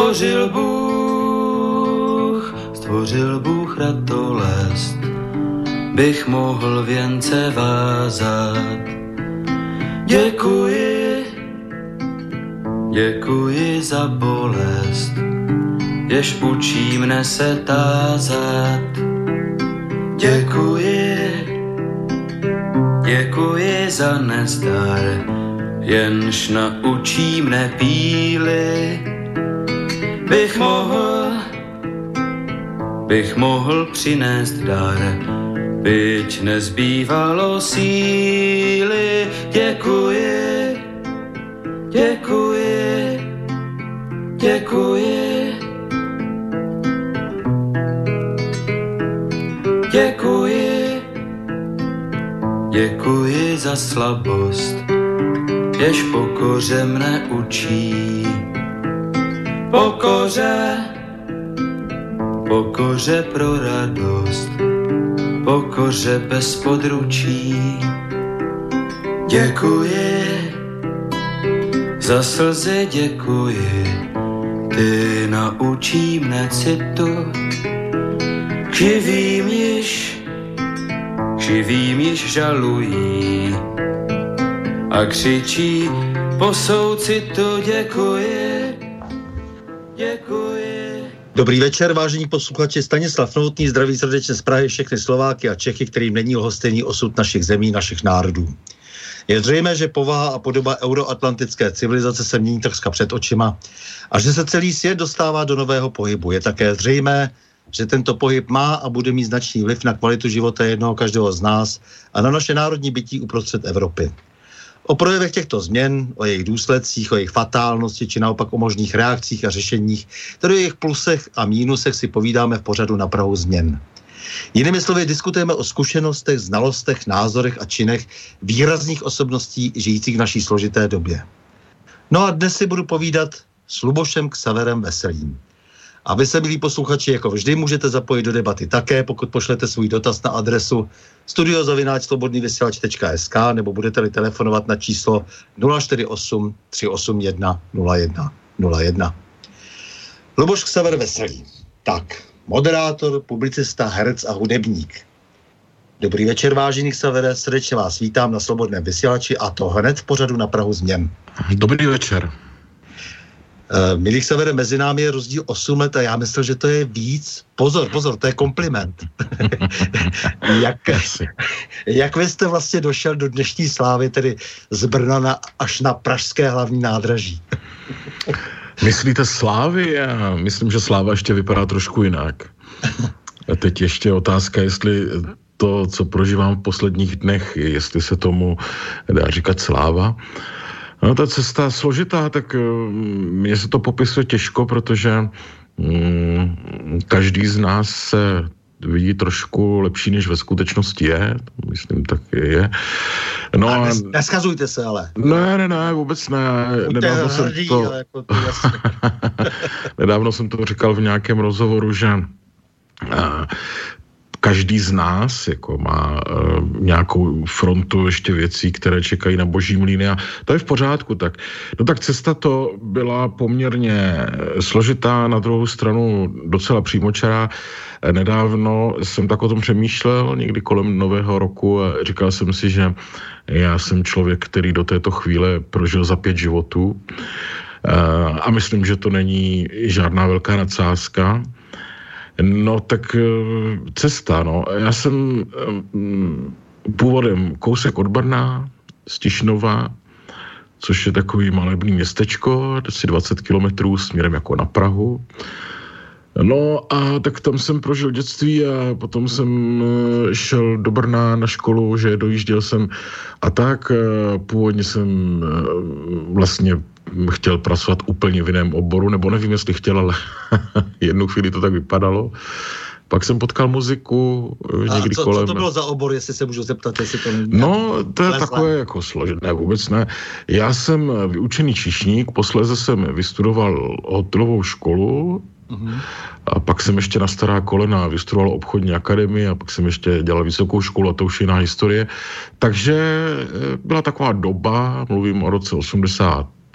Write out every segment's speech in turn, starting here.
Stvořil Bůh ratolest, bych mohl věnce vázat. Děkuji za bolest, jež učí mne se tázat. Děkuji za nezdar, jenž naučí mne píly. Bych mohl přinést dar, byť nezbývalo síly. Děkuji za slabost, jež pokoře mne učí. Pokoře pro radost, pokoře bez područí. Děkuji za slzy, děkuji, ty naučí mne citu. Živým již žalují a křičí po soucitu. Děkuji. Dobrý večer, vážení posluchači. Stanislav Novotný zdraví srdečně z Prahy všechny Slováky a Čechy, kterým není lhostejný osud našich zemí, našich národů. Je zřejmé, že povaha a podoba euroatlantické civilizace se mění takřka před očima a že se celý svět dostává do nového pohybu. Je také zřejmé, že tento pohyb má a bude mít značný vliv na kvalitu života jednoho každého z nás a na naše národní bytí uprostřed Evropy. O projevech těchto změn, o jejich důsledcích, o jejich fatálnosti či naopak o možných reakcích a řešeních, tedy o jejich plusech a mínusech si povídáme v pořadu Na prahu změn. Jinými slovy, diskutujeme o zkušenostech, znalostech, názorech a činech výrazných osobností žijících v naší složité době. No a dnes si budu povídat s Lubošem Xaverem Veselým. A vy se, milí posluchači, jako vždy můžete zapojit do debaty také, pokud pošlete svůj dotaz na adresu studio@slobodnyvysielac.sk nebo budete-li telefonovat na číslo 048 381 0101. Luboš Xaver Veselý. Tak, moderátor, publicista, herec a hudebník. Dobrý večer, vážený Xavere, srdečně vás vítám na Slobodném vysílači a to hned v pořadu Na prahu změn. Dobrý večer. Milý Xavere, mezi námi je rozdíl 8 let a já myslel, že to je víc. Pozor, to je kompliment. Jak vy jste vlastně došel do dnešní slávy, tedy z Brna až na pražské hlavní nádraží? Myslíte slávy? Já myslím, že sláva ještě vypadá trošku jinak. A teď ještě otázka, jestli to, co prožívám v posledních dnech, jestli se tomu dá říkat sláva. No, ta cesta je složitá, tak mně se to popisuje těžko, protože každý z nás se vidí trošku lepší, než ve skutečnosti je. Myslím, tak je. No a neschazujte se, ale. Ne, vůbec ne. Nedávno jsem to říkal v nějakém rozhovoru, že každý z nás jako má nějakou frontu ještě věcí, které čekají na boží mlýny a to je v pořádku. Tak cesta to byla poměrně složitá, na druhou stranu docela přímočará. Nedávno jsem tak o tom přemýšlel, někdy kolem Nového roku a říkal jsem si, že já jsem člověk, který do této chvíle prožil za 5 životů a myslím, že to není žádná velká nadsázka. No tak cesta, no. Já jsem původem kousek od Brna, z Tišnova, což je takový malebný městečko, asi 20 kilometrů směrem jako na Prahu. No a tak tam jsem prožil dětství a potom jsem šel do Brna na školu, že dojížděl jsem a tak. Původně jsem vlastně chtěl pracovat úplně v jiném oboru, nebo nevím, jestli chtěl, ale jednu chvíli to tak vypadalo. Pak jsem potkal muziku někdy kolem. Co to bylo za obor, jestli se můžu zeptat, jestli to není? No, to je takové jako složité, vůbec ne. Já jsem vyučený číšník, posléze jsem vystudoval hotelovou školu, a pak jsem ještě na stará kolena vystudoval obchodní akademii a pak jsem ještě dělal vysokou školu a to už je jiná historie. Takže byla taková doba, mluvím o roce 82,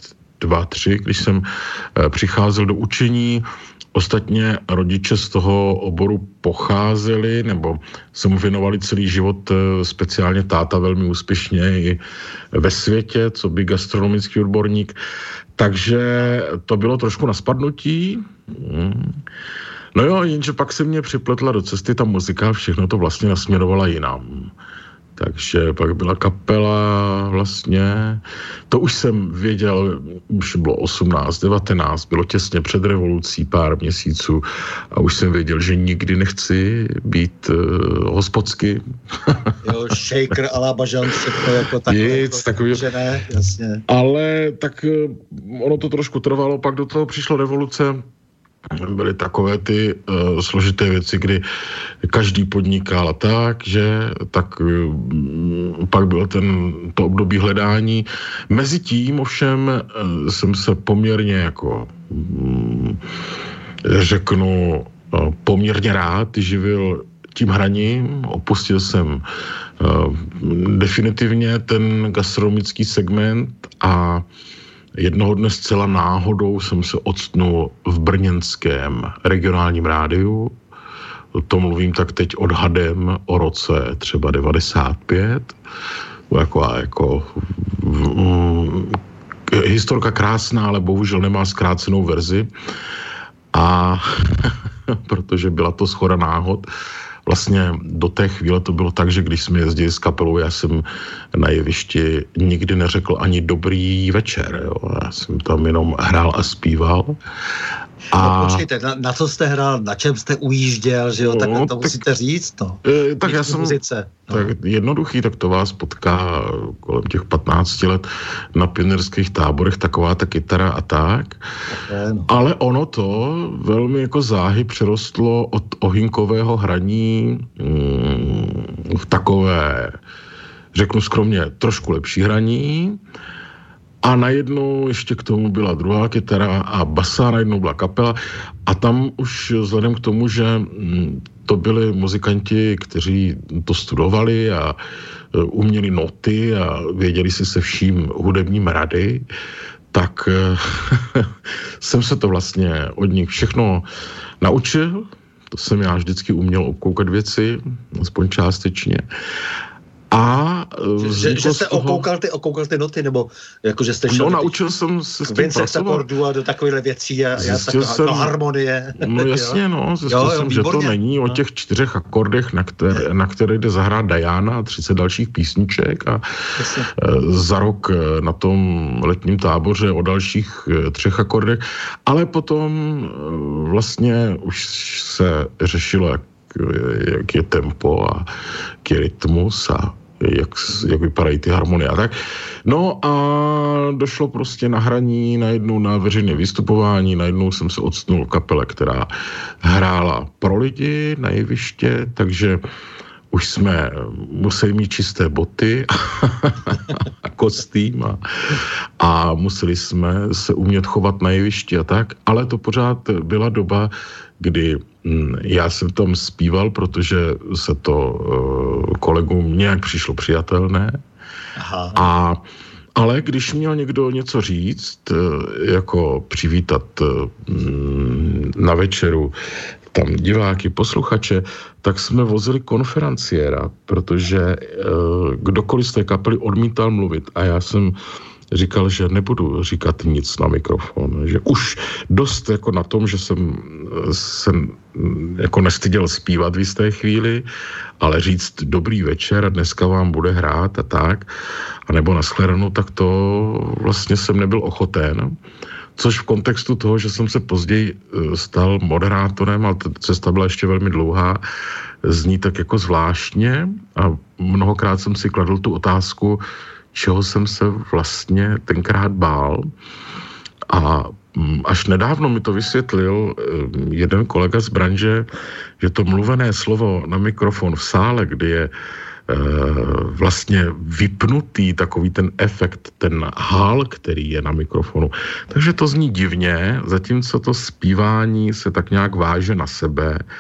2, 3, když jsem přicházel do učení. Ostatně rodiče z toho oboru pocházeli, nebo se mu věnovali celý život, speciálně táta velmi úspěšně i ve světě, co by gastronomický odborník. Takže to bylo trošku na spadnutí. No jo, jenže pak se mě připletla do cesty ta muzika a všechno to vlastně nasměrovala jinam. Takže pak byla kapela vlastně, to už jsem věděl, už bylo 18, 19, bylo těsně před revolucí pár měsíců a už jsem věděl, že nikdy nechci být hospodsky. Jo, shaker a la bažance, to jako takové, že ne, jasně. Ale tak ono to trošku trvalo, pak do toho přišla revoluce. Byly takové ty složité věci, kdy každý podnikal a tak pak bylo to období hledání. Mezitím ovšem jsem se poměrně jako řeknu poměrně rád živil tím hraním. Opustil jsem definitivně ten gastronomický segment a jednoho dne zcela náhodou jsem se octnul v brněnském regionálním rádiu. To mluvím tak teď odhadem o roce třeba 95. Historka krásná, ale bohužel nemá zkrácenou verzi. A protože byla to shoda náhod, vlastně do té chvíle to bylo tak, že když jsme jezdili s kapelou, já jsem na jevišti nikdy neřekl ani dobrý večer. Jo. Já jsem tam jenom hrál a zpíval. No počkejte, na co jste hrál, na čem jste ujížděl, že jo, tak to musíte říct, no. Tak já jsem, tak jednoduchý, tak to vás potká kolem těch 15 let na pionýrských táborech, taková ta kytara a tak. No. Ale ono to velmi jako záhy přerostlo od ohynkového hraní v takové, řeknu skromně, trošku lepší hraní. A najednou ještě k tomu byla druhá kytara a basa, najednou byla kapela a tam už vzhledem k tomu, že to byli muzikanti, kteří to studovali a uměli noty a věděli si se vším hudebním rady, tak jsem se to vlastně od nich všechno naučil. To jsem já vždycky uměl obkoukat věci, aspoň částečně. A že jste okoukal ty noty, nebo jako, že jste šel naučil jsem se s tím pracovat. akordů a do takovýchhle věcí a do harmonie. No jasně, zjistil jsem, že to není o těch 4 akordech, na které jde zahrát Diana a 30 dalších písniček a za rok na tom letním táboře o dalších 3 akordech, ale potom vlastně už se řešilo, jak je tempo a jak je rytmus a jak vypadají ty harmonie a tak. No a došlo prostě na hraní, najednou na veřejné vystupování, najednou jsem se octnul v kapele, která hrála pro lidi na jeviště, takže už jsme museli mít čisté boty a kostým a museli jsme se umět chovat na jevišti a tak, ale to pořád byla doba, kdy já jsem tam zpíval, protože se to kolegům nějak přišlo přijatelné. Ale když měl někdo něco říct, jako přivítat na večeru tam diváky, posluchače, tak jsme vozili konferenciéra, protože kdokoliv z té kapely odmítal mluvit a já jsem říkal, že nebudu říkat nic na mikrofon, že už dost jako na tom, že jsem jako nestyděl zpívat v jisté chvíli, ale říct dobrý večer a dneska vám bude hrát a tak, anebo nashledanou, tak to vlastně jsem nebyl ochoten. Což v kontextu toho, že jsem se později stal moderátorem, ale ta cesta byla ještě velmi dlouhá, zní tak jako zvláštně a mnohokrát jsem si kladl tu otázku, čeho jsem se vlastně tenkrát bál. A až nedávno mi to vysvětlil jeden kolega z branže, že to mluvené slovo na mikrofon v sále, kdy je vlastně vypnutý takový ten efekt, ten hál, který je na mikrofonu. Takže to zní divně, zatímco to zpívání se tak nějak váže na sebe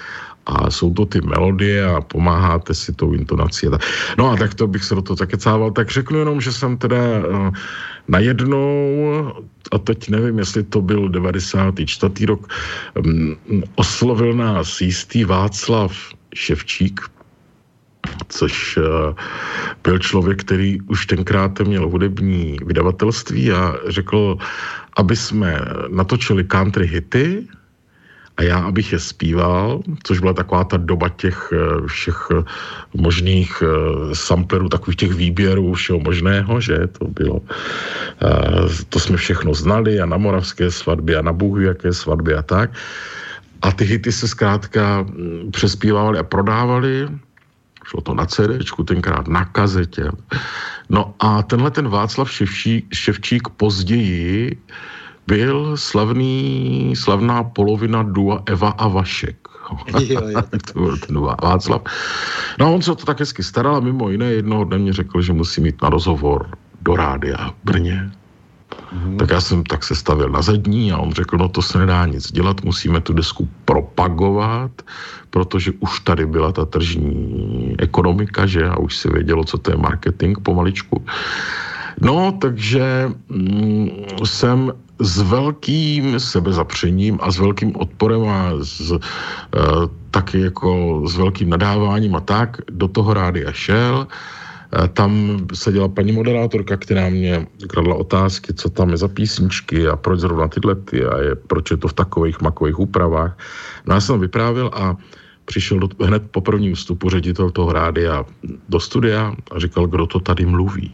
A jsou to ty melodie a pomáháte si tou intonací. No a tak to bych se do toho zakecával. Tak řeknu jenom, že jsem teda najednou, a teď nevím, jestli to byl 94. rok, oslovil nás jistý Václav Ševčík, což byl člověk, který už tenkrát měl hudební vydavatelství a řekl, aby jsme natočili country hity a já, abych je zpíval, což byla taková ta doba těch všech možných samplerů, takových těch výběrů všeho možného, že to bylo, to jsme všechno znali a na moravské svatbě a na Bůh ví jaké svatby a tak. A ty hity se zkrátka přespívaly a prodávaly. Šlo to na CDčku, tenkrát na kazetě. No a tenhle ten Václav Ševčík později byl slavná polovina dua Eva a Vašek. Jo. To byl ten Václav. No a on se to tak hezky staral a mimo jiné jednoho dne mě řekl, že musí mít na rozhovor do rádia v Brně. Tak já jsem tak se stavil na zadní a on řekl, no to se nedá nic dělat, musíme tu desku propagovat, protože už tady byla ta tržní ekonomika, že? A už se vědělo, co to je marketing pomaličku. No, takže jsem s velkým sebezapřením a s velkým odporem a taky jako s velkým nadáváním a tak do toho rádia šel. Tam seděla paní moderátorka, která mě kladla otázky, co tam je za písničky a proč zrovna tyhle ty a proč je to v takových makových úpravách. No já jsem vyprávěl a přišel hned po prvním vstupu ředitel toho rádia do studia a říkal, kdo to tady mluví.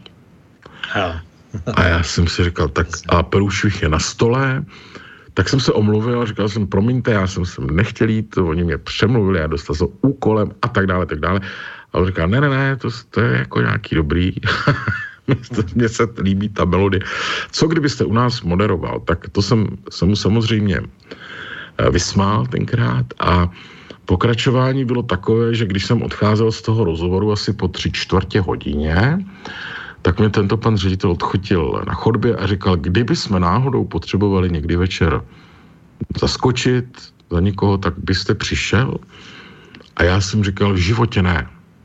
A já jsem si říkal, tak a průšvih je na stole, tak jsem se omluvil a říkal jsem, promiňte, já jsem sem nechtěl jít, oni mě přemluvili, já dostal se úkolem a tak dále, tak dále. A on říkal, ne, to je jako nějaký dobrý, mně se líbí ta melodie. Co kdybyste u nás moderoval, tak to jsem mu samozřejmě vysmál tenkrát a pokračování bylo takové, že když jsem odcházel z toho rozhovoru asi po 3/4 hodině, tak mě tento pan ředitel odchotil na chodbě a říkal, kdyby jsme náhodou potřebovali někdy večer zaskočit za někoho, tak byste přišel? A já jsem říkal, v životě ne.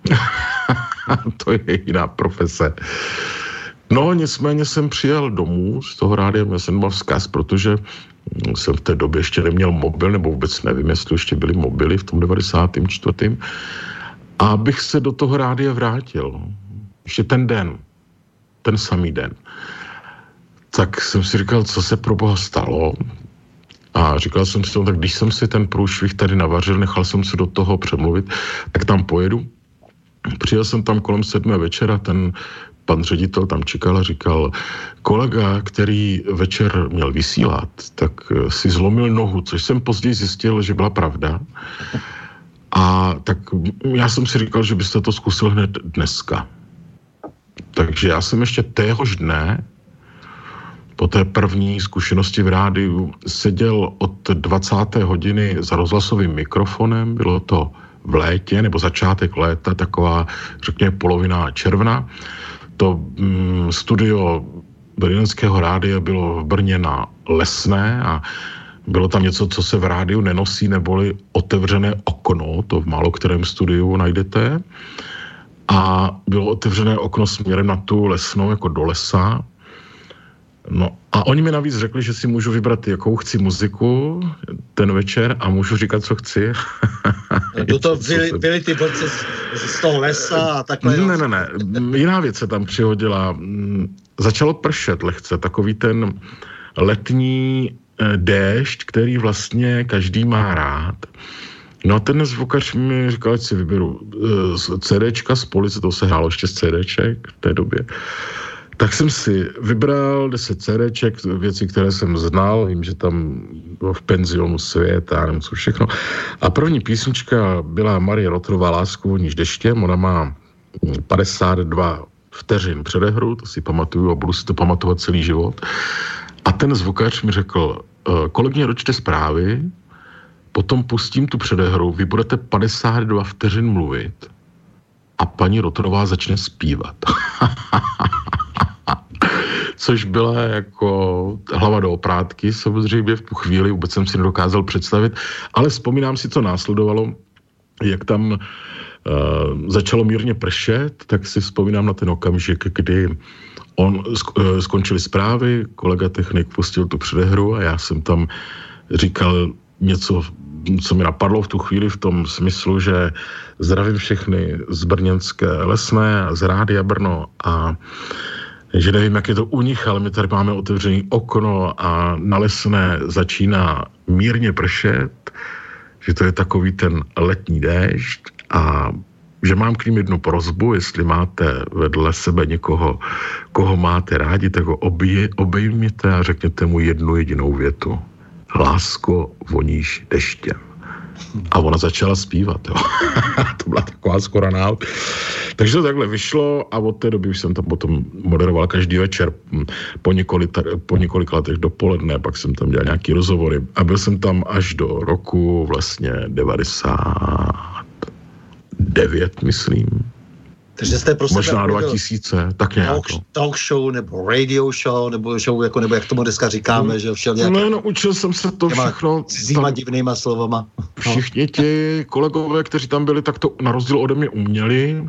To je jiná profese. No, nicméně jsem přijel domů z toho rádia, měl jsem mal vzkaz, protože jsem v té době ještě neměl mobil, nebo vůbec nevím, jestli ještě byly mobily v tom 94. A abych se do toho rádia vrátil. Ještě ten samý den. Tak jsem si říkal, co se pro Boha stalo. A říkal jsem si, tak když jsem si ten průšvih tady navařil, nechal jsem se do toho přemluvit, tak tam pojedu. Přijel jsem tam kolem 7 večera, ten pan ředitel tam čekal a říkal, kolega, který večer měl vysílat, tak si zlomil nohu, což jsem později zjistil, že byla pravda. A tak já jsem si říkal, že byste to zkusil hned dneska. Takže já jsem ještě téhož dne, po té první zkušenosti v rádiu, seděl od 20. hodiny za rozhlasovým mikrofonem, bylo to v létě, nebo začátek léta, taková, řekněme, polovina června. To studio brněnského rádia bylo v Brně na Lesné a bylo tam něco, co se v rádiu nenosí, neboli otevřené okno, to v málo kterém studiu najdete. A bylo otevřené okno směrem na tu Lesnou, jako do lesa. No a oni mi navíc řekli, že si můžu vybrat, jakou chci muziku ten večer a můžu říkat, co chci. To byly ty vlci z toho lesa a takhle. Ne. Jiná věc se tam přihodila. Začalo pršet lehce, takový ten letní déšť, který vlastně každý má rád. No a ten zvukař mi říkal, ať si vyberu CDčka z Police, to se hrálo ještě z CDček v té době. Tak jsem si vybral 10 CDček, věci, které jsem znal, vím, že tam bylo v penzionu Svět a nevím co všechno. A první písnička byla Marie Rotrová Lásku voníš deštěm, ona má 52 vteřin předehru, to si pamatuju a budu si to pamatovat celý život. A ten zvukař mi řekl, kolegyně, dočte zprávy, potom pustím tu předehru, vy budete 52 vteřin mluvit a paní Rotrová začne zpívat. Což byla jako hlava do oprátky, samozřejmě v tu chvíli vůbec jsem si nedokázal představit, ale vzpomínám si, co následovalo. jak tam začalo mírně pršet, tak si vzpomínám na ten okamžik, kdy skončily zprávy, kolega technik pustil tu předehru a já jsem tam říkal něco, co mi napadlo v tu chvíli v tom smyslu, že zdravím všechny z brněnské Lesné a z Rádia Brno a že nevím, jak je to u nich, ale my tady máme otevřené okno a na Lesné začíná mírně pršet, že to je takový ten letní déšť a že mám k ním jednu prosbu, jestli máte vedle sebe někoho, koho máte rádi, tak ho obejměte a řekněte mu jednu jedinou větu. Lásko, voníš deštěm. A ona začala zpívat, jo. To byla taková skoro náhod. Takže to takhle vyšlo a od té doby už jsem tam potom moderoval každý večer po několika letech dopoledne, pak jsem tam dělal nějaký rozhovory a byl jsem tam až do roku vlastně 99, myslím. Takže jste prostě možná 2000, tak nějak. Talk show, nebo radio show, nebo show, jako, nebo jak tomu dneska říkáme, že všel nějak... No, učil jsem se to všechno... Cizíma divnýma slovama. Všichni ti kolegové, kteří tam byli, tak to na rozdíl ode mě uměli.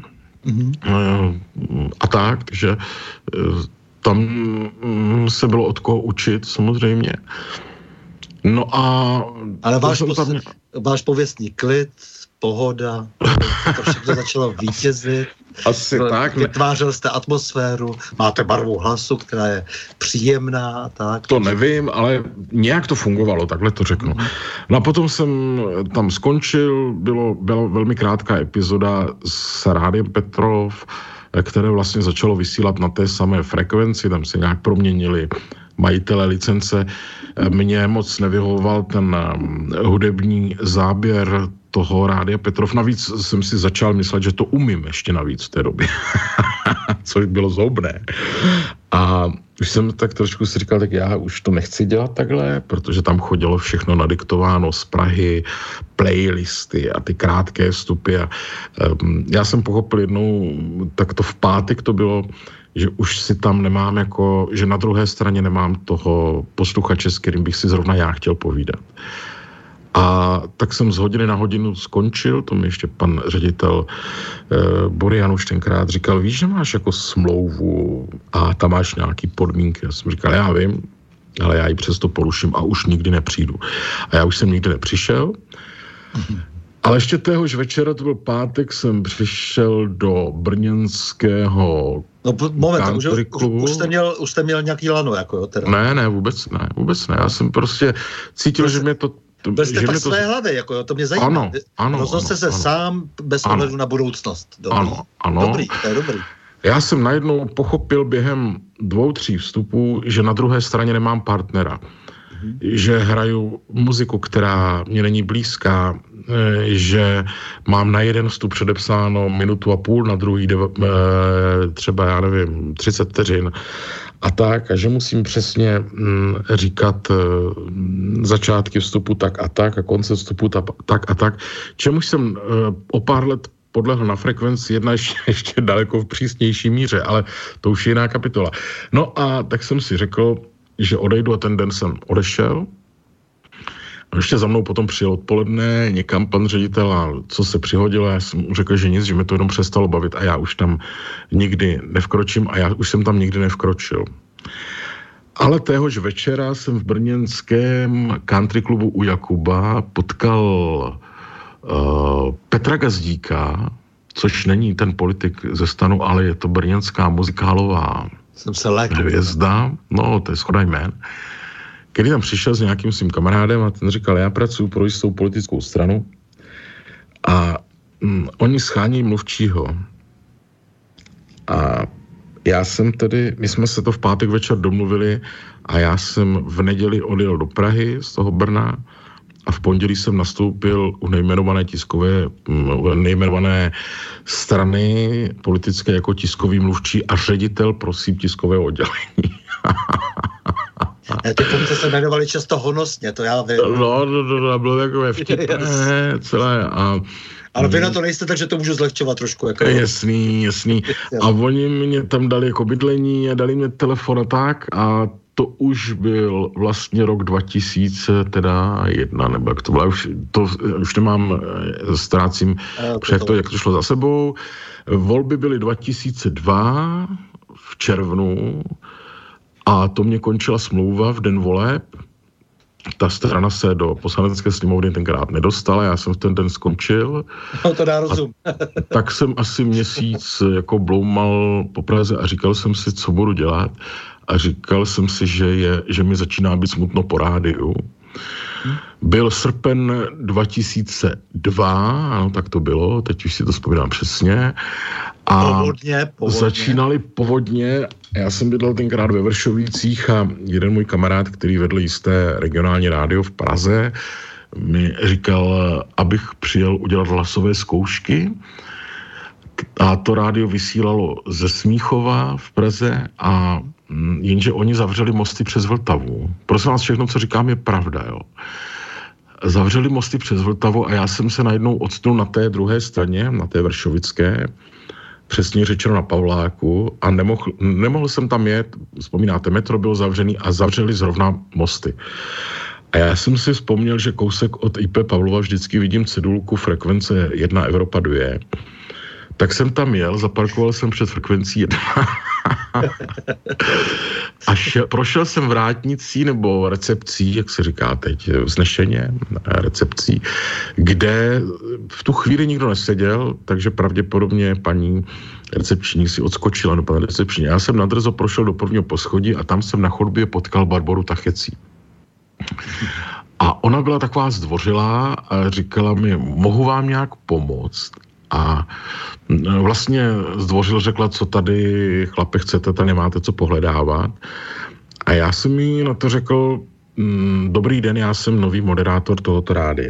A tak, takže tam se bylo od koho učit, samozřejmě. No a... Ale váš pověstný klid, pohoda, to všechno začalo vítězit. Asi tak. Vytvářel jste atmosféru, máte barvu hlasu, která je příjemná. Tak. To nevím, ale nějak to fungovalo, takhle to řeknu. No a potom jsem tam skončil, byla velmi krátká epizoda s Rádiem Petrov, které vlastně začalo vysílat na té samé frekvenci, tam se nějak proměnili majitele licence. Mně moc nevyhovoval ten hudební záběr toho Rádia Petrov. Navíc jsem si začal myslet, že to umím ještě navíc v té době. Což bylo zhoubné. A už jsem tak trošku si říkal, tak já už to nechci dělat takhle, protože tam chodilo všechno nadiktováno z Prahy, playlisty a ty krátké vstupy. A já jsem pochopil jednou, tak to v pátek to bylo, že už si tam nemám jako, že na druhé straně nemám toho posluchače, s kterým bych si zrovna já chtěl povídat. A tak jsem z hodiny na hodinu skončil, to mi ještě pan ředitel Borian už tenkrát říkal, víš, že máš jako smlouvu a tam máš nějaký podmínky. Já jsem říkal, já vím, ale já ji přesto poruším a už nikdy nepřijdu. A já už jsem nikdy nepřišel. Ale ještě téhož večera, to byl pátek, jsem přišel do brněnského country klubu. Už jste měl nějaký lano, jako jo? Teda. Ne, vůbec ne. Já jsem prostě cítil, že mě to... Byl jste tak své hlavy, jako jo, to mě zajímá. Ano. Rozhodl jste se sám bez ohledu na budoucnost. Dobrý. Ano. Dobrý, to je dobrý. Já jsem najednou pochopil během 2-3 vstupů, že na druhé straně nemám partnera. Že hraju muziku, která mě není blízká, že mám na jeden vstup předepsáno 1,5 minuty, na druhý třeba, já nevím, 30 vteřin a tak, a že musím přesně říkat začátky vstupu tak a tak a konce vstupu tak a tak, čemuž jsem o pár let podlehl na frekvenci jedna ještě daleko v přísnější míře, ale to už je jiná kapitola. No a tak jsem si řekl, že odejdu a ten den jsem odešel. A ještě za mnou potom přijel odpoledne někam pan ředitel a co se přihodilo, já jsem mu řekl, že nic, že mě to jenom přestalo bavit a já už tam nikdy nevkročím a já už jsem tam nikdy nevkročil. Ale téhož večera jsem v brněnském country klubu u Jakuba potkal Petra Gazdíka, což není ten politik ze STANu, ale je to brněnská muzikálová hvězda, no to je shoda jmén, který tam přišel s nějakým svým kamarádem a ten říkal, já pracuji pro jistou politickou stranu a oni schání mluvčího. A já jsem tedy, my jsme se to v pátek večer domluvili a já jsem v neděli odjel do Prahy z toho Brna a v pondělí jsem nastoupil u nejmenované strany politické jako tiskový mluvčí a ředitel, prosím, tiskového oddělení. Ty funkce se jmenovali často honosně, to já vím. No, bylo takové vtipné celé a... Ale vy na to nejste, takže to můžu zlehčovat trošku. Jako... Jasný. A oni mě tam dali jako bydlení a dali mě telefon a tak a to už byl vlastně rok 2001, nebo jak to bylo, už nemám, ztrácím, jak to šlo za sebou. Volby byly 2002 v červnu a to mě končila smlouva v den voleb. Ta strana se do poslanecké sněmovny tenkrát nedostala, já jsem v ten den skončil. No to dá rozum. Tak jsem asi měsíc jako bloumal po Praze a říkal jsem si, co budu dělat. A říkal jsem si, že mi začíná být smutno po rádiu. Byl srpen 2002, ano, tak to bylo, teď už si to vzpomínám přesně. A povodně. Začínaly povodně. Já jsem bydlel tenkrát ve Vršovicích a jeden můj kamarád, který vedl jisté regionální rádio v Praze, mi říkal, abych přijel udělat hlasové zkoušky. A to rádio vysílalo ze Smíchova v Praze a jenže oni zavřeli mosty přes Vltavu. Prosím vás, všechno, co říkám, je pravda, jo. Zavřeli mosty přes Vltavu a já jsem se najednou odstnul na té druhé straně, na té vršovické, přesně řečeno na Pavláku a nemohl jsem tam jet, vzpomínáte, metro bylo zavřený a zavřeli zrovna mosty. A já jsem si vzpomněl, že kousek od IP Pavlova vždycky vidím cedulku frekvence 1 Evropa 2. Tak jsem tam jel, zaparkoval jsem před frekvencí 1 a prošel jsem vrátnicí nebo recepcí, jak se říká teď, vznešeně, recepcí, kde v tu chvíli nikdo neseděl, takže pravděpodobně paní recepční si odskočila, no pan recepční. Já jsem nadrzo prošel do prvního poschodí a tam jsem na chodbě potkal Barboru Tachecí. A ona byla taková zdvořilá a říkala mi, mohu vám nějak pomoct? A vlastně zdvořil řekla, co tady chlape chcete, tady nemáte co pohledávat. A já jsem jí na to řekl, dobrý den, já jsem nový moderátor tohoto rádia.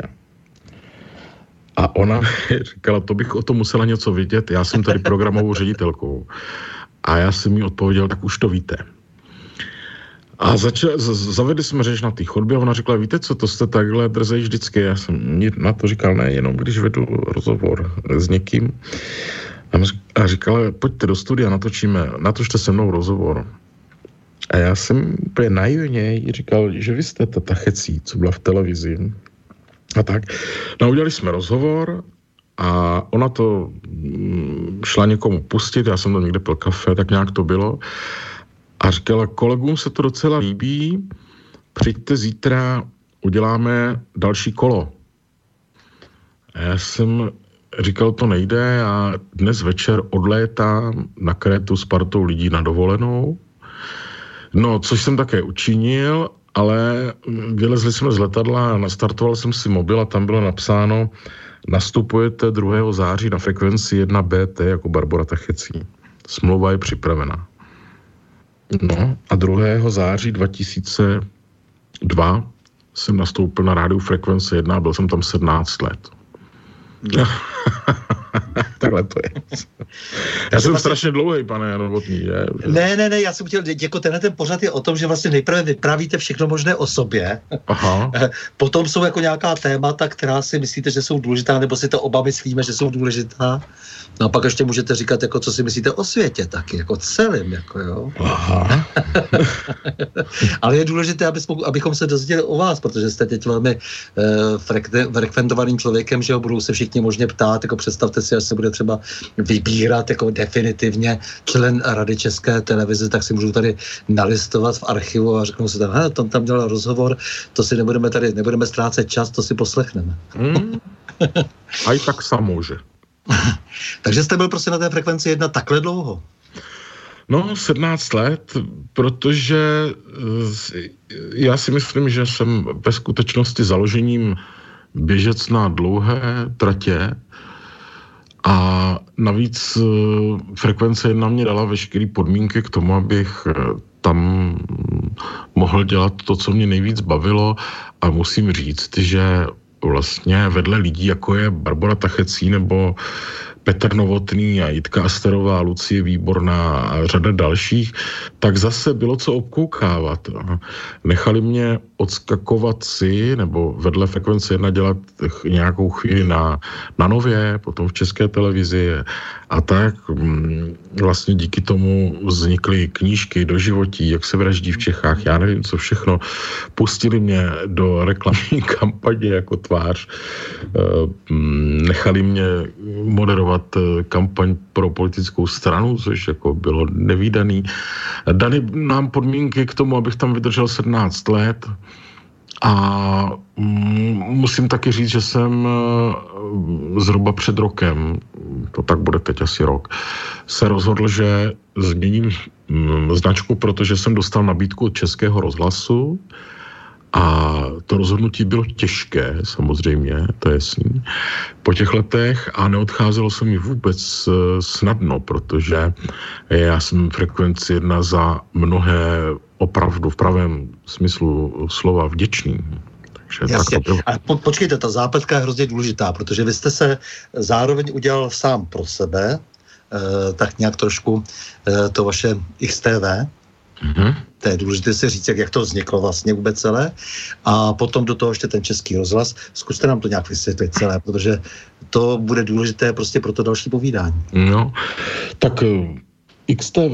A ona říkala, to bych o tom musela něco vědět, já jsem tady programovou ředitelkou. A já jsem jí odpověděl, tak už to víte. A zavedli jsme řeč na té chodbě a ona řekla, víte co, to jste takhle drzej vždycky. Já jsem na to říkal, ne, jenom když vedu rozhovor s někým. A říkala, pojďte do studia, natočte se mnou rozhovor. A já jsem úplně naivně jí říkal, že vy jste ta Tachecí, co byla v televizi. A tak. No, udělali jsme rozhovor a ona to šla někomu pustit, já jsem tam někde pil kafe, tak nějak to bylo. A říkala, kolegům se to docela líbí, přijďte zítra, uděláme další kolo. A já jsem říkal, to nejde, a dnes večer odlétám na Krétu s partou lidí na dovolenou. No, což jsem také učinil, ale vylezli jsme z letadla a nastartoval jsem si mobil a tam bylo napsáno, nastupujete 2. září na frekvenci 1BT jako Barbora Tachecí. Smlouva je připravená. No a 2. září 2002 jsem nastoupil na rádiu frekvence 1 a byl jsem tam 17 let. Takhle to je. Já jsem strašně dlouhý, pane Novotný. Ne, já jsem chtěl, jako ten pořad je o tom, že vlastně nejprve vyprávíte všechno možné o sobě. Aha. Potom jsou jako nějaká témata, která si myslíte, že jsou důležitá, nebo si to oba myslíme, že jsou důležitá. No a pak ještě můžete říkat, jako co si myslíte o světě taky, jako celým, jako jo. Aha. Ale je důležité, abychom se dozvěděli o vás, protože jste teď velmi frekventovaným člověkem, že ho budou se všichni možně ptát, jako představte si, až se bude třeba vybírat jako definitivně člen Rady České televize, tak si můžu tady nalistovat v archivu a řeknou si tam dělal rozhovor, to si nebudeme ztrácet čas, to si poslechneme. A i tak samouže. Takže jste byl prostě na té frekvenci 1 takhle dlouho? No, 17 let, protože já si myslím, že jsem ve skutečnosti založením běžec na dlouhé tratě a navíc frekvence 1 mě dala veškeré podmínky k tomu, abych tam mohl dělat to, co mě nejvíc bavilo, a musím říct, že vlastně vedle lidí, jako je Barbora Tachecí nebo Petr Novotný a Jitka Asterová, Lucie Výborná a řada dalších, tak zase bylo co obkoukávat. Nechali mě odskakovat si, nebo vedle Frekvence 1 dělat nějakou chvíli na Nově, potom v České televizi a tak. Vlastně díky tomu vznikly knížky do životí, jak se vraždí v Čechách, já nevím, co všechno. Pustili mě do reklamní kampaně jako tvář. Nechali mě moderovat kampaň pro politickou stranu, což jako bylo nevídaný. Dali nám podmínky k tomu, abych tam vydržel 17 let. A musím taky říct, že jsem zhruba před rokem, to tak bude teď asi rok, se rozhodl, že změním značku, protože jsem dostal nabídku od Českého rozhlasu a to rozhodnutí bylo těžké, samozřejmě, to je jasný, po těch letech a neodcházelo se mi vůbec snadno, protože já jsem Frekvenci 1 za mnohé opravdu v pravém smyslu slova vděčný. Takže jasně, ale počkejte, ta zápletka je hrozně důležitá, protože vy jste se zároveň udělal sám pro sebe, tak nějak trošku to vaše XTV, to je důležité si říct, jak to vzniklo vlastně vůbec celé. A potom do toho ještě ten Český rozhlas. Zkuste nám to nějak vysvětlit celé, protože to bude důležité prostě pro to další povídání. No, tak XTV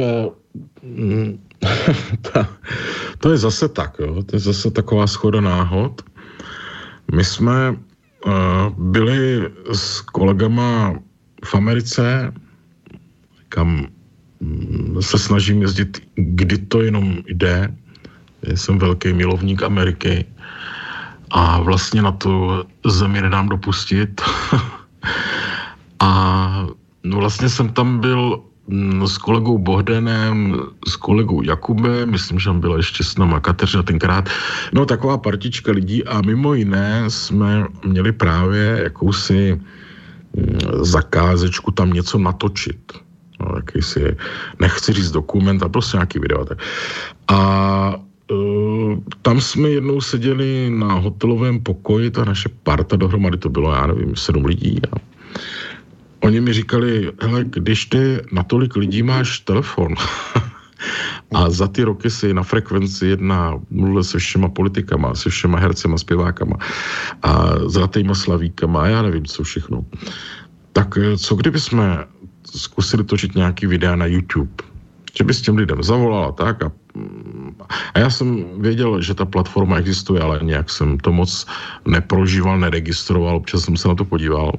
to je zase tak, jo. To je zase taková shoda náhod. My jsme byli s kolegama v Americe, kam se snažím jezdit, kdy to jenom jde. Jsem velký milovník Ameriky a vlastně na tu zemi nedám dopustit. A vlastně jsem tam byl s kolegou Bohdanem, s kolegou Jakubem, myslím, že tam byla ještě s náma Kateřina tenkrát. No, taková partička lidí a mimo jiné jsme měli právě jakousi zakázečku tam něco natočit. No, jakýsi, nechci říct dokument, a prostě nějaký video. Tak. A tam jsme jednou seděli na hotelovém pokoji, ta naše parta dohromady, to bylo, já nevím, 7 lidí. A oni mi říkali, hele, když ty na tolik lidí máš telefon a za ty roky si na Frekvenci 1 mluvil se všema politikama, se všema hercema, zpěvákama a zlatýma slavíkama a já nevím, co všechno. Tak co kdyby jsme zkusili točit nějaký videa na YouTube? Že by s těm lidem zavolala tak a já jsem věděl, že ta platforma existuje, ale nějak jsem to moc neprožíval, neregistroval, občas jsem se na to podíval.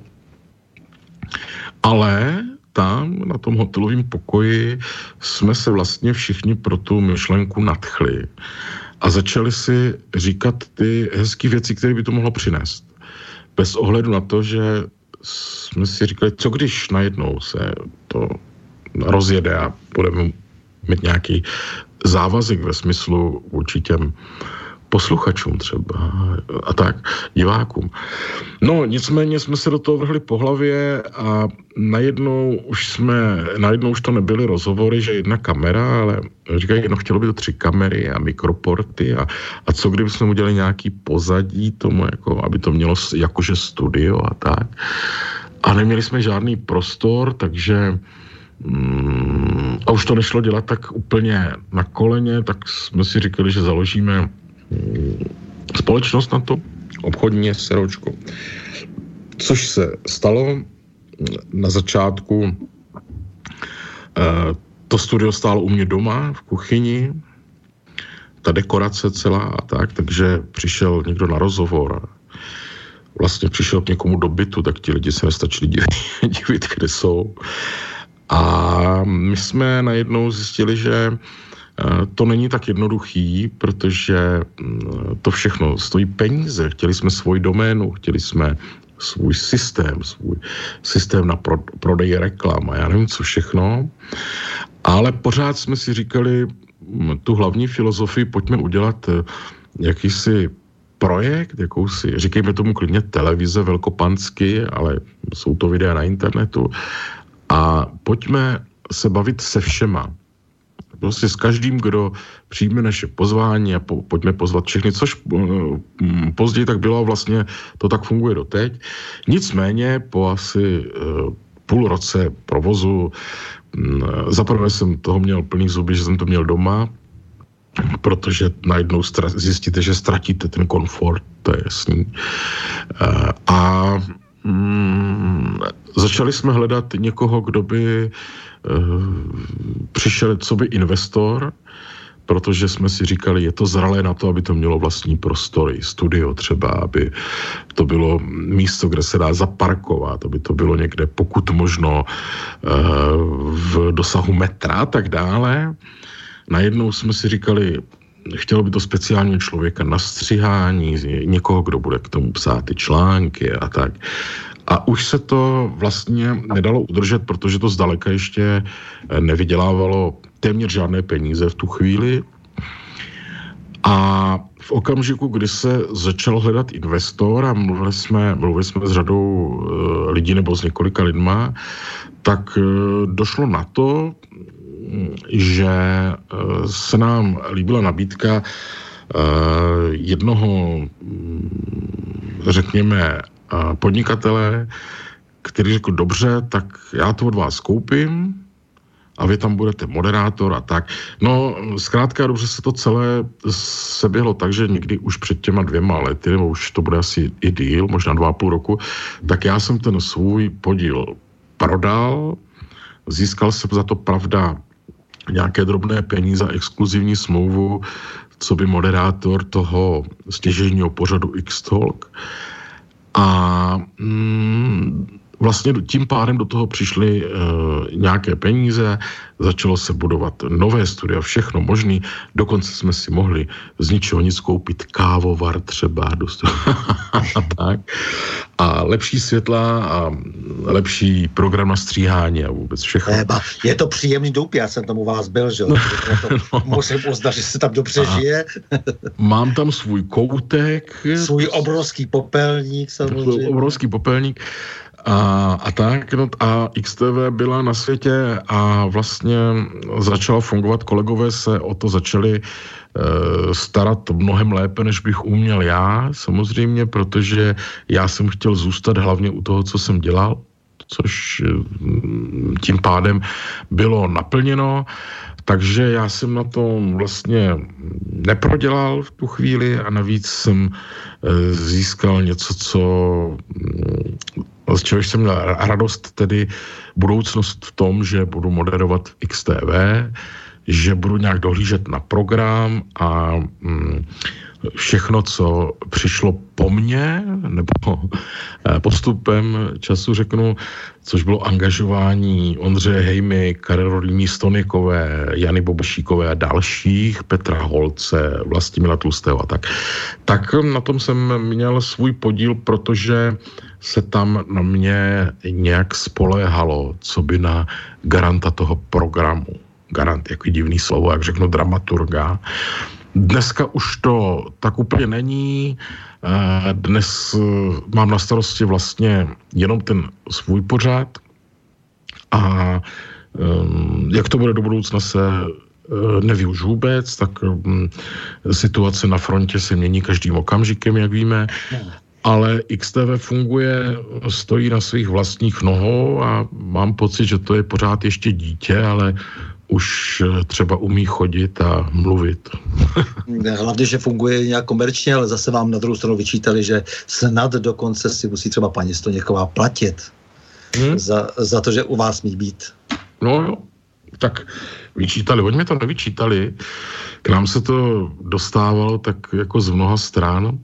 Ale tam, na tom hotelovém pokoji, jsme se vlastně všichni pro tu myšlenku nadchli a začali si říkat ty hezké věci, které by to mohlo přinést. Bez ohledu na to, že jsme si říkali, co když najednou se to rozjede a budeme mít nějaký závazek ve smyslu vůči těm posluchačům třeba a tak, divákům. No, nicméně jsme se do toho vrhli po hlavě a najednou už to nebyly rozhovory, že jedna kamera, ale říkají, no chtělo by to 3 kamery a mikroporty a co kdyby jsme udělali nějaký pozadí tomu, jako, aby to mělo jakože studio a tak. A neměli jsme žádný prostor, takže a už to nešlo dělat tak úplně na koleně, tak jsme si říkali, že založíme společnost na to, obchodní seročko. Což se stalo na začátku. To studio stálo u mě doma v kuchyni, ta dekorace celá a tak, takže přišel někdo na rozhovor. Vlastně přišel k někomu do bytu, tak ti lidi se nestačili divit, kde jsou. A my jsme najednou zjistili, že to není tak jednoduchý, protože to všechno stojí peníze. Chtěli jsme svoji doménu, chtěli jsme svůj systém na prodej reklam a já nevím co všechno. Ale pořád jsme si říkali tu hlavní filozofii, pojďme udělat jakýsi projekt, jakousi, říkejme tomu klidně televize velkopansky, ale jsou to videa na internetu a pojďme se bavit se všema. Prostě s každým, kdo přijme naše pozvání a pojďme pozvat všechny, což později tak bylo a vlastně to tak funguje doteď. Nicméně po asi půl roce provozu. Zaprvé jsem toho měl plný zuby, že jsem to měl doma, protože najednou zjistíte, že ztratíte ten komfort, to je jasný. A začali jsme hledat někoho, kdo by přišel co by investor, protože jsme si říkali, je to zralé na to, aby to mělo vlastní prostory, studio třeba, aby to bylo místo, kde se dá zaparkovat, aby to bylo někde pokud možno v dosahu metra a tak dále. Najednou jsme si říkali, chtělo by to speciálního člověka na střihání, někoho, kdo bude k tomu psát ty články a tak. A už se to vlastně nedalo udržet, protože to zdaleka ještě nevydělávalo téměř žádné peníze v tu chvíli. A v okamžiku, kdy se začal hledat investor a mluvili jsme s řadou lidí nebo s několika lidma, tak došlo na to, že se nám líbila nabídka jednoho, řekněme, podnikatele, který řekl, dobře, tak já to od vás koupím a vy tam budete moderátor a tak. No, zkrátka dobře se to celé seběhlo tak, že někdy už před těma 2 lety, nebo už to bude asi i díl, možná 2,5 roku, tak já jsem ten svůj podíl prodal, získal jsem za to, pravda, nějaké drobné peníze, exkluzivní smlouvu, co by moderátor toho stěžejního pořadu X-Talk. A vlastně tím pádem do toho přišly nějaké peníze, začalo se budovat nové studia, všechno možný, dokonce jsme si mohli z ničeho nic koupit kávovar třeba, tak. A lepší světla a lepší program na stříhání a vůbec všechno. Je to příjemný doup, já jsem tam u vás byl, že? Musím uznat, že se tam dobře žije. Mám tam svůj koutek. Svůj obrovský popelník samozřejmě. Obrovský popelník. A tak, no, a XTV byla na světě a vlastně začala fungovat, kolegové se o to začali starat mnohem lépe, než bych uměl já, samozřejmě, protože já jsem chtěl zůstat hlavně u toho, co jsem dělal, což tím pádem bylo naplněno, takže já jsem na tom vlastně neprodělal v tu chvíli a navíc jsem získal něco, z čeho jsem měl radost, tedy budoucnost v tom, že budu moderovat v XTV, že budu nějak dohlížet na program a všechno, co přišlo po mně, nebo postupem času řeknu, což bylo angažování Ondřeje Hejmy, Karolíny Stonikové, Jany Bobošíkové a dalších, Petra Holce, Vlastimila Tlustého a tak. Tak na tom jsem měl svůj podíl, protože se tam na mě nějak spoléhalo, co by na garanta toho programu. Garant, jaký divný slovo, jak řeknu, dramaturga. Dneska už to tak úplně není. Dnes mám na starosti vlastně jenom ten svůj pořad a jak to bude do budoucna se neví už vůbec, tak situace na frontě se mění každým okamžikem, jak víme, ale XTV funguje, stojí na svých vlastních nohou a mám pocit, že to je pořád ještě dítě, ale už třeba umí chodit a mluvit. Hlavně, že funguje nějak komerčně, ale zase vám na druhou stranu vyčítali, že snad dokonce si musí třeba paní Stoněchová platit za to, že u vás mí být. No jo, tak vyčítali. Oni mi to nevyčítali. K nám se to dostávalo tak jako z mnoha stran.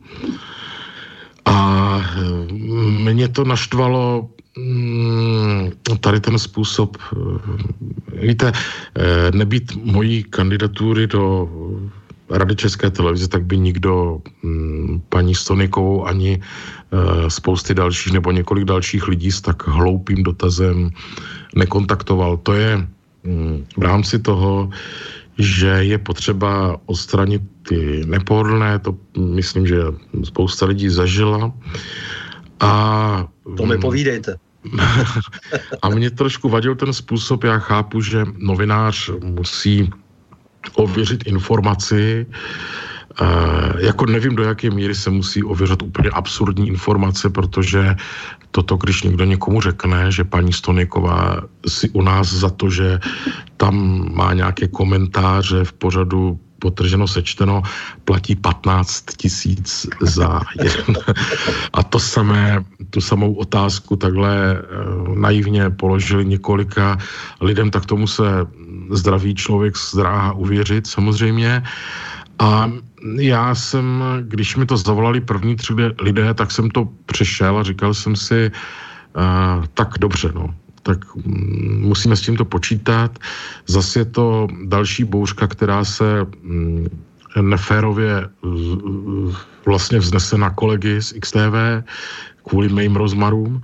A mě to naštvalo tady ten způsob, víte, nebýt mojí kandidatury do Rady České televize, tak by nikdo paní Stonikovou ani spousty dalších nebo několik dalších lidí s tak hloupým dotazem nekontaktoval. To je v rámci toho, že je potřeba odstranit ty nepohodlné, to myslím, že spousta lidí zažila. A to mi povídejte. A mě trošku vadil ten způsob, já chápu, že novinář musí ověřit informaci Jako nevím, do jaké míry se musí ověřit úplně absurdní informace, protože toto, když někdo někomu řekne, že paní Stoniková si u nás za to, že tam má nějaké komentáře v pořadu potrženo sečteno, platí 15 000 za jeden. A tu samou otázku takhle naivně položili několika lidem, tak tomu se zdravý člověk zdráhá uvěřit samozřejmě. A já jsem, když mi to zavolali první 3 lidé, tak jsem to přešel a říkal jsem si, tak dobře, no. Tak musíme s tímto počítat. Zase je to další bouřka, která se neférově vlastně vznese na kolegy z XTV kvůli mým rozmarům.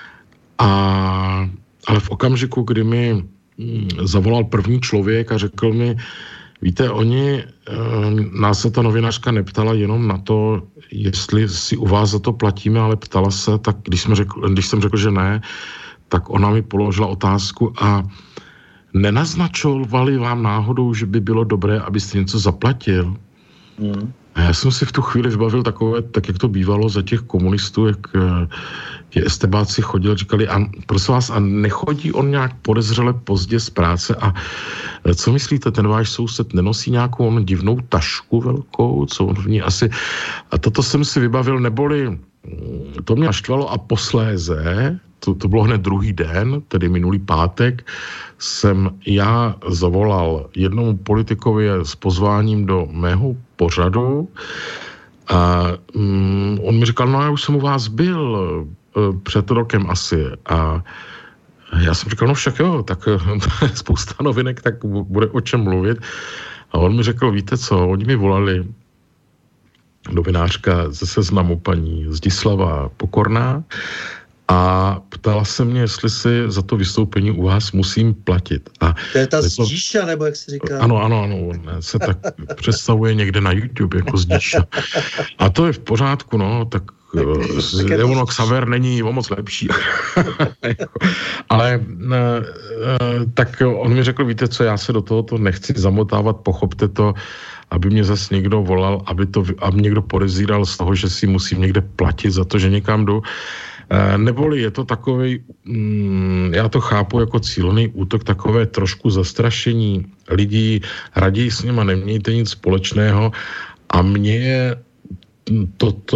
Ale v okamžiku, kdy mi zavolal první člověk a řekl mi, víte, nás se ta novinářka neptala jenom na to, jestli si u vás za to platíme, ale ptala se, tak když jsem řekl, že ne, tak ona mi položila otázku a nenaznačovali vám náhodou, že by bylo dobré, abyste něco zaplatil? A já jsem si v tu chvíli vybavil takové, tak jak to bývalo za těch komunistů, jak ti estebáci chodili, říkali, a prosím vás, a nechodí on nějak podezřele pozdě z práce a co myslíte, ten váš soused nenosí nějakou divnou tašku velkou, co on v ní asi... A toto jsem si vybavil, neboli to mě naštvalo a posléze, to bylo hned druhý den, tedy minulý pátek, jsem já zavolal jednomu politikovi s pozváním do mého pořadu a on mi říkal, no já už jsem u vás byl před rokem asi a já jsem říkal, no však jo, tak spousta novinek, tak bude o čem mluvit. A on mi řekl, víte co, oni mi volali, novinářka ze Seznamu, paní Zdislava Pokorná, a ptala se mě, jestli si za to vystoupení u vás musím platit. A to je ta Zdíša, nebo jak se říká? Ano, se tak představuje někde na YouTube jako Zdíša. A to je v pořádku, no, tak ono Xaver není o moc lepší. Ale tak on mi řekl, víte co, já se do tohoto nechci zamotávat, pochopte to, aby mě zase někdo volal, aby někdo podezíral z toho, že si musím někde platit za to, že někam jdu. Neboli je to takový, já to chápu jako cílený útok, takové trošku zastrašení lidí, raději s nima nemějte nic společného a mně je toto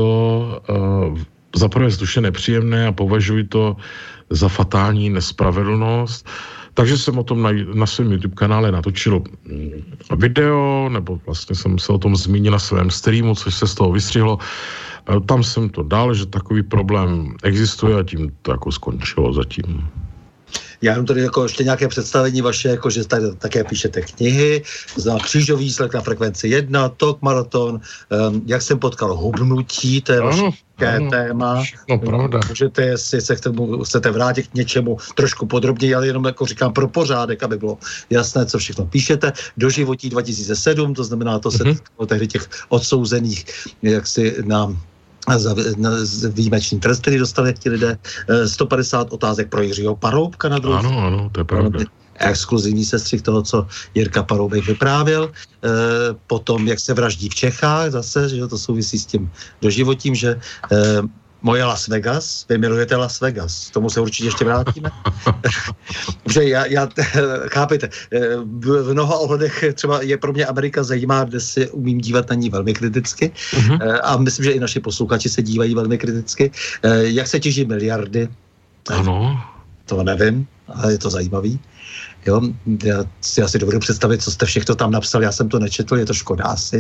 zaprvé vzduše nepříjemné a považuji to za fatální nespravedlnost. Takže jsem o tom na svém YouTube kanále natočil video, nebo vlastně jsem se o tom zmínil na svém streamu, což se z toho vystřihlo. Tam jsem to dal, že takový problém existuje a tím to jako skončilo zatím. Já jenom tady jako ještě nějaké představení vaše, jako že tady také píšete knihy, za křížový výslech na frekvenci 1, Talk Marathon, jak jsem potkal hubnutí, to je vaše téma. No, pravda. Můžete, jestli se k tomu chcete vrátit k něčemu trošku podrobněji, ale jenom jako říkám pro pořádek, aby bylo jasné, co všechno píšete. Doživotí 2007, to znamená, to se tehdy těch odsouzených, jak si za výjimečný trest, který dostali ti lidé, 150 otázek pro Jiřího Paroubka na druhou. Ano, to je pravda. Exkluzivní sestřih toho, co Jirka Paroubek vyprávěl. Potom, jak se vraždí v Čechách, zase, že to souvisí s tím doživotím, že moje Las Vegas, vy milujete Las Vegas, tomu se určitě ještě vrátíme. Protože já chápete, v mnoha ohledech třeba je pro mě Amerika zajímavá, kde si umím dívat na ní velmi kriticky a myslím, že i naši posluchači se dívají velmi kriticky. Jak se těží miliardy? Ano. To nevím, ale je to zajímavý. Jo, já si dovedu představit, co jste všechno tam napsal, já jsem to nečetl, je to škoda asi.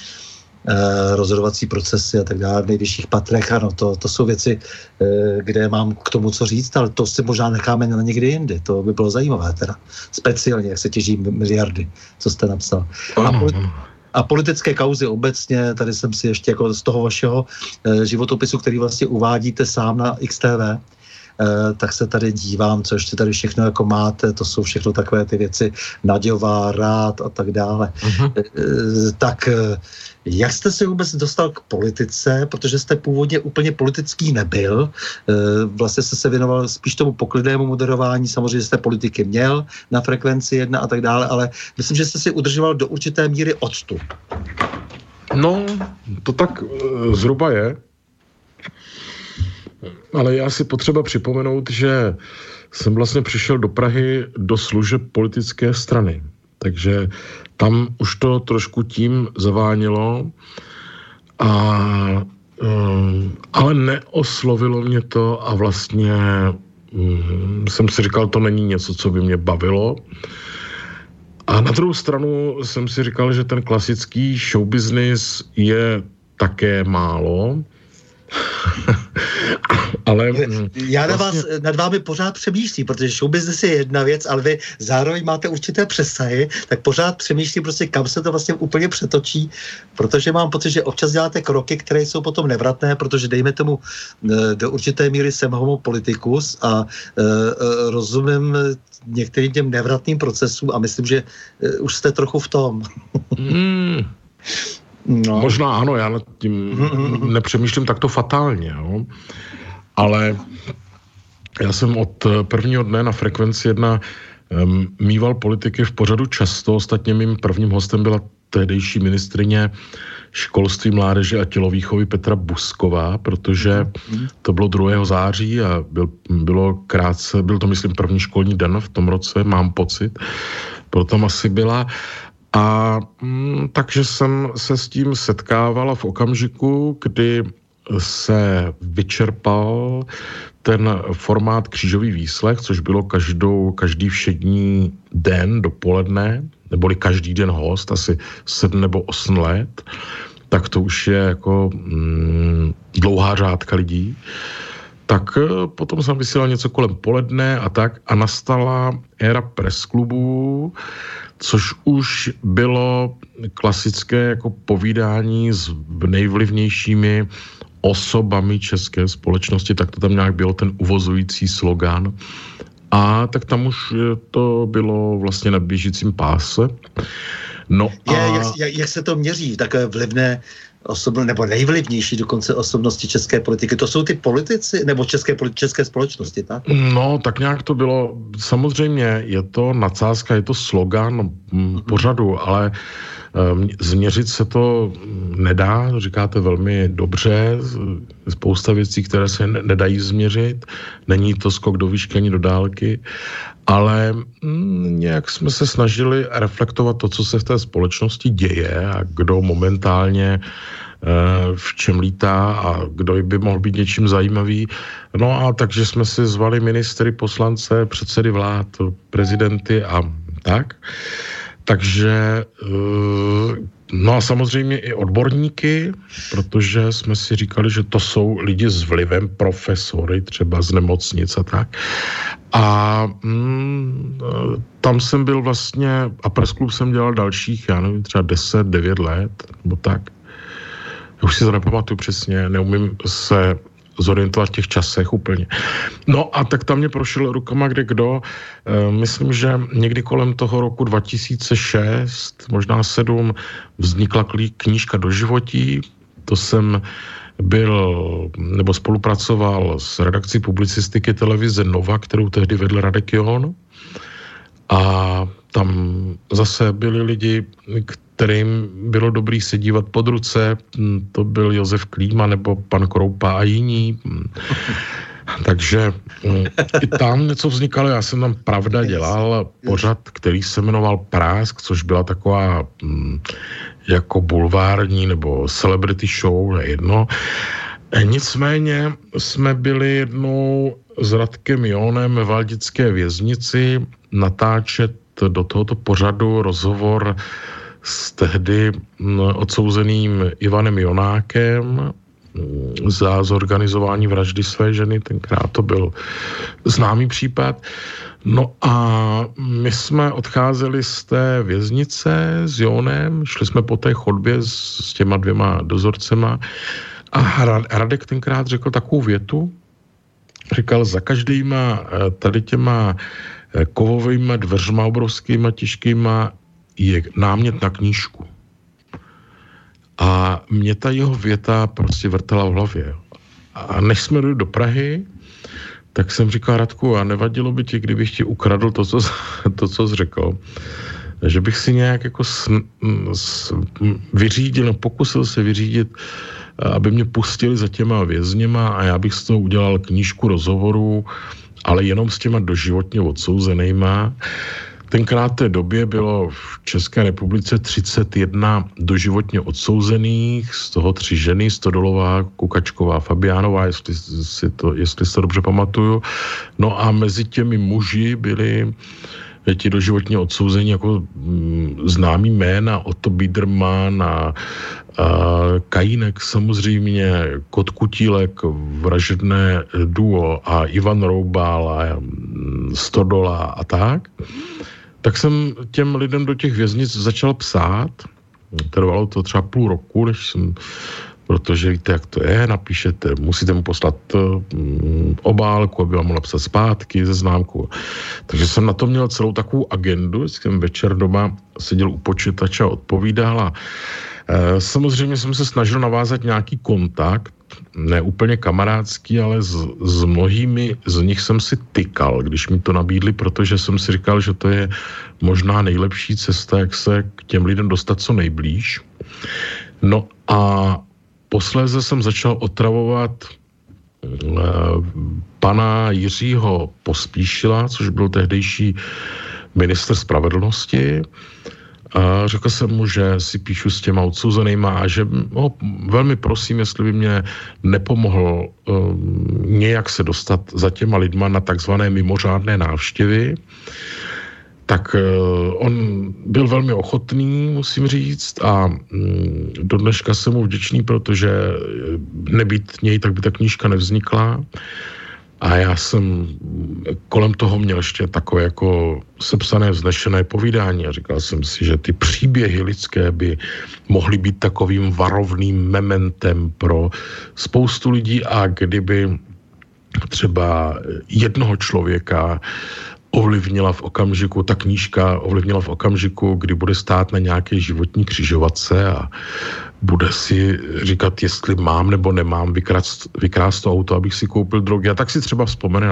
Rozhodovací procesy a tak dále v nejvyšších patrech, ano, to jsou věci, kde mám k tomu co říct, ale to si možná necháme na někdy jindy, to by bylo zajímavé teda, speciálně, jak se těží miliardy, co jste napsal. A politické kauzy obecně, tady jsem si ještě jako z toho vašeho životopisu, který vlastně uvádíte sám na XTV, tak se tady dívám, co ještě tady všechno jako máte, to jsou všechno takové ty věci, Naďová, Rád a tak dále. Tak jak jste se vůbec dostal k politice, protože jste původně úplně politický nebyl, vlastně jste se věnoval spíš tomu poklidnému moderování, samozřejmě jste politiky měl na frekvenci 1 a tak dále, ale myslím, že jste si udržoval do určité míry odstup. No, to tak zhruba je. Ale já si potřeba připomenout, že jsem vlastně přišel do Prahy do služeb politické strany. Takže tam už to trošku tím zavánilo, ale neoslovilo mě to a vlastně jsem si říkal, to není něco, co by mě bavilo. A na druhou stranu jsem si říkal, že ten klasický showbusiness je také málo. Ale já nad vámi pořád přemýšlím, protože showbusiness je jedna věc, ale vy zároveň máte určité přesahy, tak pořád přemýšlím prostě, kam se to vlastně úplně přetočí, protože mám pocit, že občas děláte kroky, které jsou potom nevratné, protože dejme tomu do určité míry jsem homo politicus a rozumím některým těm nevratným procesům a myslím, že už jste trochu v tom. No. Možná ano, já nad tím nepřemýšlím takto fatálně, jo. Ale já jsem od prvního dne na Frekvenci 1 mýval politiky v pořadu často. Ostatně mým prvním hostem byla tehdejší ministryně školství, mládeže a tělovýchovy Petra Busková, protože to bylo 2. září a byl to myslím první školní den v tom roce, mám pocit, proto asi byla. A takže jsem se s tím setkávala v okamžiku, kdy se vyčerpal ten formát křížový výslech, což bylo každý všední den dopoledne, neboli každý den host, asi 7 nebo 8 let, tak to už je jako dlouhá řádka lidí. Tak potom jsem vysílal něco kolem poledne a tak a nastala éra pressklubů, což už bylo klasické jako povídání s nejvlivnějšími osobami české společnosti, tak to tam nějak bylo ten uvozující slogan. A tak tam už to bylo vlastně na běžícím páse. No jak se to měří? Takové vlivné nebo nejvlivnější dokonce osobnosti české politiky. To jsou ty politici nebo české společnosti, tak? No, tak nějak to bylo. Samozřejmě je to nadsázka, je to slogan pořadu, ale změřit se to nedá, říkáte velmi dobře, spousta věcí, které se nedají změřit, není to skok do výšky ani do dálky, ale nějak jsme se snažili reflektovat to, co se v té společnosti děje a kdo momentálně v čem lítá a kdo by mohl být něčím zajímavý. No a takže jsme si zvali ministry, poslance, předsedy vlád, prezidenty a tak. Takže no a samozřejmě i odborníky, protože jsme si říkali, že to jsou lidi s vlivem, profesory třeba z nemocnic a tak. A tam jsem byl vlastně, a pressklub jsem dělal dalších, já nevím, třeba 10-9 let, nebo tak. Já už si to nepamatuju přesně, neumím se zorientovat v těch časech úplně. No a tak tam mě prošel rukama kde kdo. Myslím, že někdy kolem toho roku 2006, možná 7, vznikla knížka Doživotí. To jsem spolupracoval s redakcí publicistiky televize Nova, kterou tehdy vedl Radek John. A tam zase byli lidi, kterým bylo dobrý se dívat pod ruce, to byl Josef Klíma nebo pan Kroupa a jiní. Takže i tam něco vznikalo, já jsem tam pravda dělal pořad, který se jmenoval Prásk, což byla taková jako bulvární nebo celebrity show, jedno. Nicméně jsme byli jednou s Radkem Jonem ve Valdické věznici natáčet do tohoto pořadu rozhovor s tehdy odsouzeným Ivanem Jonákem za zorganizování vraždy své ženy, tenkrát to byl známý případ. No a my jsme odcházeli z té věznice s Jonem, šli jsme po té chodbě s těma 2 dozorcema a Radek tenkrát řekl takovou větu, říkal, za každýma tady těma kovovýma dveřma obrovskýma, těžkýma je námět na knížku. A mě ta jeho věta prostě vrtala v hlavě. A než jsme jeli do Prahy, tak jsem říkal, Radku, a nevadilo by ti, kdybych ti ukradl to, co jsi řekl. že bych si nějak jako vyřídil, pokusil se vyřídit, aby mě pustili za těma vězněma a já bych z toho udělal knížku rozhovorů, ale jenom s těma doživotně odsouzenýma. Tenkrát v té době bylo v České republice 31 doživotně odsouzených, z toho 3 ženy, Stodolová, Kukačková, Fabiánová, jestli si to dobře pamatuju. No a mezi těmi muži byli ti doživotně odsouzení jako známý jména, Otto Biedermann a Kajínek samozřejmě, Kotkutílek, Vražedné duo a Ivan Roubal a Stodola a tak. Tak jsem těm lidem do těch věznic začal psát. Trvalo to třeba půl roku, protože víte, jak to je, napíšete, musíte mu poslat obálku, aby vám mohla psat zpátky ze známku. Takže jsem na to měl celou takovou agendu, jsem večer doma seděl u počítače a odpovídal a samozřejmě jsem se snažil navázat nějaký kontakt, ne úplně kamarádský, ale s mnohými z nich jsem si tykal, když mi to nabídli, protože jsem si říkal, že to je možná nejlepší cesta, jak se k těm lidem dostat co nejblíž. No a posléze jsem začal otravovat pana Jiřího Pospíšila, což byl tehdejší ministr spravedlnosti. A řekl jsem mu, že si píšu s těma odsouzenýma a že ho velmi prosím, jestli by mě nepomohl nějak se dostat za těma lidma na takzvané mimořádné návštěvy. Tak on byl velmi ochotný, musím říct, a do dneška jsem mu vděčný, protože nebýt něj, tak by ta knížka nevznikla. A já jsem kolem toho měl ještě takové jako sepsané vznešené povídání a říkal jsem si, že ty příběhy lidské by mohly být takovým varovným mementem pro spoustu lidí a kdyby třeba jednoho člověka ovlivnila v okamžiku, ta knížka ovlivnila v okamžiku, kdy bude stát na nějaké životní křižovatce a bude si říkat, jestli mám nebo nemám vykrást to auto, abych si koupil drogy. A tak si třeba vzpomene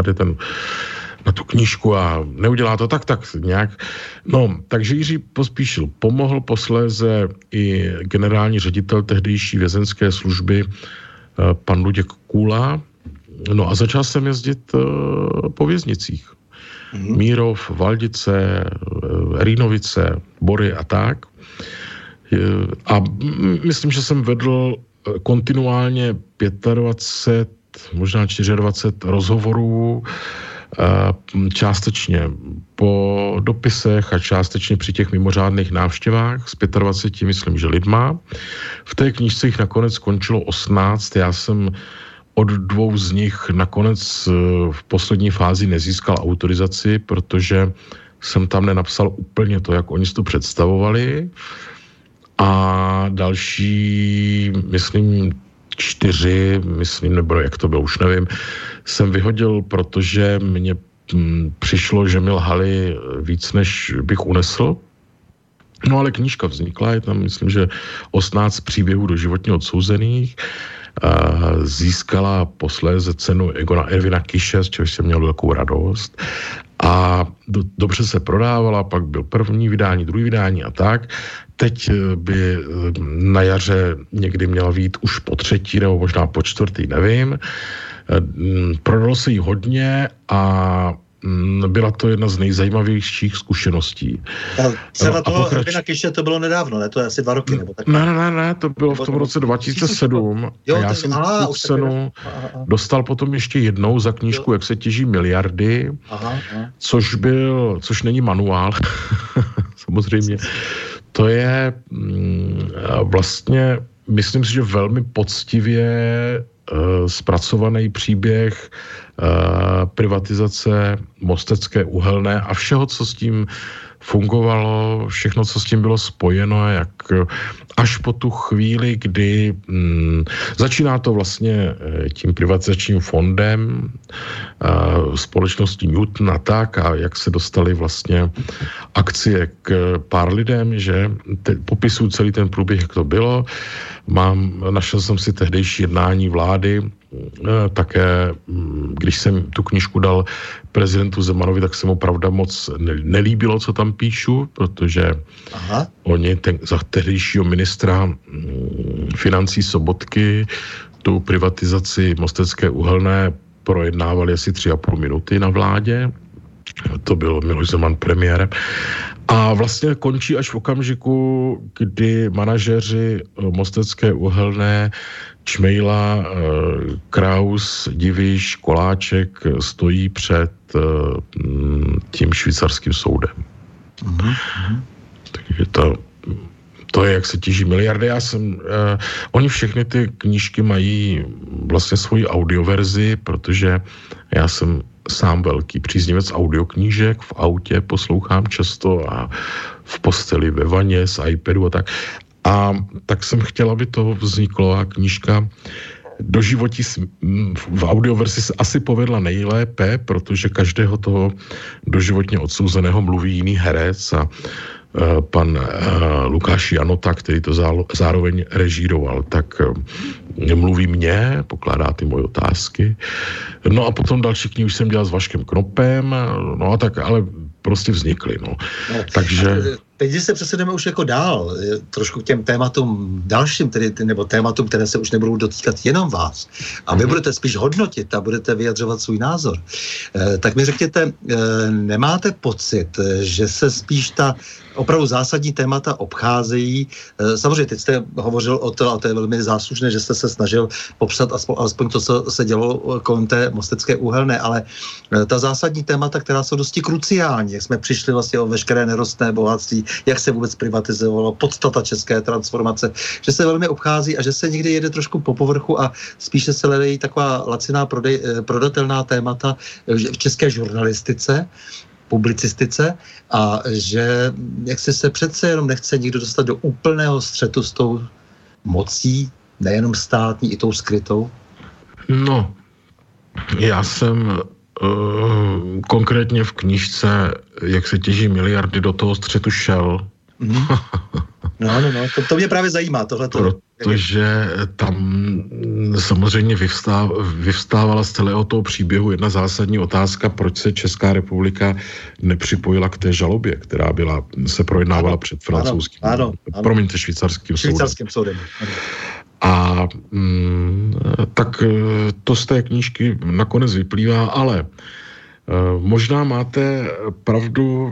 na tu knížku a neudělá to tak nějak. No, takže Jiří Pospíšil pomohl, posléze i generální ředitel tehdejší vězenské služby pan Luděk Kůla. No a začal jsem jezdit po věznicích. Mírov, Valdice, Rýnovice, Bory a tak. A myslím, že jsem vedl kontinuálně 25, možná 24 rozhovorů, částečně po dopisech a částečně při těch mimořádných návštěvách s 25, myslím, že lidma. V té knížce jich nakonec skončilo 18, já jsem od 2 z nich nakonec v poslední fázi nezískal autorizaci, protože jsem tam nenapsal úplně to, jak oni si to představovali. A další, myslím, 4, nebo jak to bylo, už nevím, jsem vyhodil, protože mně přišlo, že mi lhali víc, než bych unesl. No ale knížka vznikla, je tam, myslím, že 18 příběhů doživotně odsouzených. Získala posléze cenu Egona Ervina Kiše, z čehož jsem měl velkou radost. A dobře se prodávala, pak byl první vydání, druhý vydání a tak. Teď by na jaře někdy měla vyjít už po 3. nebo možná po 4., nevím. Prodalo se jí hodně a byla to jedna z nejzajímavějších zkušeností. Cena toho Ervina Kiše to bylo nedávno, ne? To je asi 2 roky, nebo tak? Ne, to bylo v tom roce 2007. Jo, a já jsem tu cenu dostal potom ještě jednou za knížku Jak se těží miliardy, což není manuál, samozřejmě. To je vlastně, myslím si, že velmi poctivě zpracovaný příběh privatizace Mostecké uhelné a všeho, co s tím fungovalo, všechno, co s tím bylo spojeno, jak až po tu chvíli, kdy začíná to vlastně tím privatizačním fondem, společností Newton a tak, a jak se dostali vlastně akcie k pár lidem, že popisuju celý ten průběh, jak to bylo. našel jsem si tehdejší jednání vlády, také, když jsem tu knížku dal prezidentu Zemanovi, tak se mu pravda moc nelíbilo, co tam píšu, protože oni za tehdejšího ministra financí Sobotky tu privatizaci Mostecké uhelné projednávali asi 3,5 minuty na vládě. To byl Miloš Zeman premiérem. A vlastně končí až v okamžiku, kdy manažeři Mostecké uhelné Čmejla, Kraus, Diviš, Koláček stojí před tím švýcarským soudem. Takže to je, jak se těží miliardy. Oni všechny ty knížky mají vlastně svoji audioverzi, protože já jsem sám velký příznivec audioknížek, v autě poslouchám často a v posteli, ve vaně, z iPadu a tak. A tak jsem chtěl, aby to vzniklo a knížka Doživotí v audioverzi se asi povedla nejlépe, protože každého toho doživotně odsouzeného mluví jiný herec a pan Lukáš Janota, který to zároveň režíroval, tak mluví mě, pokládá ty moje otázky. No a potom další knihy už jsem dělal s Vaškem Knopem, no a tak, ale prostě vznikly, no. Takže... Teď, když se přesuneme už jako dál, trošku k těm tématům dalším, nebo tématům, které se už nebudou dotýkat jenom vás, a vy budete spíš hodnotit a budete vyjadřovat svůj názor, tak mi řekněte, nemáte pocit, že se spíš ta opravdu zásadní témata obcházejí? Samozřejmě, teď jste hovořil o to, a to je velmi záslužné, že jste se snažil popsat alespoň to, co se dělo kolem té Mostecké uhelné, ale ta zásadní témata, která jsou dosti kruciální, jak jsme přišli vlastně o veškeré nerostné bohatství, jak se vůbec privatizovalo, podstata české transformace, že se velmi obchází a že se někdy jede trošku po povrchu a spíše se hledají taková laciná prodatelná témata v české žurnalistice, publicistice, a že jak se přece jenom nechce nikdo dostat do úplného střetu s tou mocí, nejenom státní, i tou skrytou? No, já jsem konkrétně v knížce Jak se těží miliardy, do toho střetu šel. No, to mě právě zajímá, tohleto. Protože tam samozřejmě vyvstávala z celého toho příběhu jedna zásadní otázka, proč se Česká republika nepřipojila k té žalobě, která se projednávala před francouzským, promiňte, švýcarským soudem. A tak to z té knížky nakonec vyplývá, ale možná máte pravdu,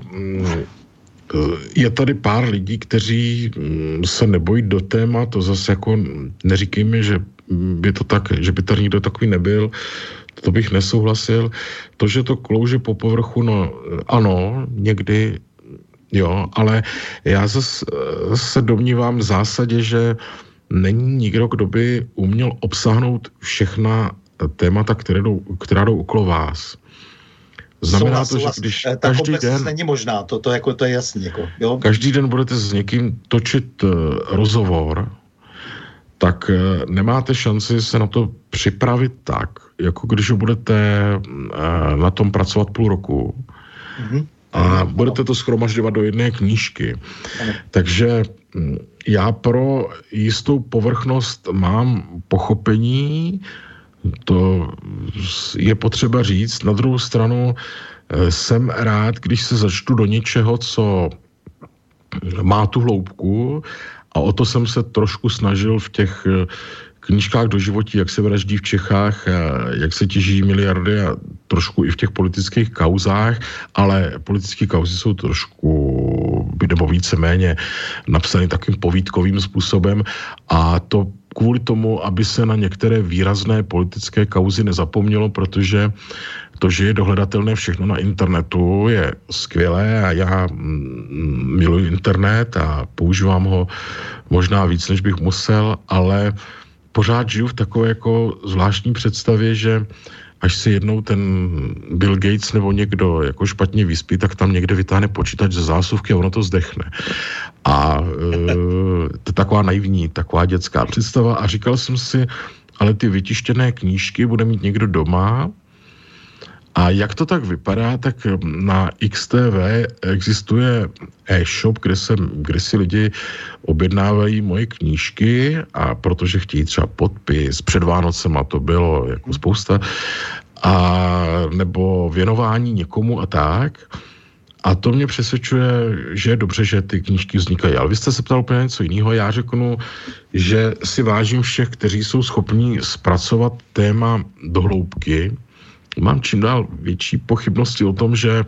je tady pár lidí, kteří se nebojí do téma, to zase jako neříkejme, že by to tak, že by tady nikdo takový nebyl, to bych nesouhlasil. To, že to klouže po povrchu, no ano, někdy jo, ale já zase se domnívám v zásadě, že není nikdo, kdo by uměl obsáhnout všechna témata, která jdou okolo vás. Znamená to, že když každý den... není možná, to je jasný. Jo? Každý den budete s někým točit rozhovor, tak nemáte šanci se na to připravit tak, jako když budete na tom pracovat půl roku a budete to shromažďovat do jedné knížky. Takže já pro jistou povrchnost mám pochopení, to je potřeba říct. Na druhou stranu jsem rád, když se začtu do něčeho, co má tu hloubku, a o to jsem se trošku snažil v těch knížkách Doživotí, jak se vraždí v Čechách, jak se těží miliardy a trošku i v těch politických kauzách, ale politické kauzy jsou trošku, nebo víceméně napsané takým povídkovým způsobem, a to kvůli tomu, aby se na některé výrazné politické kauzy nezapomnělo, protože to, že je dohledatelné všechno na internetu, je skvělé a já miluji internet a používám ho možná víc, než bych musel, ale pořád žiju v takové jako zvláštní představě, že až se jednou ten Bill Gates nebo někdo jako špatně vyspí, tak tam někde vytáhne počítač ze zásuvky a ono to zdechne. A to je taková naivní, taková dětská představa, a říkal jsem si, ale ty vytištěné knížky bude mít někdo doma A jak to tak vypadá, tak na XTV existuje e-shop, kde si lidi objednávají moje knížky a protože chtějí třeba podpis, před Vánocema to bylo jako spousta, a nebo věnování někomu a tak. A to mě přesvědčuje, že je dobře, že ty knížky vznikají. Ale vy jste se ptal úplně něco jiného. Já řeknu, že si vážím všech, kteří jsou schopní zpracovat téma do hloubky. Mám čím dál větší pochybnosti o tom, že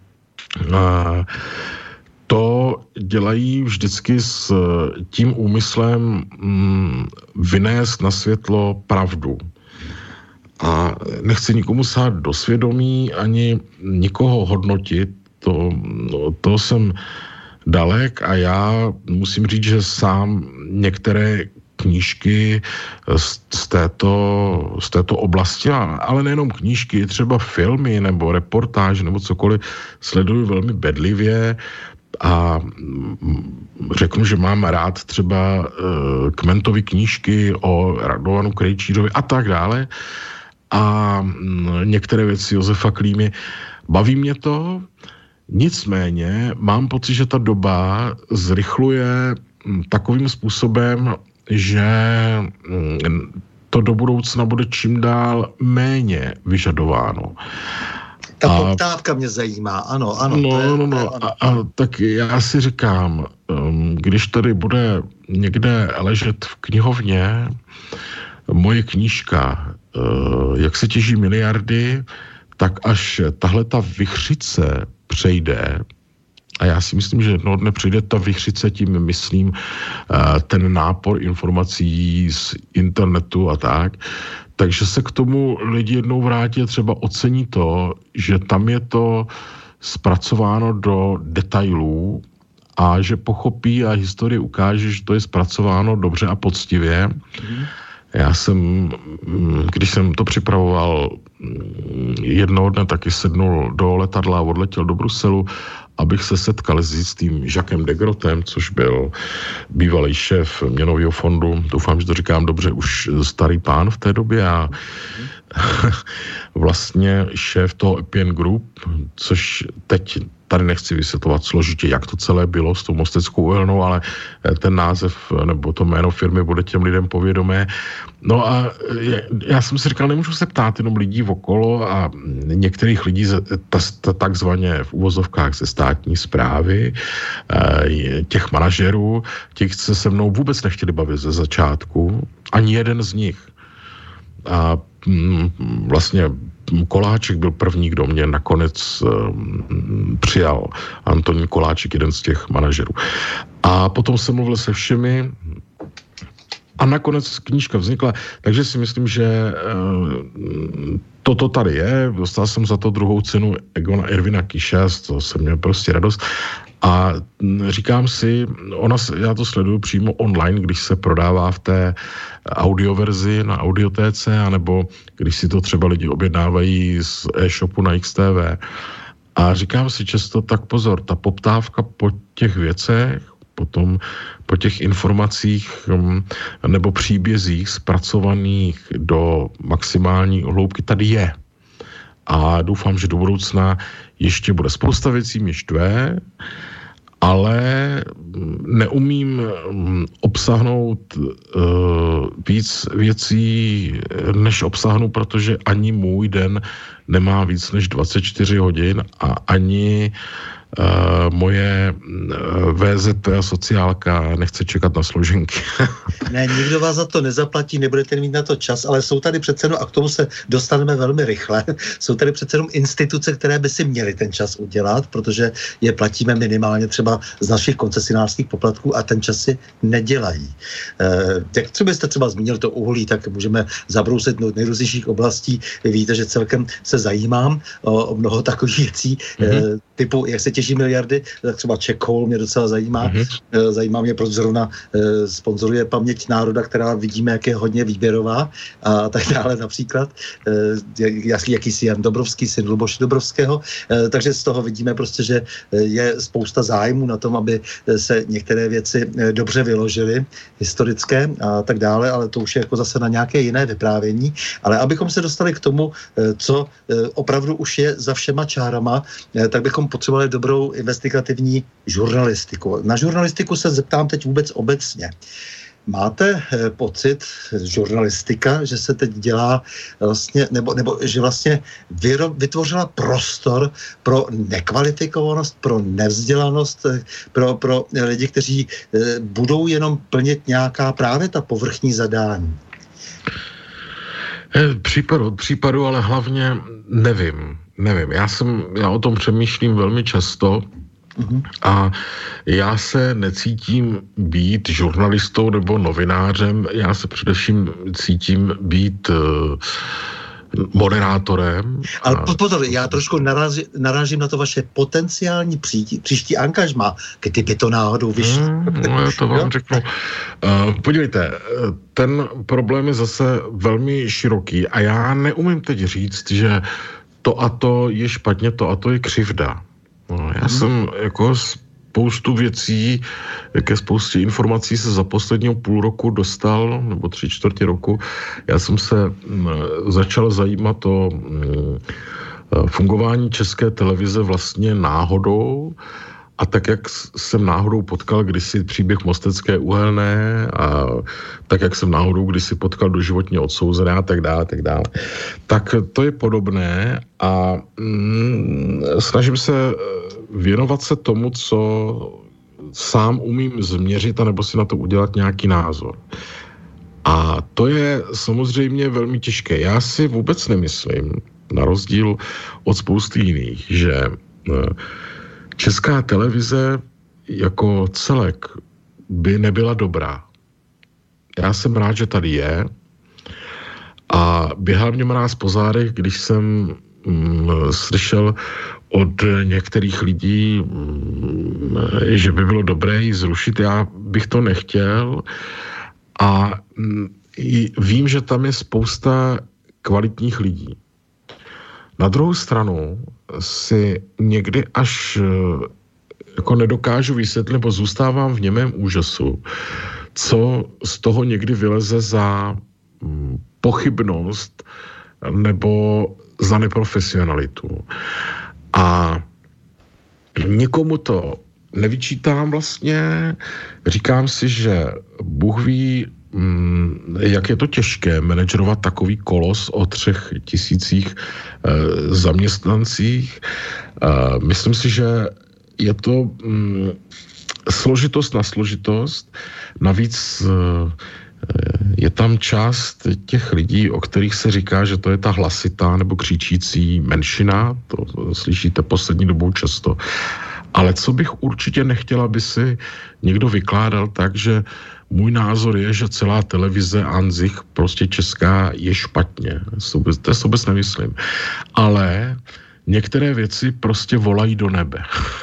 to dělají vždycky s tím úmyslem vynést na světlo pravdu. A nechci nikomu sát do svědomí, ani nikoho hodnotit, to jsem dalek a já musím říct, že sám některé knížky z této oblasti, ale nejenom knížky, třeba filmy nebo reportáže nebo cokoliv, sleduju velmi bedlivě a řeknu, že mám rád třeba Kmentovy knížky o Radovanu Krejčířovi a tak dále a některé věci Josefa Klímy. Baví mě to, nicméně mám pocit, že ta doba zrychluje takovým způsobem, že to do budoucna bude čím dál méně vyžadováno. Ta poptávka mě zajímá, ano. Tak já si říkám, když tady bude někde ležet v knihovně moje knížka, jak se těží miliardy, tak až tahle ta vichřice přejde, a já si myslím, že jednoho dne přijde ta vichřice, tím myslím ten nápor informací z internetu a tak, takže se k tomu lidi jednou vrátí a třeba ocení to, že tam je to zpracováno do detailů a že pochopí a historie ukáže, že to je zpracováno dobře a poctivě. Já jsem, když jsem to připravoval, jednoho dne taky sednul do letadla a odletěl do Bruselu, abych se setkal s tím Jacquem de Grottem, což byl bývalý šéf měnového fondu. Doufám, že to říkám dobře, už starý pán v té době a vlastně šéf toho Epion Group, což teď tady nechci vysvětlovat složitě, jak to celé bylo s tou Mosteckou uhelnou, ale ten název nebo to jméno firmy bude těm lidem povědomé. No a já jsem si říkal, nemůžu se ptát jenom lidí okolo a některých lidí takzvaně v uvozovkách ze státní správy, těch manažerů, těch se mnou vůbec nechtěli bavit ze začátku, ani jeden z nich. A vlastně Koláček byl první, kdo mě nakonec přijal. Antonín Koláček, jeden z těch manažerů. A potom jsem mluvil se všemi a nakonec knížka vznikla. Takže si myslím, že toto tady je. Dostal jsem za to druhou cenu Egona Ervina Kiše, to se mě prostě radost. A říkám si, já to sleduju přímo online, když se prodává v té audioverzi na audiotéce, anebo když si to třeba lidi objednávají z e-shopu na XTV. A říkám si často, tak pozor, ta poptávka po těch věcech, potom po těch informacích nebo příbězích zpracovaných do maximální hloubky tady je. A doufám, že do budoucna ještě bude spousta věcí, mě štve, ale neumím obsáhnout víc věcí, než obsáhnu, protože ani můj den nemá víc než 24 hodin a ani moje VZP a sociálka nechce čekat na složenky. Ne, nikdo vás za to nezaplatí, nebudete mít na to čas, ale jsou tady přece jenom, a k tomu se dostaneme velmi rychle, jsou tady přece jenom instituce, které by si měly ten čas udělat, protože je platíme minimálně třeba z našich koncesionářských poplatků a ten čas si nedělají. Jak třeba jste třeba zmínil to uhlí, tak můžeme zabrousit do nejrůznějších oblastí. Vy víte, že celkem se zajímám o mnoho takových věcí, typu, jak se těží soutěží miliardy, tak třeba Czech Hole mě docela zajímá. Zajímá mě, proč zrovna sponzoruje Paměť národa, která vidíme, jak je hodně výběrová a tak dále například. Jakýsi Jan Dobrovský, syn Luboše Dobrovského. Takže z toho vidíme prostě, že je spousta zájmu na tom, aby se některé věci dobře vyložily, historické a tak dále, ale to už je jako zase na nějaké jiné vyprávění. Ale abychom se dostali k tomu, co opravdu už je za všema čárama, tak bychom potřebovali dobrou investigativní žurnalistiku. Na žurnalistiku se zeptám teď vůbec obecně. Máte pocit, žurnalistika, že se teď dělá vlastně, nebo že vlastně vytvořila prostor pro nekvalifikovanost, pro nevzdělanost, pro lidi, kteří budou jenom plnit nějaká právě ta povrchní zadání? Případu, ale hlavně nevím. Já o tom přemýšlím velmi často a já se necítím být žurnalistou nebo novinářem, já se především cítím být moderátorem. Ale pozor, já trošku narážím na to vaše potenciální příští angažma, kdyby to náhodou vyšlo. Já to vám řeknu. Podívejte, ten problém je zase velmi široký a já neumím teď říct, že to a to je špatně, to a to je křivda. Já jsem jako spoustu věcí, ke spoustě informací se za posledního půl roku dostal, nebo 3/4 roku. Já jsem se začal zajímat o fungování České televize vlastně náhodou. A tak, jak jsem náhodou potkal kdysi příběh Mostecké uhelné a tak, jak jsem náhodou kdysi potkal doživotně odsouzené a tak dále, tak to je podobné a snažím se věnovat se tomu, co sám umím změřit, anebo si na to udělat nějaký názor. A to je samozřejmě velmi těžké. Já si vůbec nemyslím, na rozdíl od spousty jiných, že Česká televize jako celek by nebyla dobrá. Já jsem rád, že tady je a běhal mě mráz po zádech, když jsem slyšel od některých lidí, že by bylo dobré ji zrušit. Já bych to nechtěl a vím, že tam je spousta kvalitních lidí. Na druhou stranu si někdy až jako nedokážu vysvětlit, nebo zůstávám v němém úžasu, co z toho někdy vyleze za pochybnost nebo za neprofesionalitu. A nikomu to nevyčítám vlastně. Říkám si, že Bůh ví, jak je to těžké manažerovat takový kolos o 3000 zaměstnancích. Myslím si, že je to složitost na složitost. Navíc je tam část těch lidí, o kterých se říká, že to je ta hlasitá nebo křičící menšina. To slyšíte poslední dobou často. Ale co bych určitě nechtěla, aby si někdo vykládal tak, že můj názor je, že celá televize Anzich prostě česká je špatně. To si vůbec nemyslím. Ale některé věci prostě volají do nebe.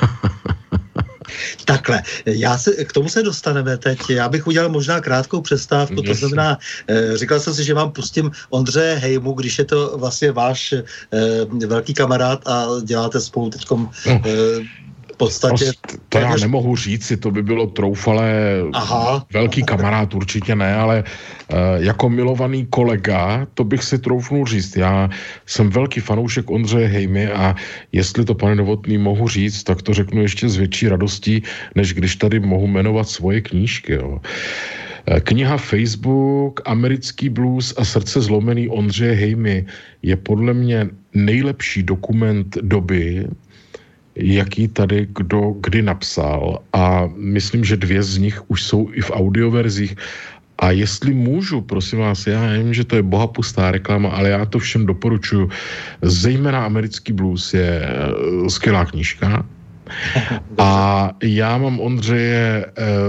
Takhle, k tomu se dostaneme teď. Já bych udělal možná krátkou přestávku, to znamená, říkal jsem si, že vám pustím Ondřeje Hejmu, když je to vlastně váš velký kamarád a děláte spolu teďkom v podstatě... To já nemohu říct, to by bylo troufalé. Aha. Velký kamarád určitě ne, ale jako milovaný kolega, to bych si troufnul říct. Já jsem velký fanoušek Ondřeje Hejmy a jestli to, pane Novotný, mohu říct, tak to řeknu ještě s větší radostí, než když tady mohu jmenovat svoje knížky. Jo. Kniha Facebook, Americký blues a srdce zlomený Ondřeje Hejmy je podle mě nejlepší dokument doby, jaký tady kdo kdy napsal, a myslím, že 2 z nich už jsou i v audioverzích. A jestli můžu, prosím vás, já vím, že to je bohapustá reklama, ale já to všem doporučuji. Zejména Americký blues je skvělá knížka. A já mám Ondřeje,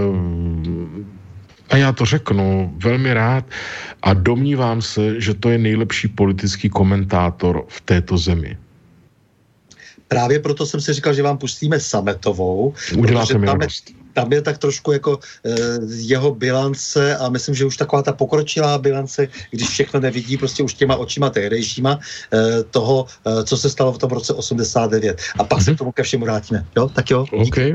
a já to řeknu, velmi rád a domnívám se, že to je nejlepší politický komentátor v této zemi. právě proto jsem si říkal, že vám pustíme Sametovou. Uděláte mi tam je tak trošku jako jeho bilance a myslím, že už taková ta pokročilá bilance, když všechno nevidí, prostě už těma očima tehdejšíma toho, co se stalo v tom roce 89. A pak se k tomu ke všemu vrátíme. Jo, tak jo. Okay.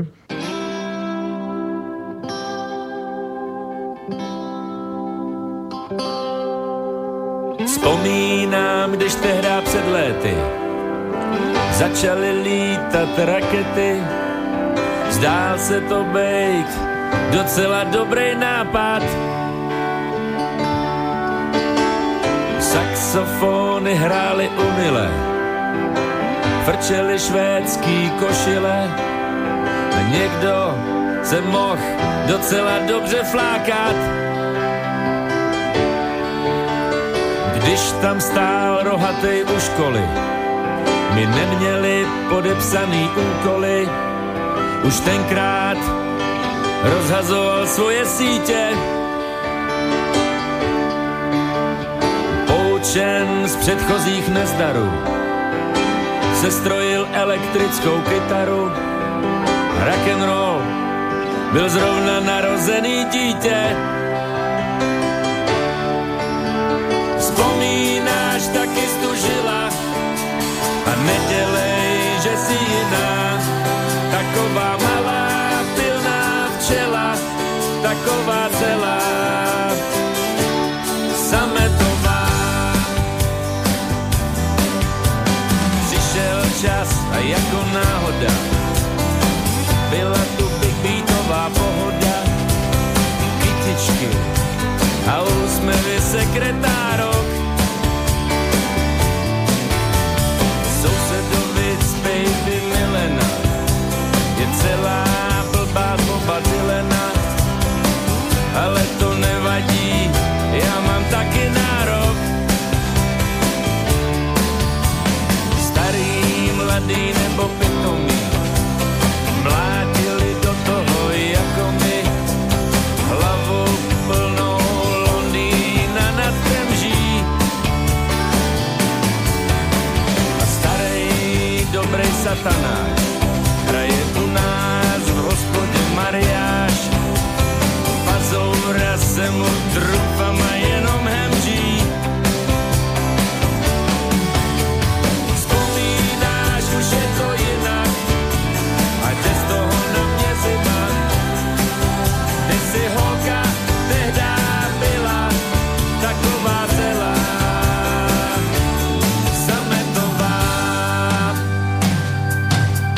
Vzpomínám, když tehdy před léty začaly lítat rakety. Zdál se to bejt docela dobrý nápad. Saxofony hrály umile, frčely švédský košile a někdo se mohl docela dobře flákat. Když tam stál rohatej u školy, my neměli podepsaný úkoly. Už tenkrát rozhazoval svoje sítě. Poučen z předchozích nezdarů sestrojil elektrickou kytaru. Rock'n'roll byl zrovna narozený dítě. Vzpomínáš, taky stužila a nedělej, že jsi jiná. Taková malá, pilná včela, taková celá sametová. Přišel čas a jako náhoda byla tu big beatová pohoda. Kytičky a úsměvy sekretárok. Sousedovic baby Milena je celá blbá Boba Dylana, ale to nevadí, já mám taky nárok. Starý, mladý nebo pitomý, mlátili do toho jako my, hlavu plnou Londýna nad Temží. A starý, dobrý satanáš hraje u nás v hospodě mariáš. Pazoura se mu trufama jenom hemží. Vzpomínáš, už je to jinak, ať jde z toho na mě zima. Ty si holka tehdá byla taková celá sametová.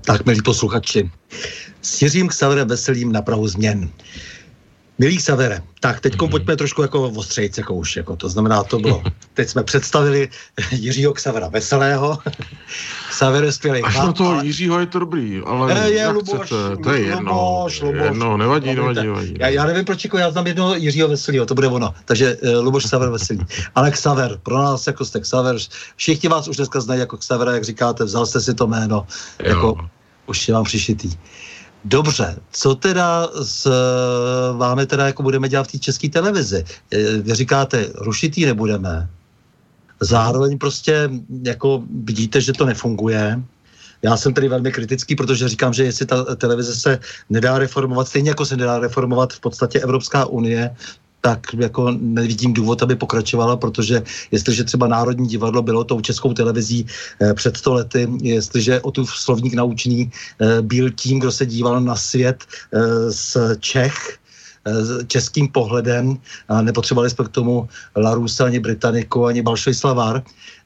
Tak, milí posluchači, s Jiřím Xaverem Veselým na prahu změn. Milý Xavere, tak teďko pojďme trošku jako ostřejc, jako už, jako to znamená, to bylo. Teď jsme představili Jiřího Xavera Veselého. Xaver je skvělý. Až na toho Jiřího je to dobrý, ale jak chcete, to je jedno, nevadí. Já nevím, proč jako já znám jednoho Jiřího Veselého, to bude ono. Takže Luboš Xaver Veselý. Ale Xaver, pro nás jako jste Xaver, všichni vás už dneska znají jako Xavera, jak říkáte, vzal jste si to jméno, jako už je vám přišitý. Dobře, co teda s vámi teda jako budeme dělat v té české televizi? Vy říkáte, rušit ji nebudeme. Zároveň prostě jako vidíte, že to nefunguje. Já jsem tady velmi kritický, protože říkám, že jestli ta televize se nedá reformovat, stejně jako se nedá reformovat v podstatě Evropská unie, tak jako nevidím důvod, aby pokračovala, protože jestliže třeba Národní divadlo bylo tou českou televizí před 100 lety, jestliže o tu slovník naučný byl tím, kdo se díval na svět z Čech, českým pohledem a nepotřebovali jsme k tomu Larousse, ani Britanniku, ani Balšoj-Slavar,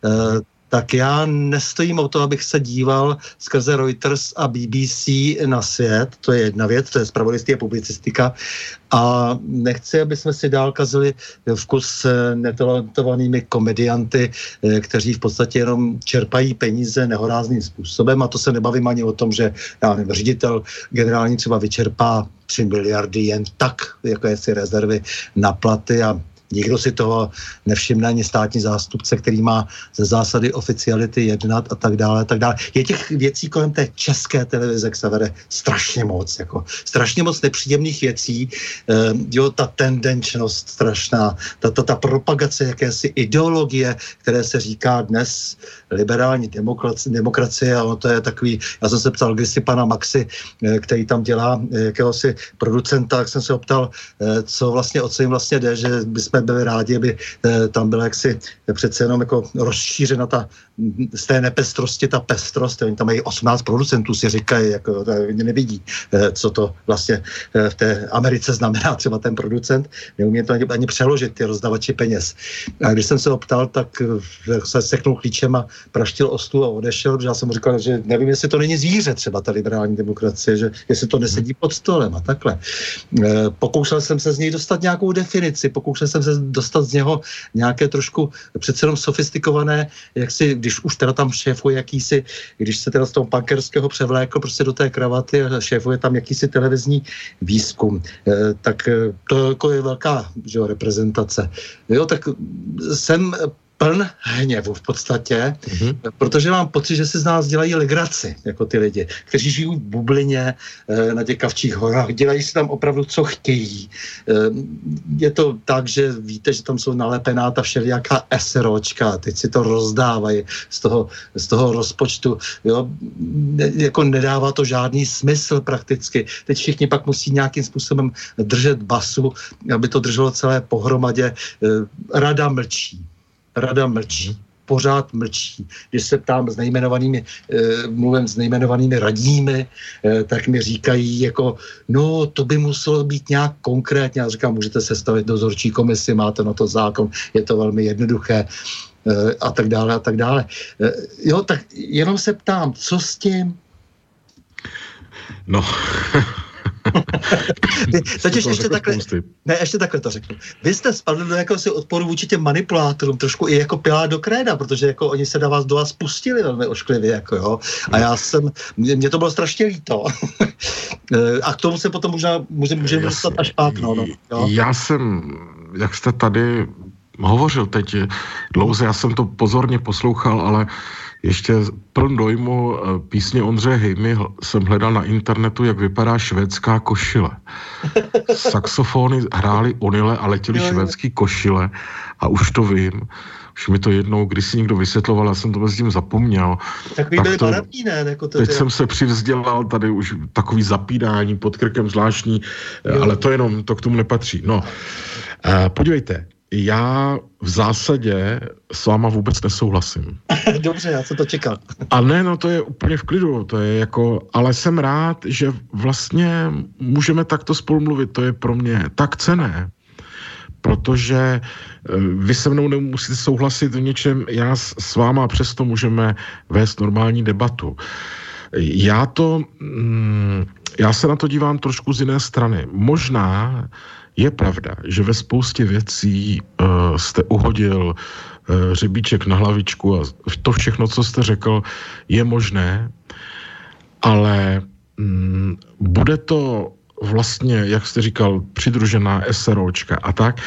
tak já nestojím o to, abych se díval skrze Reuters a BBC na svět, to je jedna věc, to je zpravodajství a publicistika a nechci, aby jsme si dál kazili vkus netalentovanými komedianty, kteří v podstatě jenom čerpají peníze nehorázným způsobem a to se nebavím ani o tom, že já nevím, ředitel generální třeba vyčerpá 3 miliardy jen tak, jako jestli rezervy na platy a nikdo si toho nevšimne, ani státní zástupce, který má ze zásady oficiality jednat a tak dále, tak dále. Je těch věcí kolem té české televize, Xavere, strašně moc, jako strašně moc nepříjemných věcí, ta tendenčnost strašná, ta propagace jakési ideologie, které se říká dnes liberální demokracie a ono to je takový, já jsem se ptal kdysi pana Maxi, který tam dělá jakéhosi producenta, tak jsem se optal, o co jim vlastně jde, že bychom byli rádi, aby tam byla jaksi přece jenom jako rozšířena z té nepestrosti ta pestrost. Oni tam mají 18 producentů, si říkají, jako nevidí, co to vlastně v té Americe znamená třeba ten producent. Neumí to ani přeložit, ty rozdavači peněz. A když jsem se optal, tak se seknul klíčem a praštil o stůl a odešel, protože já jsem mu říkal, že nevím, jestli to není zvíře třeba ta liberální demokracie, že jestli to nesedí pod stolem a takhle. Pokoušel jsem se z něj dostat nějakou definici, pokoušel jsem se dostat z něho nějaké trošku přece jenom sofistikované, jak si, když už teda tam šéfuje jakýsi, když se teda z toho punkerského převlékl prostě do té kravaty a šéfuje tam jakýsi televizní výzkum, tak to jako je velká, že jo, reprezentace. Jo, tak jsem pln hněvu v podstatě, protože mám pocit, že si z nás dělají legraci, jako ty lidi, kteří žijí v bublině na těch Kavčích horách, dělají si tam opravdu, co chtějí. Je to tak, že víte, že tam jsou nalepená ta všelijaká eseročka, teď si to rozdávají z toho rozpočtu, jo? Jako nedává to žádný smysl prakticky. Teď všichni pak musí nějakým způsobem držet basu, aby to drželo celé pohromadě. Rada mlčí. Pořád mlčí. Když se ptám mluvím s nejmenovanými radními, tak mi říkají jako, no to by muselo být nějak konkrétně. Já říkám, můžete sestavit dozorčí komisi, máte na to zákon, je to velmi jednoduché a tak dále. Jo, tak jenom se ptám, co s tím? Totiž ještě takhle to řeknu. Vy jste spadli do jakéhosi odporu vůči těm manipulátorům, trošku i jako Pilát do Kréda, protože jako oni se do vás pustili velmi ošklivě, jako jo. A mně to bylo strašně líto. A k tomu se potom můžeme dostat až pak, no. Já jsem, jak jste tady hovořil teď dlouze, já jsem to pozorně poslouchal, ale ještě pln dojmu písně Ondřeje Hejmy jsem hledal na internetu, jak vypadá švédská košile. Saxofony hrály onile a letěly švédský košile a už to vím. Už mi to jednou, když si někdo vysvětloval, já jsem to mezi tím zapomněl. Takový byly barevný, ne? Jako teď jsem se přivzdělal, tady už takový zapínání pod krkem zvláštní, ale to k tomu nepatří. No, podívejte, já v zásadě s váma vůbec nesouhlasím. Dobře, já jsem to čekal. A ne, to je úplně v klidu, to je jako, ale jsem rád, že vlastně můžeme takto spolu mluvit, to je pro mě tak cenné, protože vy se mnou nemusíte souhlasit v něčem, já s váma přesto můžeme vést normální debatu. Já se na to dívám trošku z jiné strany. Možná je pravda, že ve spoustě věcí jste uhodil řebíček na hlavičku a to všechno, co jste řekl, je možné, ale bude to vlastně, jak jste říkal, přidružená SROčka a tak,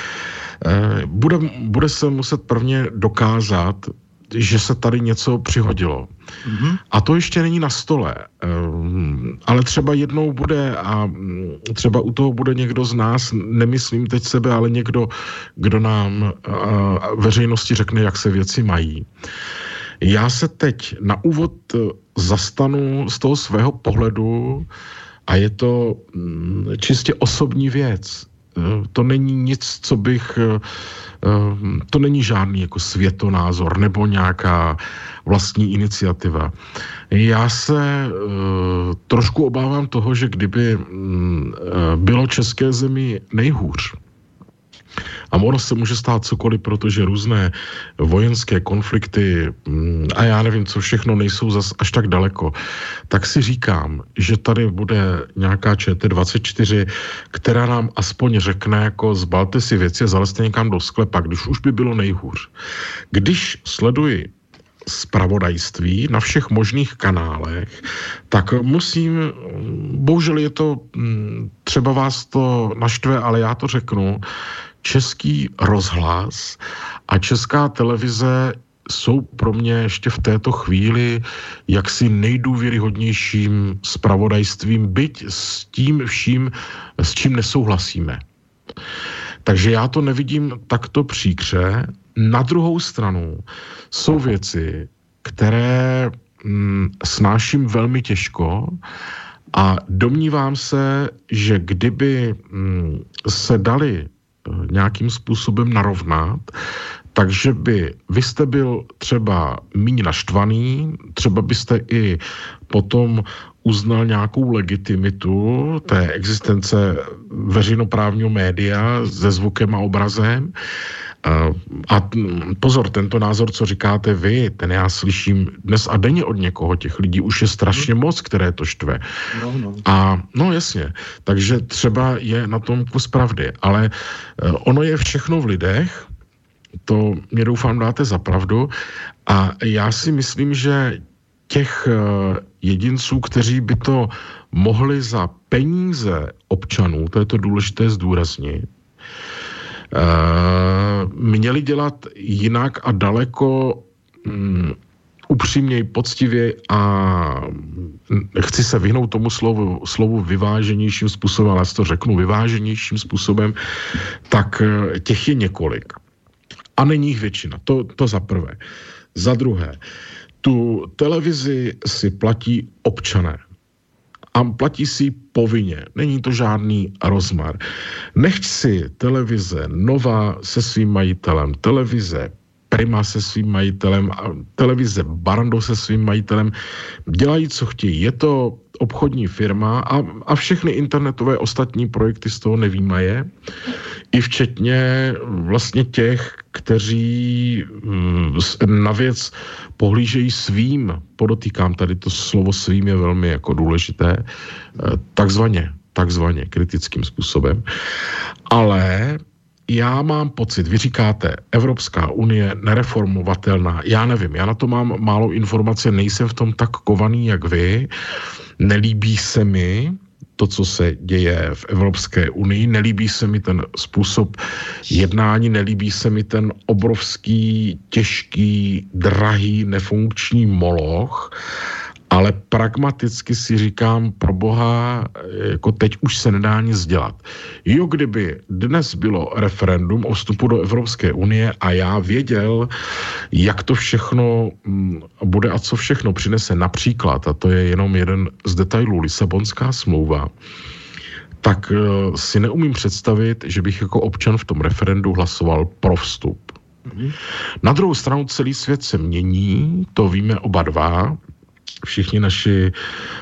bude se muset prvně dokázat, že se tady něco přihodilo. Mm-hmm. A to ještě není na stole. Ale třeba jednou bude a třeba u toho bude někdo z nás, nemyslím teď sebe, ale někdo, kdo nám veřejnosti řekne, jak se věci mají. Já se teď na úvod zastanu z toho svého pohledu a je to čistě osobní věc. To není nic, co bych... To není žádný jako světonázor nebo nějaká vlastní iniciativa. Já se trošku obávám toho, že kdyby bylo české zemi nejhůř, a ono se může stát cokoliv, protože různé vojenské konflikty a já nevím, co všechno nejsou zas až tak daleko, tak si říkám, že tady bude nějaká ČT24, která nám aspoň řekne, jako zbalte si věci a zalezte někam do sklepa, když už by bylo nejhůř. Když sleduji zpravodajství na všech možných kanálech, tak musím, bohužel je to, třeba vás to naštve, ale já to řeknu, Český rozhlas a Česká televize jsou pro mě ještě v této chvíli jaksi nejdůvěryhodnějším zpravodajstvím, byť s tím vším, s čím nesouhlasíme. Takže já to nevidím takto příkře. Na druhou stranu jsou věci, které snáším velmi těžko a domnívám se, že kdyby se dali nějakým způsobem narovnat, takže by vy jste byl třeba míň naštvaný, třeba byste i potom uznal nějakou legitimitu té existence veřejnoprávního média se zvukem a obrazem. A pozor, tento názor, co říkáte vy, ten já slyším dnes a denně od někoho, těch lidí už je strašně moc, které to štve. A no jasně, takže třeba je na tom kus pravdy, ale ono je všechno v lidech, to mě doufám dáte za pravdu a já si myslím, že těch jedinců, kteří by to mohli za peníze občanů, to je to důležité zdůraznit, měli dělat jinak a daleko upřímněji, poctivě a chci se vyhnout tomu slovu vyváženějším způsobem, ale já to řeknu vyváženějším způsobem, tak těch je několik. A není jich většina. To za prvé. Za druhé, tu televizi si platí občané. A platí si povinně. Není to žádný rozmar. Nechť si televize Nova se svým majitelem, televize Prima se svým majitelem a televize Barrandov se svým majitelem dělají, co chtějí. Je to obchodní firma a všechny internetové ostatní projekty z toho nevyjímaje. I včetně vlastně těch, kteří na věc pohlížejí svým, podotýkám tady to slovo svým je velmi jako důležité, takzvaně kritickým způsobem. Ale já mám pocit, vy říkáte, Evropská unie nereformovatelná, já nevím, já na to mám málo informace, nejsem v tom tak kovaný, jak vy, nelíbí se mi to, co se děje v Evropské unii, nelíbí se mi ten způsob jednání, nelíbí se mi ten obrovský, těžký, drahý, nefunkční moloch, ale pragmaticky si říkám, pro boha, jako teď už se nedá nic dělat. Jo, kdyby dnes bylo referendum o vstupu do Evropské unie a já věděl, jak to všechno bude a co všechno přinese například, a to je jenom jeden z detailů, Lisabonská smlouva, tak si neumím představit, že bych jako občan v tom referendu hlasoval pro vstup. Na druhou stranu celý svět se mění, to víme oba dva, všichni naši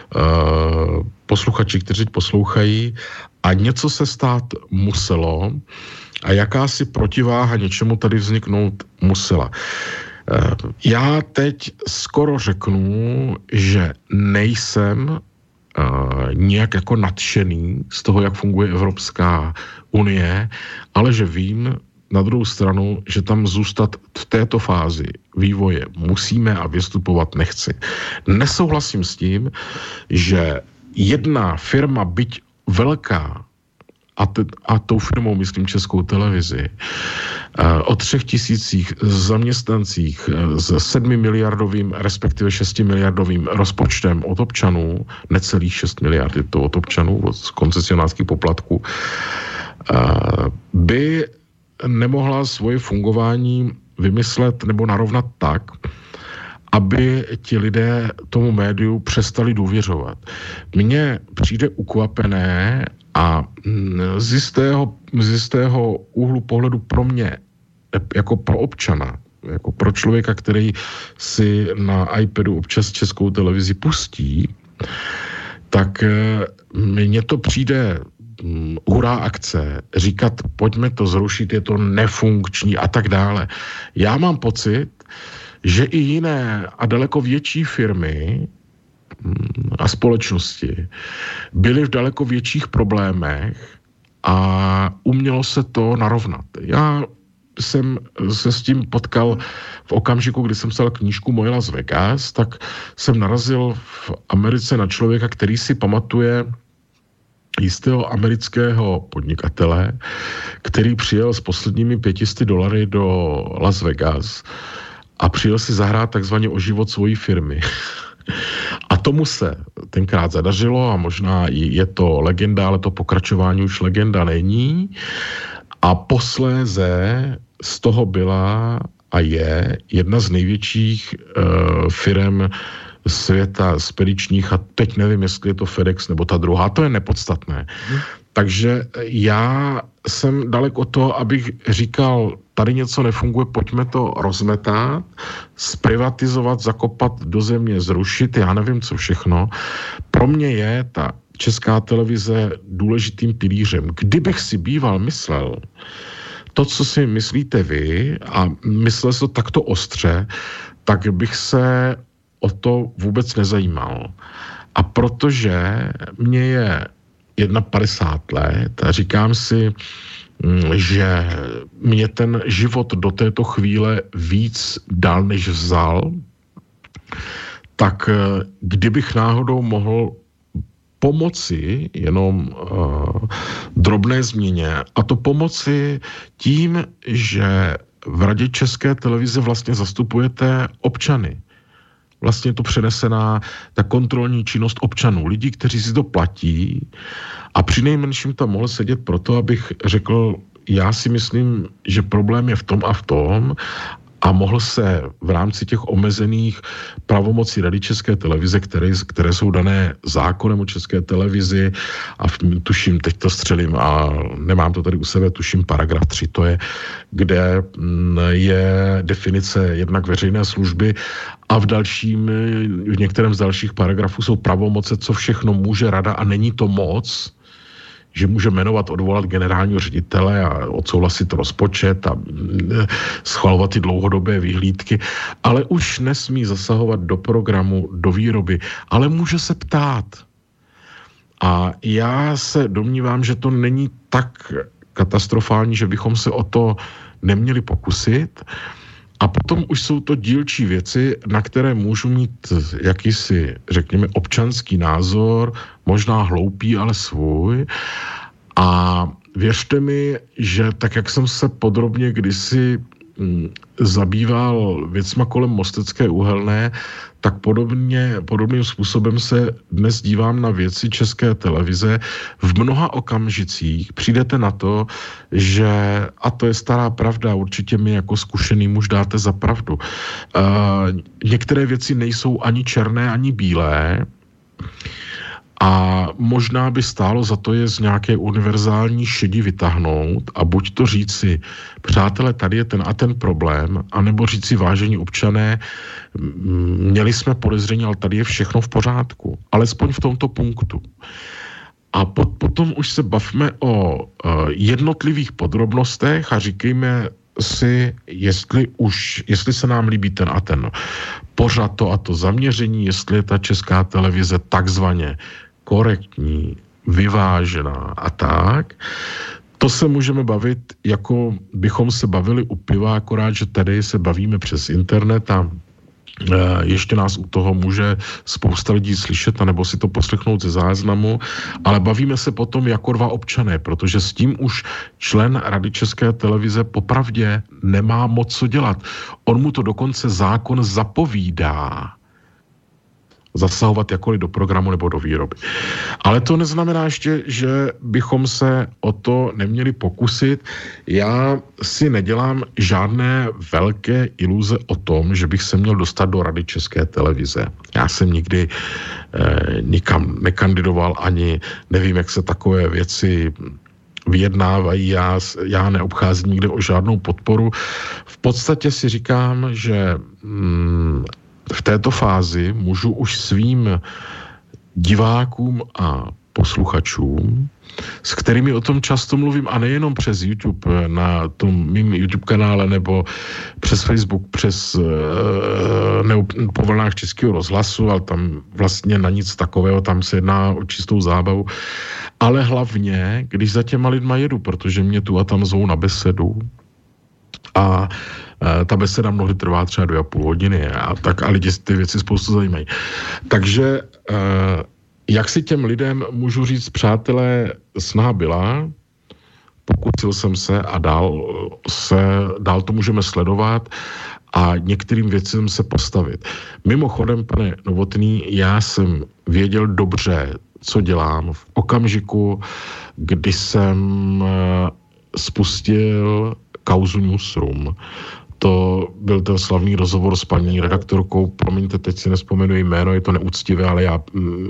posluchači, kteří poslouchají, a něco se stát muselo a jakási protiváha něčemu tady vzniknout musela. Já teď skoro řeknu, že nejsem nějak jako nadšený z toho, jak funguje Evropská unie, ale že vím na druhou stranu, že tam zůstat v této fázi vývoje musíme a vystupovat nechci. Nesouhlasím s tím, že jedna firma, byť velká, a tou firmou myslím Českou televizi, o 3 000 zaměstnancích s 7 miliardovým, respektive 6 miliardovým rozpočtem od občanů, necelých 6 miliard je to od občanů, od koncesionářských poplatků, by nemohla svoje fungování vymyslet nebo narovnat tak, aby ti lidé tomu médiu přestali důvěřovat. Mně přijde ukvapené a z jistého úhlu pohledu pro mě, jako pro občana, jako pro člověka, který si na iPadu občas Českou televizi pustí, tak mně to přijde hurá akce, říkat, pojďme to zrušit, je to nefunkční a tak dále. Já mám pocit, že i jiné a daleko větší firmy a společnosti byly v daleko větších problémech a umělo se to narovnat. Já jsem se s tím potkal v okamžiku, kdy jsem psal knížku Moje Las Vegas, tak jsem narazil v Americe na člověka, který si pamatuje jistého amerického podnikatele, který přijel s posledními $500 do Las Vegas a přijel si zahrát takzvaně o život svojí firmy. A tomu se tenkrát zadařilo a možná je to legenda, ale to pokračování už legenda není. A posléze z toho byla a je jedna z největších firem světa spedičních a teď nevím, jestli je to FedEx nebo ta druhá, to je nepodstatné. Takže já jsem daleko od toho, abych říkal, tady něco nefunguje, pojďme to rozmetat, zprivatizovat, zakopat do země, zrušit, já nevím, co všechno. Pro mě je ta Česká televize důležitým pilířem. Kdybych si býval myslel to, co si myslíte vy a myslel se to takto ostře, tak bych se o to vůbec nezajímal. A protože mě je 51 let a říkám si, že mě ten život do této chvíle víc dal, než vzal, tak kdybych náhodou mohl pomoci jenom drobné změně, a to pomoci tím, že v Radě České televize vlastně zastupujete občany. Vlastně to přenesená ta kontrolní činnost občanů, lidí, kteří si to platí a přinejmenším tam mohl sedět proto, abych řekl, já si myslím, že problém je v tom a v tom a mohl se v rámci těch omezených pravomocí Rady České televize, které jsou dané zákonem o České televizi a tuším, teď to střelím a nemám to tady u sebe, tuším paragraf 3, to je, kde je definice jednak veřejné služby a v některém z dalších paragrafů jsou pravomoce, co všechno může rada a není to moc, že může jmenovat, odvolat generálního ředitele a odsouhlasit rozpočet a schvalovat ty dlouhodobé vyhlídky, ale už nesmí zasahovat do programu, do výroby, ale může se ptát. A já se domnívám, že to není tak katastrofální, že bychom se o to neměli pokusit. A potom už jsou to dílčí věci, na které můžu mít jakýsi, řekněme, občanský názor, možná hloupý, ale svůj. A věřte mi, že tak, jak jsem se podrobně kdysi zabýval věcma kolem Mostecké uhelné, tak podobným způsobem se dnes dívám na věci České televize. V mnoha okamžicích přijdete na to, že, a to je stará pravda, určitě mi jako zkušený muž dáte za pravdu, některé věci nejsou ani černé, ani bílé, a možná by stálo za to je z nějaké univerzální šedi vytáhnout a buď to říci, přátelé, tady je ten a ten problém, anebo říci, vážení občané, měli jsme podezření, ale tady je všechno v pořádku. Alespoň v tomto punktu. A potom už se bavme o jednotlivých podrobnostech a říkejme si, jestli se nám líbí ten a ten pořad, to a to zaměření, jestli je ta Česká televize takzvaně korektní, vyvážená a tak. To se můžeme bavit, jako bychom se bavili u piva, akorát, že tady se bavíme přes internet a ještě nás u toho může spousta lidí slyšet, anebo si to poslechnout ze záznamu, ale bavíme se potom jako dva občané, protože s tím už člen Rady České televize popravdě nemá moc co dělat. On mu to dokonce zákon zapovídá zasahovat jakkoliv do programu nebo do výroby. Ale to neznamená ještě, že bychom se o to neměli pokusit. Já si nedělám žádné velké iluze o tom, že bych se měl dostat do Rady České televize. Já jsem nikdy nikam nekandidoval, ani nevím, jak se takové věci vyjednávají, já neobcházím nikde o žádnou podporu. V podstatě si říkám, že v této fázi můžu už svým divákům a posluchačům, s kterými o tom často mluvím, a nejenom přes YouTube, na tom mým YouTube kanále, nebo přes Facebook, po vlnách Českého rozhlasu, ale tam vlastně na nic takového, tam se jedná o čistou zábavu. Ale hlavně, když za těma lidma jedu, protože mě tu a tam zvou na besedu a ta beseda mnohdy trvá třeba 2,5 hodiny a lidi ty věci spoustu zajímají. Takže jak si těm lidem můžu říct, přátelé, snaha byla, pokusil jsem se a dál to můžeme sledovat a některým věcem se postavit. Mimochodem, pane Novotný, já jsem věděl dobře, co dělám v okamžiku, kdy jsem spustil kauzu Newsroom. To byl ten slavný rozhovor s paní redaktorkou, promiňte, teď si nespomenu jméno, je to neúctivé, ale já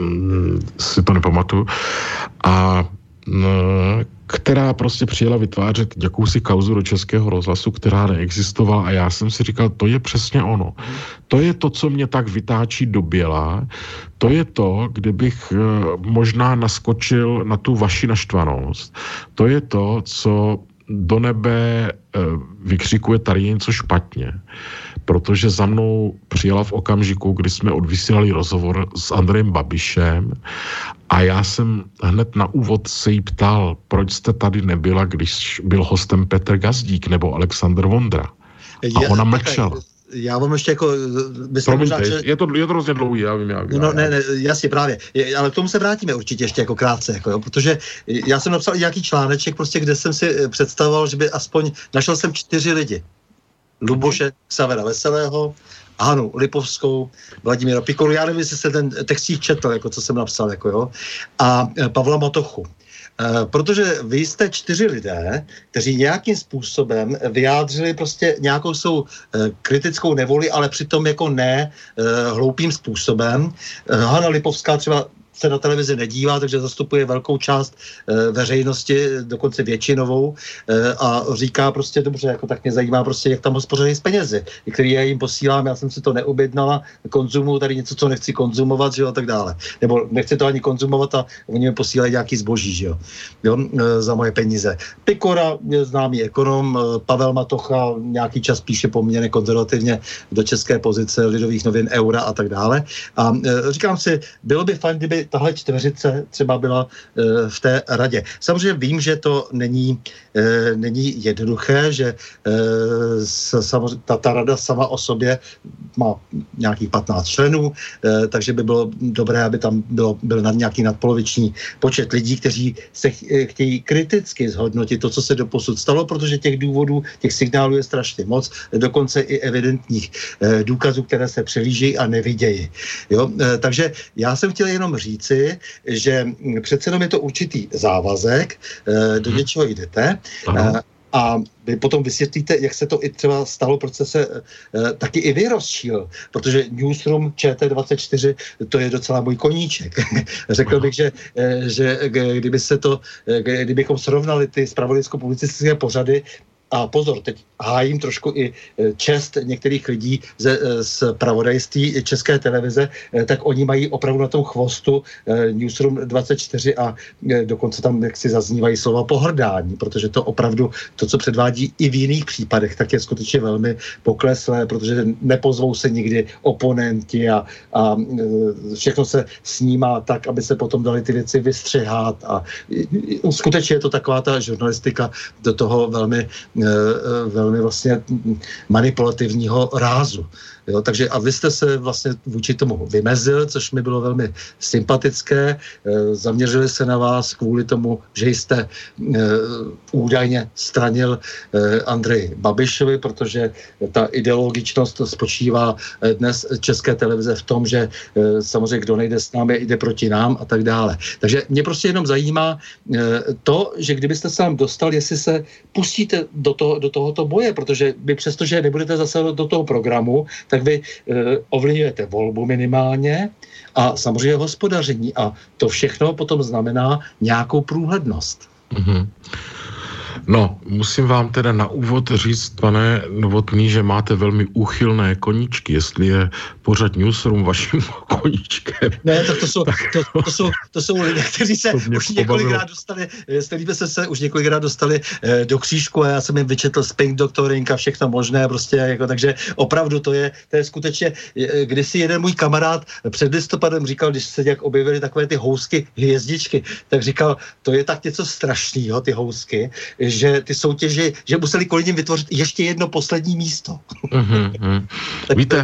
si to nepamatuju. A která prostě přijela vytvářet jakousi kauzu do Českého rozhlasu, která neexistovala, a já jsem si říkal, to je přesně ono. To je to, co mě tak vytáčí do běla, to je to, kdybych možná naskočil na tu vaši naštvanost, to je to, co do nebe vykřikuje, tady je něco špatně. Protože za mnou přijela v okamžiku, kdy jsme odvysílali rozhovor s Andrejem Babišem a já jsem hned na úvod se jí ptal, proč jste tady nebyla, když byl hostem Petr Gazdík nebo Alexander Vondra. A ona mlčela. Já vám ještě jako... Promiňte, je to hrozně dlouhý, já vím. Ne, jasně, právě. Ale k tomu se vrátíme určitě ještě jako krátce, jako, jo, protože já jsem napsal nějaký článeček, prostě, kde jsem si představoval, že by aspoň našel jsem 4 lidi. Luboše Xavera Veselého, Hanu Lipovskou, Vladimíra Pikoru, já nevím, jestli se ten textík četl, jako co jsem napsal, jako jo, a Pavla Matochu. Protože vy jste 4 lidé, kteří nějakým způsobem vyjádřili prostě nějakou svou kritickou nevoli, ale přitom jako ne hloupým způsobem. Hana Lipovská třeba se na televizi nedívá, takže zastupuje velkou část veřejnosti, dokonce většinovou, a říká prostě dobře, jako tak mě zajímá prostě, jak tam hospodaří s penězi, který já jim posílám, já jsem si to neobjednala, konzumuju tady něco, co nechci konzumovat, že jo, a tak dále. Nebo nechci to ani konzumovat a oni mi posílají nějaký zboží, že jo, za moje peníze. Pikora, známý ekonom, Pavel Matocha, nějaký čas píše poměrně konzervativně do české pozice Lidových novin, Eura a tak dále. A říkám si, bylo by fajn, kdyby tahle 4 třeba byla v té radě. Samozřejmě vím, že to není jednoduché, to ta rada sama o sobě má nějakých 15 členů, takže by bylo dobré, aby tam byl nějaký nadpoloviční počet lidí, kteří se chtějí kriticky zhodnotit to, co se doposud stalo, protože těch důvodů, těch signálů je strašně moc, dokonce i evidentních důkazů, které se přelížejí a nevidějí. Jo? Takže já jsem chtěl jenom říci, že přece jenom je to určitý závazek, do něčeho jdete, a vy potom vysvětlíte, jak se to i třeba stalo, proč se taky i vy rozčíl, protože Newsroom ČT24, to je docela můj koníček. Řekl bych, že kdybychom srovnali ty zpravodajsko-publicistické pořady, a pozor, teď hájím trošku i čest některých lidí z pravodajství České televize, tak oni mají opravdu na tom chvostu Newsroom 24 a dokonce tam jaksi zaznívají slova pohrdání, protože to opravdu, to, co předvádí i v jiných případech, tak je skutečně velmi pokleslé, protože nepozvou se nikdy oponenti a všechno se snímá tak, aby se potom dali ty věci vystřihat a skutečně je to taková ta žurnalistika do toho velmi vlastně manipulativního rázu. Jo, takže a vy jste se vlastně vůči tomu vymezil, což mi bylo velmi sympatické. Zaměřili se na vás kvůli tomu, že jste údajně stranil Andreji Babišovi, protože ta ideologičnost spočívá dnes České televize v tom, že samozřejmě kdo nejde s námi, jde proti nám a tak dále. Takže mě prostě jenom zajímá to, že kdybyste se nám dostal, jestli se pustíte do tohoto boje, protože vy přestože nebudete zase do toho programu, tak vy ovlivňujete volbu minimálně a samozřejmě hospodaření a to všechno potom znamená nějakou průhlednost. Mm-hmm. No, musím vám teda na úvod říct, pane Novotný, že máte velmi úchylné koníčky, jestli je pořad Newsroom vaším koníčkem. Ne, tak to jsou lidé, kteří se už několikrát dostali, s kterými se už několikrát dostali do křížku a já jsem jim vyčetl Spink Doctoring a všechno možné, prostě jako, takže opravdu to je skutečně, kdysi jeden můj kamarád před listopadem říkal, když se nějak objevily takové ty housky, hvězdičky, tak říkal, to je tak něco strašného, ty housky, že ty soutěže, že museli kvůli nim vytvořit ještě jedno poslední místo. Mm-hmm. Víte,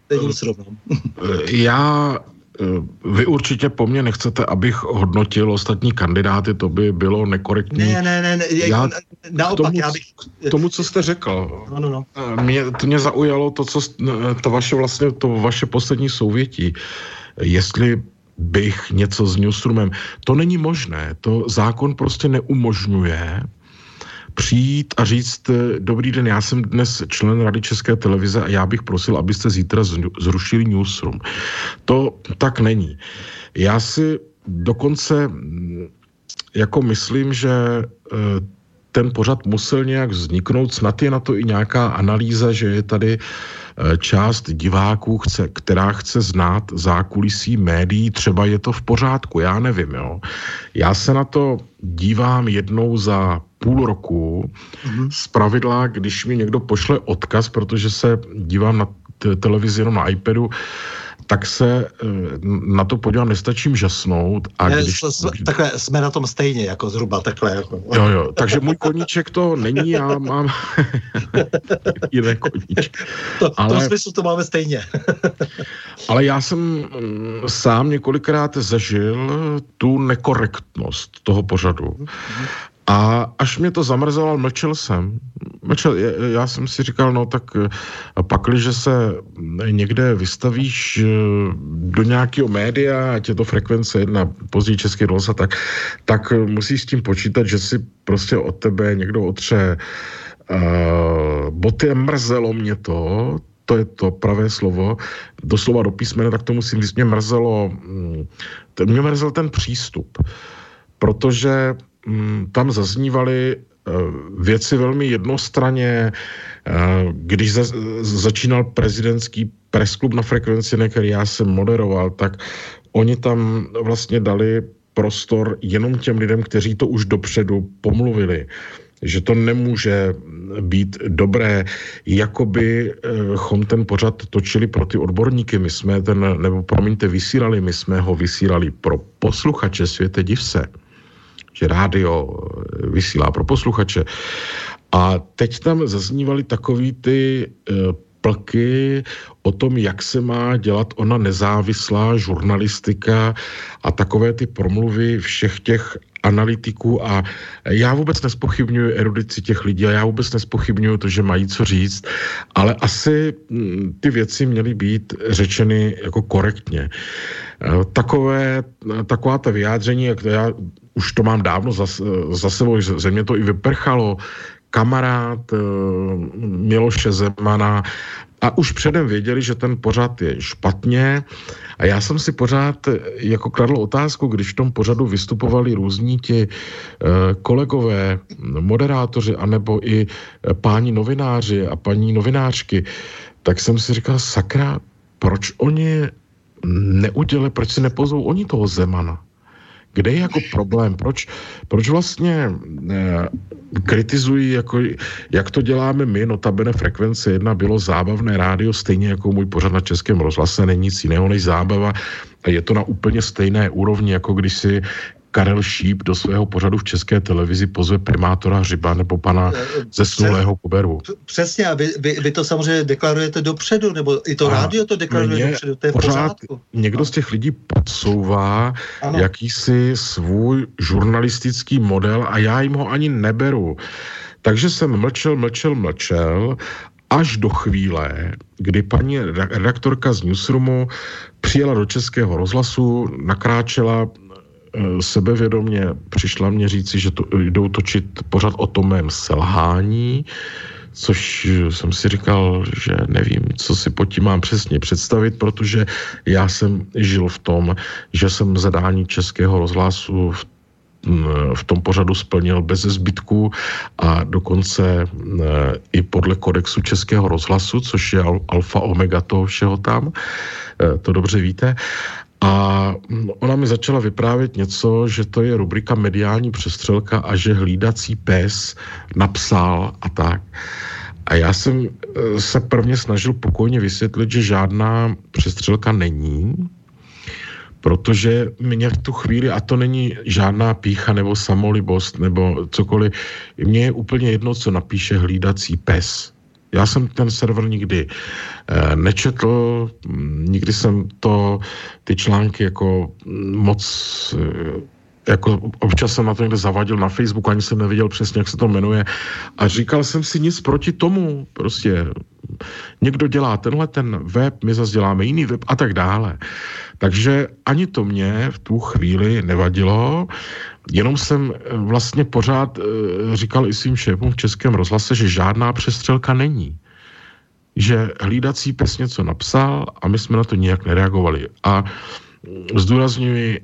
vy určitě po mně nechcete, abych hodnotil ostatní kandidáty, to by bylo nekorektní. Ne, naopak, já bych... Tomu, co jste řekl. No. Mě zaujalo to vaše poslední souvětí. Jestli bych něco s Newsroomem. To není možné. To zákon prostě neumožňuje přijít a říct, dobrý den, já jsem dnes člen Rady České televize a já bych prosil, abyste zítra zrušili Newsroom. To tak není. Já si dokonce jako myslím, že ten pořad musel nějak vzniknout, snad je na to i nějaká analýza, že je tady část diváků, která chce znát zákulisí médií, třeba je to v pořádku, já nevím, jo. Já se na to dívám jednou za půl roku, zpravidla, když mi někdo pošle odkaz, protože se dívám na televizi jenom na iPadu, tak se na to podívám, nestačím žasnout. A takhle jsme na tom stejně, jako zhruba takhle. Jako. Jo, takže můj koníček to není, já mám jiné koníčky. V tom smyslu to máme stejně. Ale já jsem sám několikrát zažil tu nekorektnost toho pořadu. A až mě to zamrzelo, mlčel jsem. Já jsem si říkal, no tak pakliže se někde vystavíš do nějakého média, ať je to Frekvence 1, později Český rozhlas, tak musíš s tím počítat, že si prostě od tebe někdo otře boty a mrzelo mě to je to pravé slovo, doslova do písmene, tak to musím říct, mě mrzel ten přístup, protože tam zaznívaly věci velmi jednostranně. Když začínal prezidentský presklub na Frekvenci, který já jsem moderoval, tak oni tam vlastně dali prostor jenom těm lidem, kteří to už dopředu pomluvili, že to nemůže být dobré, jakobychom ten pořad točili pro ty odborníky. My jsme vysílali, my jsme ho vysílali pro posluchače, světe div se, že rádio vysílá pro posluchače. A teď tam zaznívaly takový ty plky o tom, jak se má dělat ona nezávislá žurnalistika a takové ty promluvy všech těch analytiků a já vůbec nespochybňuji erudici těch lidí a já vůbec nespochybňuji to, že mají co říct, ale asi ty věci měly být řečeny jako korektně. Taková ta vyjádření, jak já už to mám dávno za sebou, ze mě to i vyprchalo, kamarád Miloše Zemana a už předem věděli, že ten pořad je špatně a já jsem si pořád jako kladl otázku, když v tom pořadu vystupovali různí ti kolegové, moderátoři, anebo i páni novináři a paní novinářky, tak jsem si říkal, sakra, proč oni neudělali, proč si nepozvou oni toho Zemana? Kde je jako problém? Proč vlastně kritizují, jako, jak to děláme my, notabene Frekvence 1 bylo zábavné rádio, stejně jako můj pořad na Českém rozhlase, není nic jiného než zábava a je to na úplně stejné úrovni, jako když si Karel Šíp do svého pořadu v České televizi pozve primátora Hřiba nebo pana zesnulého Kuberu. Přesně, a vy to samozřejmě deklarujete dopředu, nebo i to rádio to deklaruje dopředu, to je v pořádku. Někdo z těch lidí podsouvá jakýsi svůj žurnalistický model a já jim ho ani neberu. Takže jsem mlčel, až do chvíle, kdy paní redaktorka z Newsroomu přijela do Českého rozhlasu, nakráčela sebevědomě, přišla mě říci, že jdou točit pořad o tom mém selhání, což jsem si říkal, že nevím, co si pod tím mám přesně představit, protože já jsem žil v tom, že jsem zadání Českého rozhlasu v tom pořadu splnil bez zbytku a dokonce i podle kodexu Českého rozhlasu, což je alfa omega toho všeho tam, to dobře víte. A ona mi začala vyprávět něco, že to je rubrika Mediální přestřelka a že hlídací pes napsal a tak. A já jsem se prvně snažil pokojně vysvětlit, že žádná přestřelka není, protože mě v tu chvíli, a to není žádná pýcha nebo samolibost nebo cokoliv, mně je úplně jedno, co napíše hlídací pes. Já jsem ten server nikdy nečetl, nikdy jsem ty články jako moc, jako občas jsem na to někde zavadil na Facebooku, ani jsem nevěděl přesně, jak se to jmenuje a říkal jsem si nic proti tomu, prostě někdo dělá tenhle ten web, my zase děláme jiný web a tak dále. Takže ani to mě v tu chvíli nevadilo, jenom jsem vlastně pořád říkal i svým šéfům v Českém rozhlase, že žádná přestřelka není. Že hlídací pes něco napsal a my jsme na to nijak nereagovali. A zdůrazňuji,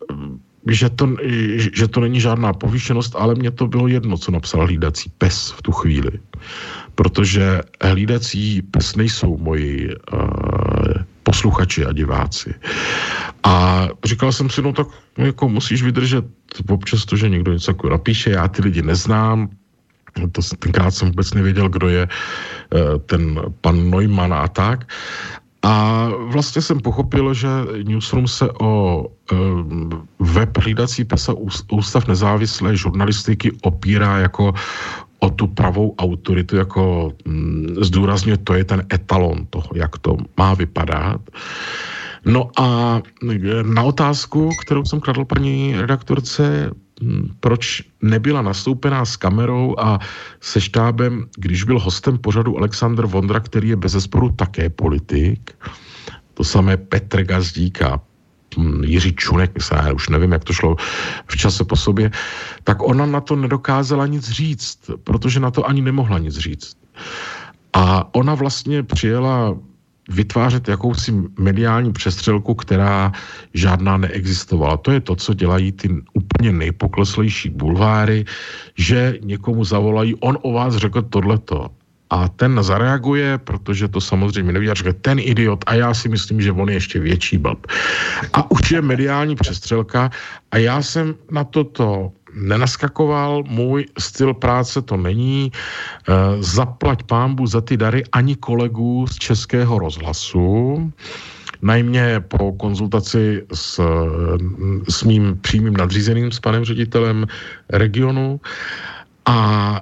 že to není žádná povýšenost, ale mně to bylo jedno, co napsal hlídací pes v tu chvíli. Protože hlídací pes nejsou moji posluchači a diváci. A říkal jsem si, no tak jako musíš vydržet občas to, že někdo něco jako napíše, já ty lidi neznám, tenkrát jsem vůbec nevěděl, kdo je ten pan Neumann a tak. A vlastně jsem pochopil, že Newsroom se o web hlídací pesa Ústav nezávislé žurnalistiky opírá jako o tu pravou autoritu, jako zdůrazňuje, to je ten etalon toho, jak to má vypadat. No a na otázku, kterou jsem kladl paní redaktorce, proč nebyla nastoupená s kamerou a se štábem, když byl hostem pořadu Alexandr Vondra, který je bezesporu také politik, to samé Petr Gazdík a Jiří Čunek, já už nevím, jak to šlo v čase po sobě, tak ona na to nedokázala nic říct, protože na to ani nemohla nic říct. A ona vlastně přijela vytvářet jakousi mediální přestřelku, která žádná neexistovala. To je to, co dělají ty úplně nejpokleslejší bulváry, že někomu zavolají, on o vás řekl tohleto. A ten zareaguje, protože to samozřejmě neví, a řekne ten idiot a já si myslím, že on je ještě větší blb. A už je mediální přestřelka a já jsem na toto nenaskakoval, můj styl práce to není, zaplať pánbu za ty dary ani kolegů z Českého rozhlasu, najmě po konzultaci s mým přímým nadřízeným, s panem ředitelem regionu a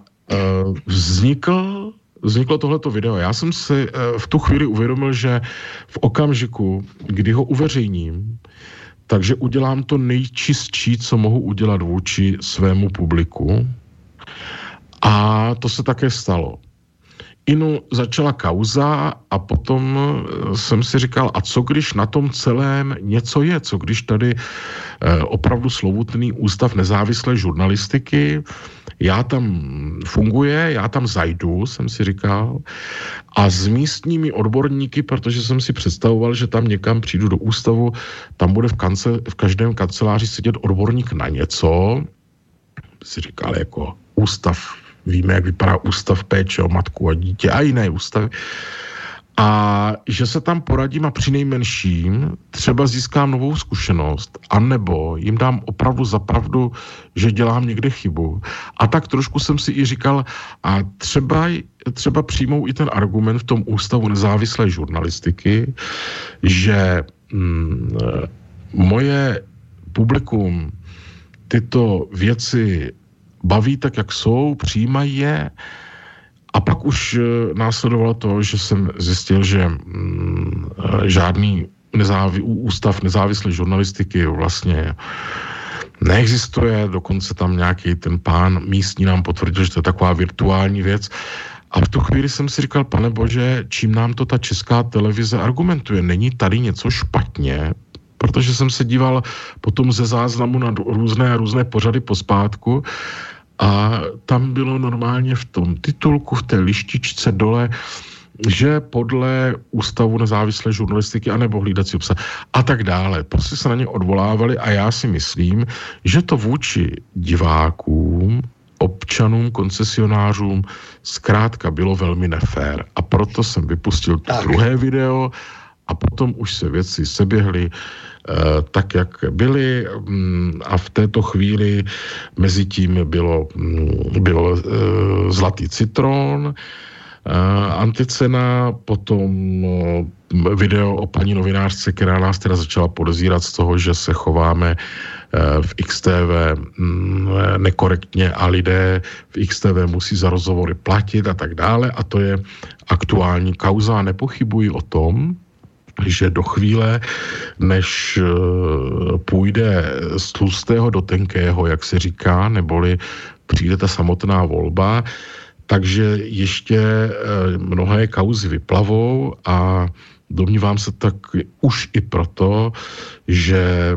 vzniklo tohleto video. Já jsem si v tu chvíli uvědomil, že v okamžiku, kdy ho uveřejním, takže udělám to nejčistší, co mohu udělat vůči svému publiku. A to se také stalo. inu začala kauza a potom jsem si říkal, a co když na tom celém něco je? Co když tady opravdu slovutný ústav nezávislé žurnalistiky, já tam funguje, já tam zajdu, jsem si říkal, a s místními odborníky, protože jsem si představoval, že tam někam přijdu do ústavu, tam bude v každém kanceláři sedět odborník na něco, si říkal jako ústav, víme, jak vypadá ústav péče o matku a dítě a jiné ústavy. A že se tam poradím a přinejmenším třeba získám novou zkušenost, anebo jim dám opravdu za pravdu, že dělám někde chybu. A tak trošku jsem si i říkal, a třeba přijmou i ten argument v tom ústavu nezávislé žurnalistiky, že moje publikum tyto věci baví tak, jak jsou, přijímají je. A pak už následovalo to, že jsem zjistil, že žádný ústav nezávislé žurnalistiky vlastně neexistuje. Dokonce tam nějaký ten pán místní nám potvrdil, že to je taková virtuální věc. A v tu chvíli jsem si říkal, pane bože, čím nám to ta česká televize argumentuje? Není tady něco špatně? Protože jsem se díval potom ze záznamu na různé pořady pospátku a tam bylo normálně v tom titulku, v té lištičce dole, že podle Ústavu nezávislé žurnalistiky anebo hlídací obsah a tak dále. Prostě se na ně odvolávali a já si myslím, že to vůči divákům, občanům, koncesionářům zkrátka bylo velmi nefér. A proto jsem vypustil to druhé video a potom už se věci seběhly tak, jak byly a v této chvíli mezi tím bylo Zlatý citron, Anticena, potom video o paní novinářce, která nás teda začala podezírat z toho, že se chováme v XTV nekorektně a lidé v XTV musí za rozhovory platit a tak dále a to je aktuální kauza. Nepochybuji o tom, že do chvíle, než půjde z tlustého do tenkého, jak se říká, neboli přijde ta samotná volba, takže ještě mnohé kauzy vyplavou a domnívám se tak už i proto, že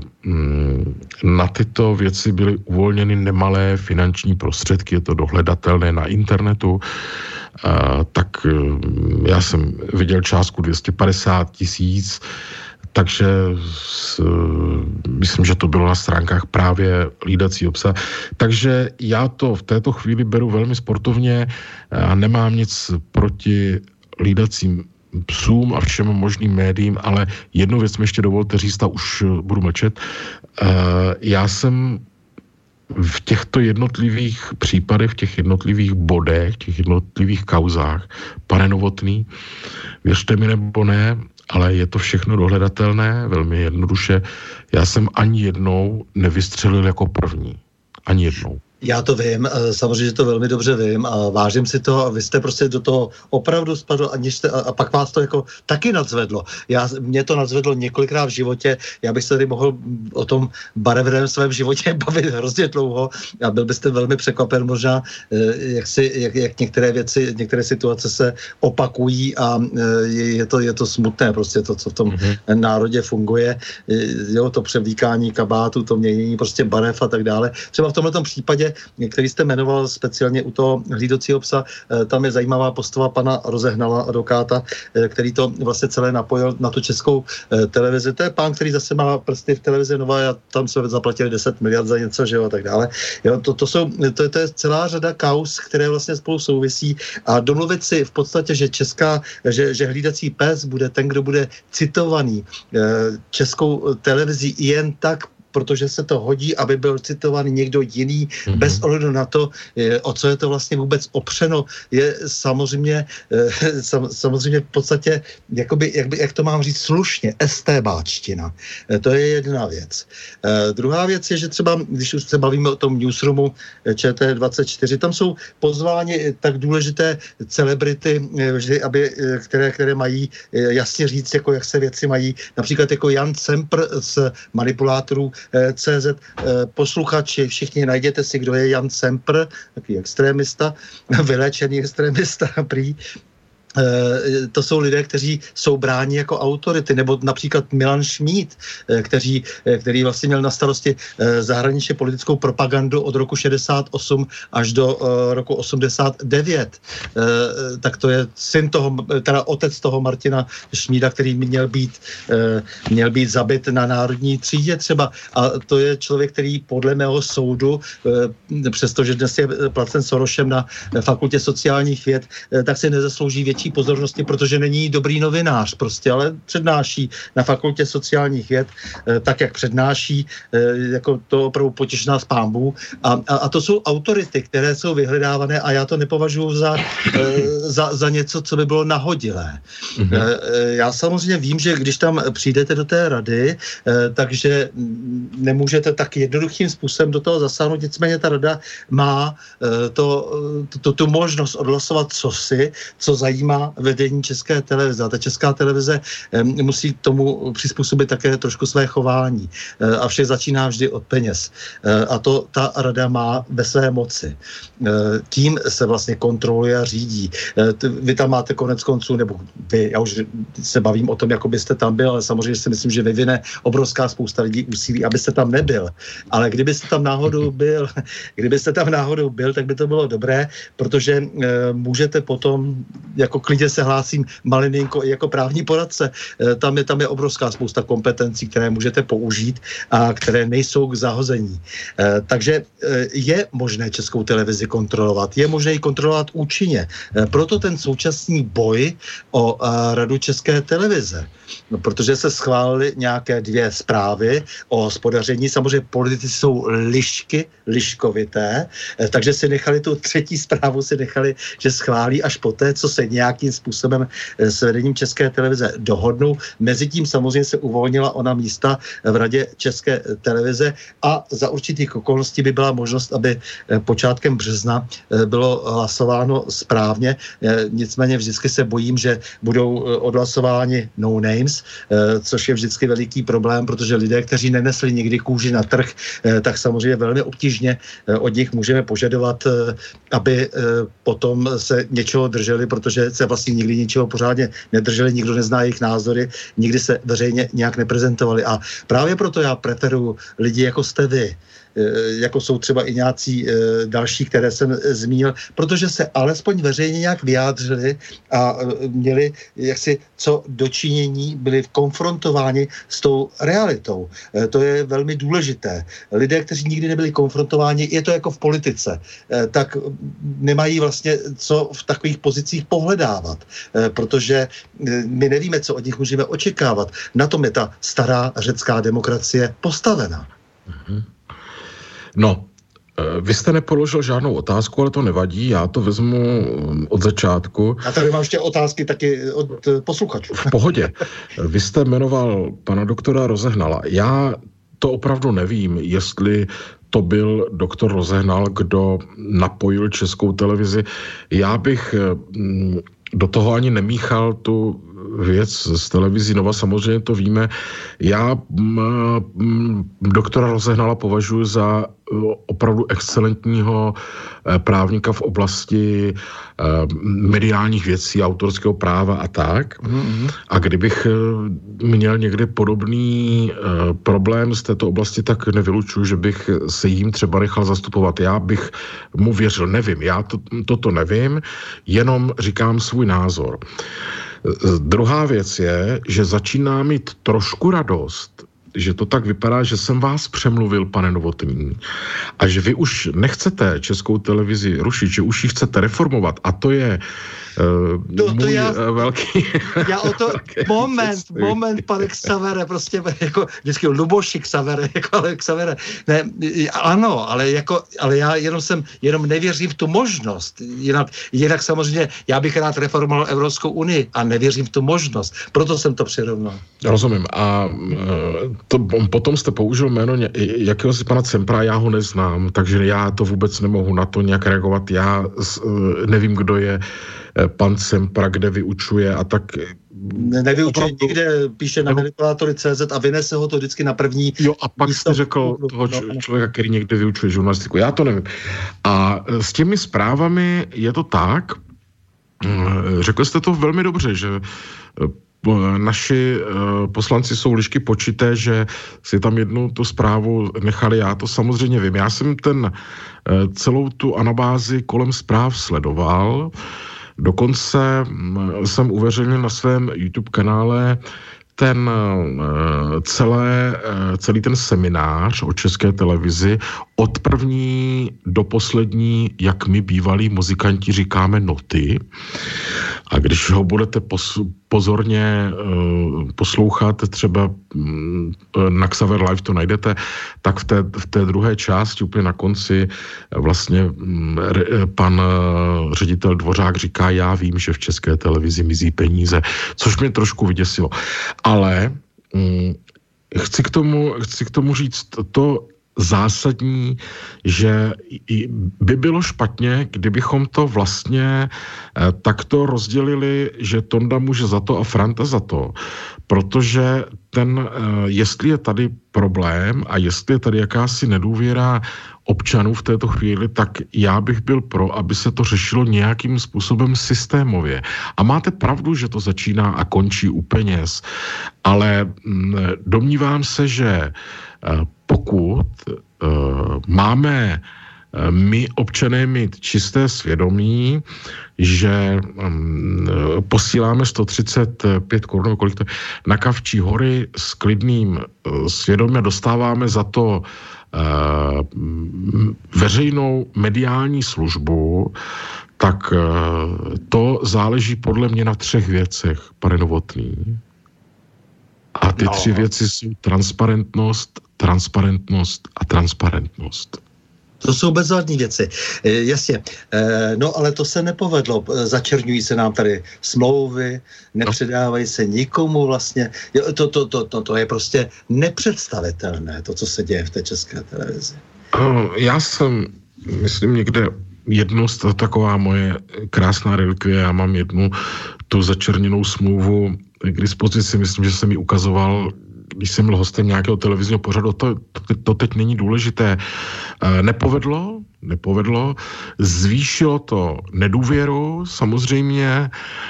na tyto věci byly uvolněny nemalé finanční prostředky, je to dohledatelné na internetu, tak já jsem viděl částku 250 000, takže myslím, že to bylo na stránkách právě hlídací obsah. Takže já to v této chvíli beru velmi sportovně a nemám nic proti hlídacím psům a všem možným médiím, ale jednu věc mi ještě dovolte říct a už budu mlčet. Já jsem v těchto jednotlivých případech, v těch jednotlivých bodech, těch jednotlivých kauzách, pane Novotný, věřte mi nebo ne, ale je to všechno dohledatelné, velmi jednoduše. Já jsem ani jednou nevystřelil jako první. Ani jednou. Já to vím, samozřejmě to velmi dobře vím a vážím si to a vy jste prostě do toho opravdu spadl a pak vás to jako taky nadzvedlo. Mě to nadzvedlo několikrát v životě, já bych se tady mohl o tom barevném svém životě bavit hrozně dlouho a byl byste velmi překvapen možná, jak některé situace se opakují a je to smutné prostě to, co v tom národě funguje, jo, to převlíkání kabátu, to měnění prostě barev a tak dále. Třeba v tomhletom případě, který jste jmenoval speciálně u toho hlídacího psa, tam je zajímavá postava pana Rozehnala, advokáta, který to vlastně celé napojil na tu českou televizi. To je pán, který zase má prsty v televizi Nova a tam se zaplatili 10 miliard za něco, že jo, a tak dále. Jo, to je celá řada kauz, které vlastně spolu souvisí a domluvit si v podstatě, že hlídací pes bude ten, kdo bude citovaný českou televizí jen tak, protože se to hodí, aby byl citovaný někdo jiný, bez ohledu na to, o co je to vlastně vůbec opřeno, je samozřejmě v podstatě, jak to mám říct slušně, estébáčtina. To je jedna věc. Druhá věc je, že třeba, když už se bavíme o tom newsroomu ČT24, tam jsou pozváni tak důležité celebrity, které mají jasně říct, jako jak se věci mají, například jako Jan Sempr z Manipulátorů CZ, posluchači, všichni najděte si, kdo je Jan Sempr, takový extrémista, vyléčený extrémista, prý. to jsou lidé, kteří jsou bráni jako autority, nebo například Milan Šmíd, který vlastně měl na starosti zahraničně politickou propagandu od roku 68 až do roku 89. Tak to je syn toho, teda otec toho Martina Šmída, který měl být zabit na Národní třídě třeba. A to je člověk, který podle mého soudu, přestože dnes je placen Sorosem na fakultě sociálních věd, tak si nezaslouží větší pozornosti, protože není dobrý novinář prostě, ale přednáší na fakultě sociálních věd, tak jak přednáší, jako to opravdu potěšná z pánbů. A to jsou autority, které jsou vyhledávané a já to nepovažuji za něco, co by bylo nahodilé. Já samozřejmě vím, že když tam přijdete do té rady, takže nemůžete tak jednoduchým způsobem do toho zasáhnout, nicméně ta rada má tu možnost odhlasovat co zajímá vedení České televize. A ta Česká televize musí tomu přizpůsobit také trošku své chování. A vše začíná vždy od peněz. A to ta rada má ve své moci. Tím se vlastně kontroluje a řídí. Vy tam máte konec konců, nebo vy, já už se bavím o tom, jako byste tam byl, ale samozřejmě si myslím, že vyvine obrovská spousta lidí úsilí, abyste tam nebyl. Ale kdybyste tam náhodou byl, tak by to bylo dobré, protože můžete potom, jako klidně se hlásím malininko i jako právní poradce, tam je obrovská spousta kompetencí, které můžete použít a které nejsou k zahození. Takže je možné Českou televizi kontrolovat, je možné ji kontrolovat účinně. Proto ten současný boj o Radu České televize. No, protože se schválily nějaké 2 zprávy o hospodaření. Samozřejmě politici jsou liškovité, takže si nechali tu 3. zprávu, že schválí až poté, co se nějakým způsobem s vedením České televize dohodnou. Mezitím samozřejmě se uvolnila ona místa v Radě České televize a za určitých okolností by byla možnost, aby počátkem března bylo hlasováno správně. Nicméně vždycky se bojím, že budou odhlasováni no names, což je vždycky veliký problém, protože lidé, kteří nenesli nikdy kůži na trh, tak samozřejmě velmi obtížně od nich můžeme požadovat, aby potom se něčeho drželi, protože se vlastně nikdy ničeho pořádně nedrželi, nikdo nezná jejich názory, nikdy se veřejně nějak neprezentovali. A právě proto já preferuji lidi, jako jste vy, jako jsou třeba i nějací další, které jsem zmínil, protože se alespoň veřejně nějak vyjádřili a měli jaksi co dočinění, byli konfrontováni s tou realitou. To je velmi důležité. Lidé, kteří nikdy nebyli konfrontováni, je to jako v politice, tak nemají vlastně co v takových pozicích pohledávat, protože my nevíme, co od nich můžeme očekávat. Na tom je ta stará řecká demokracie postavena. No, vy jste nepoložil žádnou otázku, ale to nevadí, já to vezmu od začátku. A tady mám ještě otázky taky od posluchačů. V pohodě. Vy jste jmenoval pana doktora Rozehnala. Já to opravdu nevím, jestli to byl doktor Rozehnal, kdo napojil Českou televizi. Já bych do toho ani nemíchal tu věc z televizí Nova, samozřejmě to víme. Já doktora Rozehnala považuji za opravdu excelentního právníka v oblasti mediálních věcí, autorského práva a tak. Mm-hmm. A kdybych měl někdy podobný problém z této oblasti, tak nevylučuji, že bych se jím třeba nechal zastupovat. Já bych mu věřil, nevím, já toto nevím, jenom říkám svůj názor. Druhá věc je, že začíná mít trošku radost, že to tak vypadá, že jsem vás přemluvil, pane Novotný, a že vy už nechcete Českou televizi rušit, že už ji chcete reformovat, a to je můj velký... Já o to... moment, pane Xavere, prostě jako vždycky Luboši Xavere, jako ale Xavere. Ne, ano, ale já jenom nevěřím v tu možnost. Jinak samozřejmě já bych rád reformoval Evropskou unii a nevěřím v tu možnost. Proto jsem to přirovnal. Rozumím. A potom jste použil jméno jakéhosi pana Cempra, já ho neznám, takže já to vůbec nemohu na to nějak reagovat. Já nevím, kdo je pan Cempra, kde vyučuje a tak... Nevyučuje nikde, píše na manipulátory.cz a vynese ho to vždycky na první... Jo, a pak jste řekl toho člověka, který někde vyučuje žurnalistiku. Já to nevím. A s těmi zprávami je to tak, Řekl jste to velmi dobře, že naši poslanci jsou lišky počité, že si tam jednu tu zprávu nechali. Já to samozřejmě vím. Já jsem celou tu anabázi kolem zpráv sledoval. Dokonce jsem uveřejnil na svém YouTube kanále celý ten seminář o České televizi od první do poslední, jak my bývalí muzikanti říkáme, noty. A když ho budete pozorně poslouchat, třeba na Xaver Live to najdete, tak v té druhé části, úplně na konci, vlastně pan ředitel Dvořák říká, já vím, že v České televizi mizí peníze, což mě trošku vyděsilo. Ale chci k tomu říct to zásadní, že by bylo špatně, kdybychom to vlastně takto rozdělili, že Tonda může za to a Franta za to, protože jestli je tady problém a jestli je tady jakási nedůvěra občanů v této chvíli, tak já bych byl pro, aby se to řešilo nějakým způsobem systémově. A máte pravdu, že to začíná a končí u peněz, ale domnívám se, že pokud máme my občané mít čisté svědomí, že posíláme 135 korun, kolik to je, na Kavčí hory s klidným svědomím a dostáváme za to veřejnou mediální službu, tak to záleží podle mě na 3 věcech, pane Novotný. A ty 3 věci jsou transparentnost a transparentnost. To jsou bezvadné věci. Jasně. No ale to se nepovedlo. Začerňují se nám tady smlouvy, nepředávají se nikomu vlastně. To je prostě nepředstavitelné, to, co se děje v té České televizi. Já jsem, myslím, někde taková moje krásná relikvie, já mám jednu tu začerněnou smlouvu k dispozici, myslím, že jsem ji ukazoval, když jsem byl hostem nějakého televizního pořadu, to teď není důležité. Nepovedlo, zvýšilo to nedůvěru, samozřejmě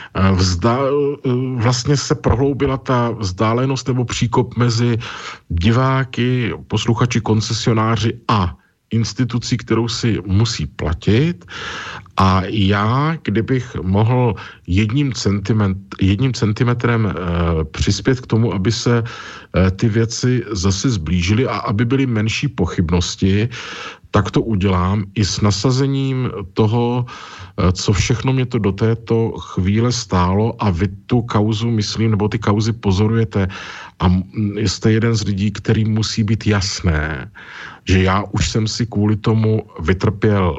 vlastně se prohloubila ta vzdálenost nebo příkop mezi diváky, posluchači, koncesionáři a institucí, kterou si musí platit. A já, kdybych mohl jedním centimetrem přispět k tomu, aby se ty věci zase zblížily a aby byly menší pochybnosti, tak to udělám i s nasazením toho, co všechno mě to do této chvíle stálo a vy tu kauzu, myslím, nebo ty kauzy pozorujete a jste jeden z lidí, který musí být jasné, že já už jsem si kvůli tomu vytrpěl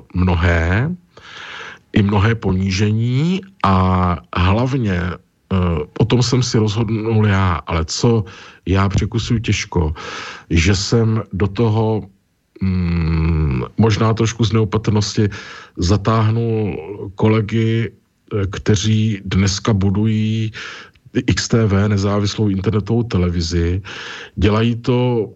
i mnohé ponížení a hlavně o tom jsem si rozhodnul já, ale co já překusuju těžko, že jsem do toho možná trošku z neopatrnosti zatáhnul kolegy, kteří dneska budují XTV, nezávislou internetovou televizi. Dělají to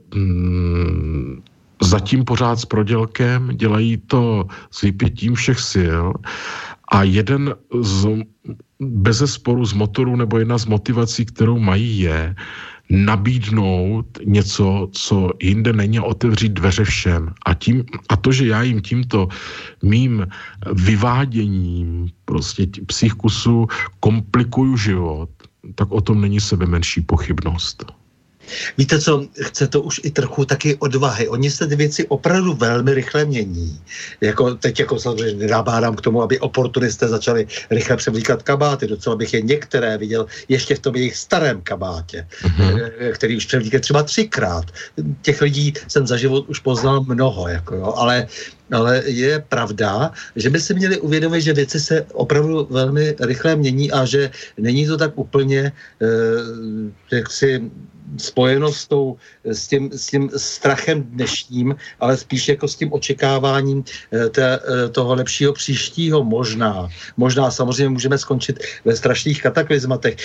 zatím pořád s prodělkem, dělají to s vypětím všech sil a jeden bezesporu z motorů nebo jedna z motivací, kterou mají, je nabídnout něco, co jinde není, otevřít dveře všem. A to, že já jim tímto mým vyváděním prostě psychkusu komplikuju život, tak o tom není sebe menší pochybnost. Víte co, chce to už i trochu taky odvahy. Oni se ty věci opravdu velmi rychle mění. Teď samozřejmě nenabádám k tomu, aby oportunisté začali rychle převlíkat kabáty. Docela bych je některé viděl ještě v tom jejich starém kabátě, který už převlíkají třeba 3krát. Těch lidí jsem za život už poznal mnoho, ale je pravda, že by si měli uvědomit, že věci se opravdu velmi rychle mění a že není to tak úplně jaksi spojeno s tím strachem dnešním, ale spíš jako s tím očekáváním toho lepšího příštího možná. Možná samozřejmě můžeme skončit ve strašných kataklizmatech.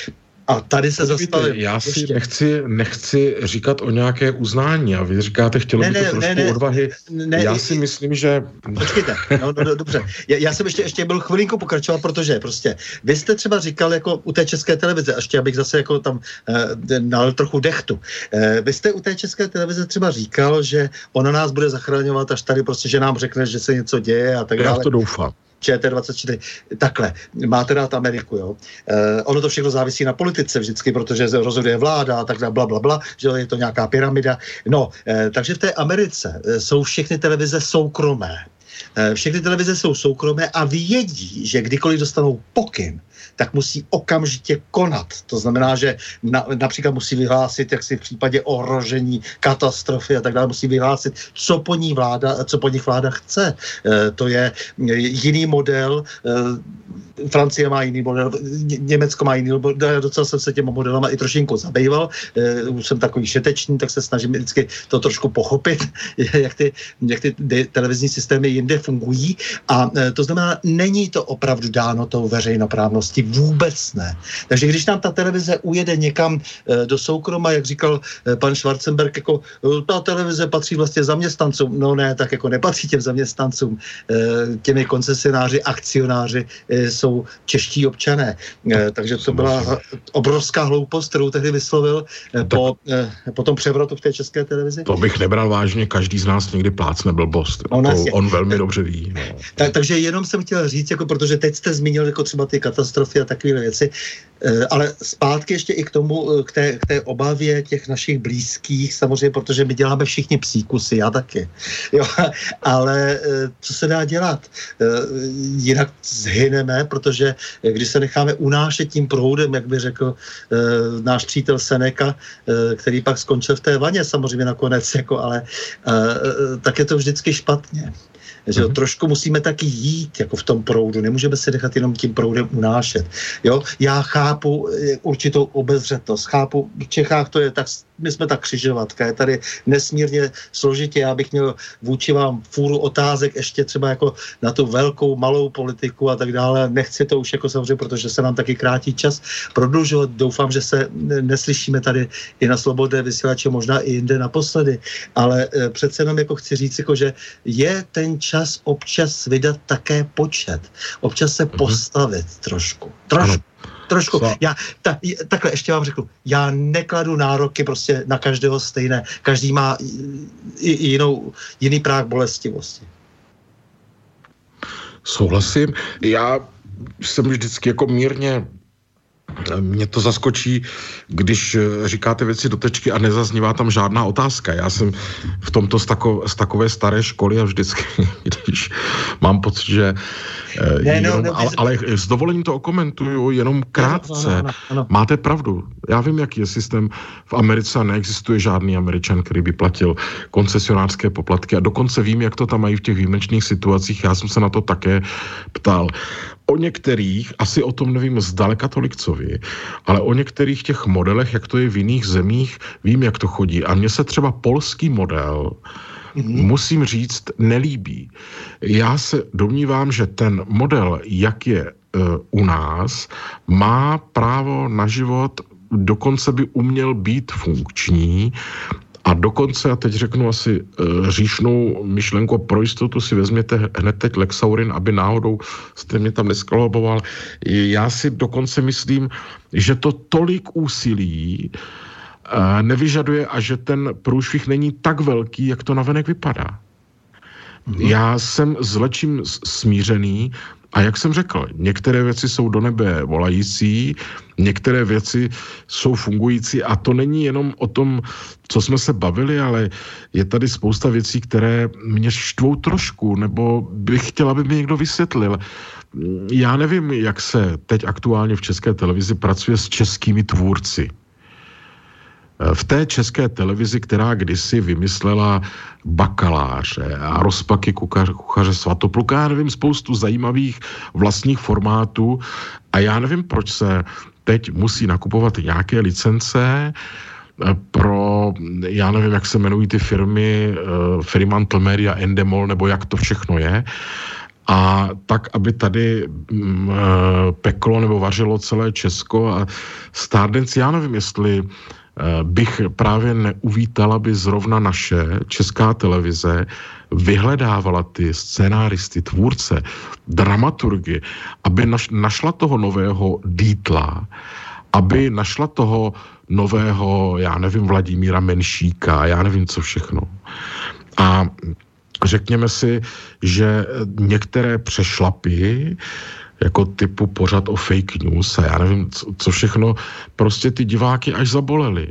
A tady se zastavím. Já si nechci říkat o nějaké uznání a vy říkáte, chtělo by to trošku odvahy. Já si myslím, že... Počkejte, no, dobře. Já jsem ještě byl chvilinku pokračovat, protože prostě vy jste třeba říkal jako u té České televize, ještě abych zase jako tam nalil trochu dechtu. Vy jste u té České televize třeba říkal, že ona nás bude zachraňovat až tady prostě, že nám řekne, že se něco děje a tak dále. Já to doufám. ČT24. Takhle, máte rád Ameriku, jo. Ono to všechno závisí na politice vždycky, protože rozhoduje vláda a tak dále, blablabla, že je to nějaká pyramida. No, takže v té Americe jsou všechny televize soukromé. Všechny televize jsou soukromé a vědí, že kdykoliv dostanou pokyn, tak musí okamžitě konat. To znamená, že například musí vyhlásit, jak si v případě ohrožení, katastrofy a tak dále, musí vyhlásit, co po nich vláda chce. To je jiný model, Francie má jiný model, Německo má jiný model, já docela jsem se těma modelama i trošinku zabýval, už jsem takový šetečný, tak se snažím vždycky to trošku pochopit, jak ty televizní systémy jinde fungují a to znamená, není to opravdu dáno tou veřejnoprávností, vůbec ne. Takže když nám ta televize ujede někam do soukroma, jak říkal pan Schwarzenberg, jako ta televize patří vlastně zaměstnancům, no ne, tak jako nepatří těm zaměstnancům, těmi koncesionáři, akcionáři jsou čeští občané. Takže to byla obrovská hloupost, kterou tehdy vyslovil po tom převrotu v té České televizi. To bych nebral vážně, každý z nás někdy plácne blbost. On velmi dobře ví. No. Takže jenom jsem chtěl říct, jako, protože teď jste zmínil jako třeba ty katastrofy a takové věci, ale zpátky ještě i k tomu, k té obavě těch našich blízkých, samozřejmě, protože my děláme všichni psíkusy, já taky. Jo, ale co se dá dělat? Jinak zhyneme, protože když se necháme unášet tím proudem, jak by řekl náš přítel Seneca, který pak skončil v té vaně samozřejmě nakonec, jako, ale tak je to vždycky špatně. Že jo, trošku musíme taky jít jako v tom proudu, nemůžeme se nechat jenom tím proudem unášet. Jo? Já chápu určitou obezřetnost, chápu, v Čechách to je tak, my jsme tak křižovatka, je tady nesmírně složitě, já bych měl vůči vám fůru otázek ještě třeba jako na tu velkou, malou politiku a tak dále, nechci to už jako samozřejmě, protože se nám taky krátí čas prodlužovat, doufám, že se neslyšíme tady i na Slobodné vysílače, možná i jinde naposledy, ale přece jenom jako chci říct, jako, že je ten čas občas vydat také počet. Občas se postavit trošku. Takhle ještě vám řeknu, já nekladu nároky prostě na každého stejné. Každý má jiný práh bolestivosti. Souhlasím. Já jsem vždycky jako mírně mě to zaskočí, když říkáte věci do tečky a nezaznívá tam žádná otázka. Já jsem v tomto z takové staré školy a vždycky, když mám pocit, že ale s dovolením to okomentuju jenom krátce. Ano. Máte pravdu. Já vím, jaký je systém v Americe a neexistuje žádný Američan, který by platil koncesionářské poplatky a dokonce vím, jak to tam mají v těch výjimečných situacích. Já jsem se na to také ptal. O některých, asi o tom nevím zdaleka tolik, co vy, ale o některých těch modelech, jak to je v jiných zemích, vím, jak to chodí. A mně se třeba polský model, musím říct, nelíbí. Já se domnívám, že ten model, jak je u nás, má právo na život, dokonce by uměl být funkční. A dokonce, a teď řeknu asi říšnou myšlenku, pro jistotu si vezměte hned teď Lexaurin, aby náhodou jste mě tam neskaloboval. Já si dokonce myslím, že to tolik úsilí nevyžaduje a že ten průšvih není tak velký, jak to navenek vypadá. Já jsem s lečím smířený a jak jsem řekl, některé věci jsou do nebe volající, některé věci jsou fungující a to není jenom o tom, co jsme se bavili, ale je tady spousta věcí, které mě štvou trošku, nebo bych chtěla, aby mi někdo vysvětlil. Já nevím, jak se teď aktuálně v České televizi pracuje s českými tvůrci. V té České televizi, která kdysi vymyslela Bakaláře a Rozpaky kuchaře Svatopluka, já nevím, spoustu zajímavých vlastních formátů a já nevím, proč se teď musí nakupovat nějaké licence pro, já nevím, jak se jmenují ty firmy, Fremantle Media, Endemol, nebo jak to všechno je. a tak, aby tady peklo nebo vařilo celé Česko a stárnec, já nevím, jestli bych právě neuvítal, aby zrovna naše Česká televize vyhledávala ty scénáristy, tvůrce, dramaturgy, aby našla toho nového Dietla, aby našla toho nového, já nevím, Vladimíra Menšíka, já nevím, co všechno. A řekněme si, že některé přešlapy, jako typu pořad o fake news a já nevím, co všechno, prostě ty diváky až zabolely.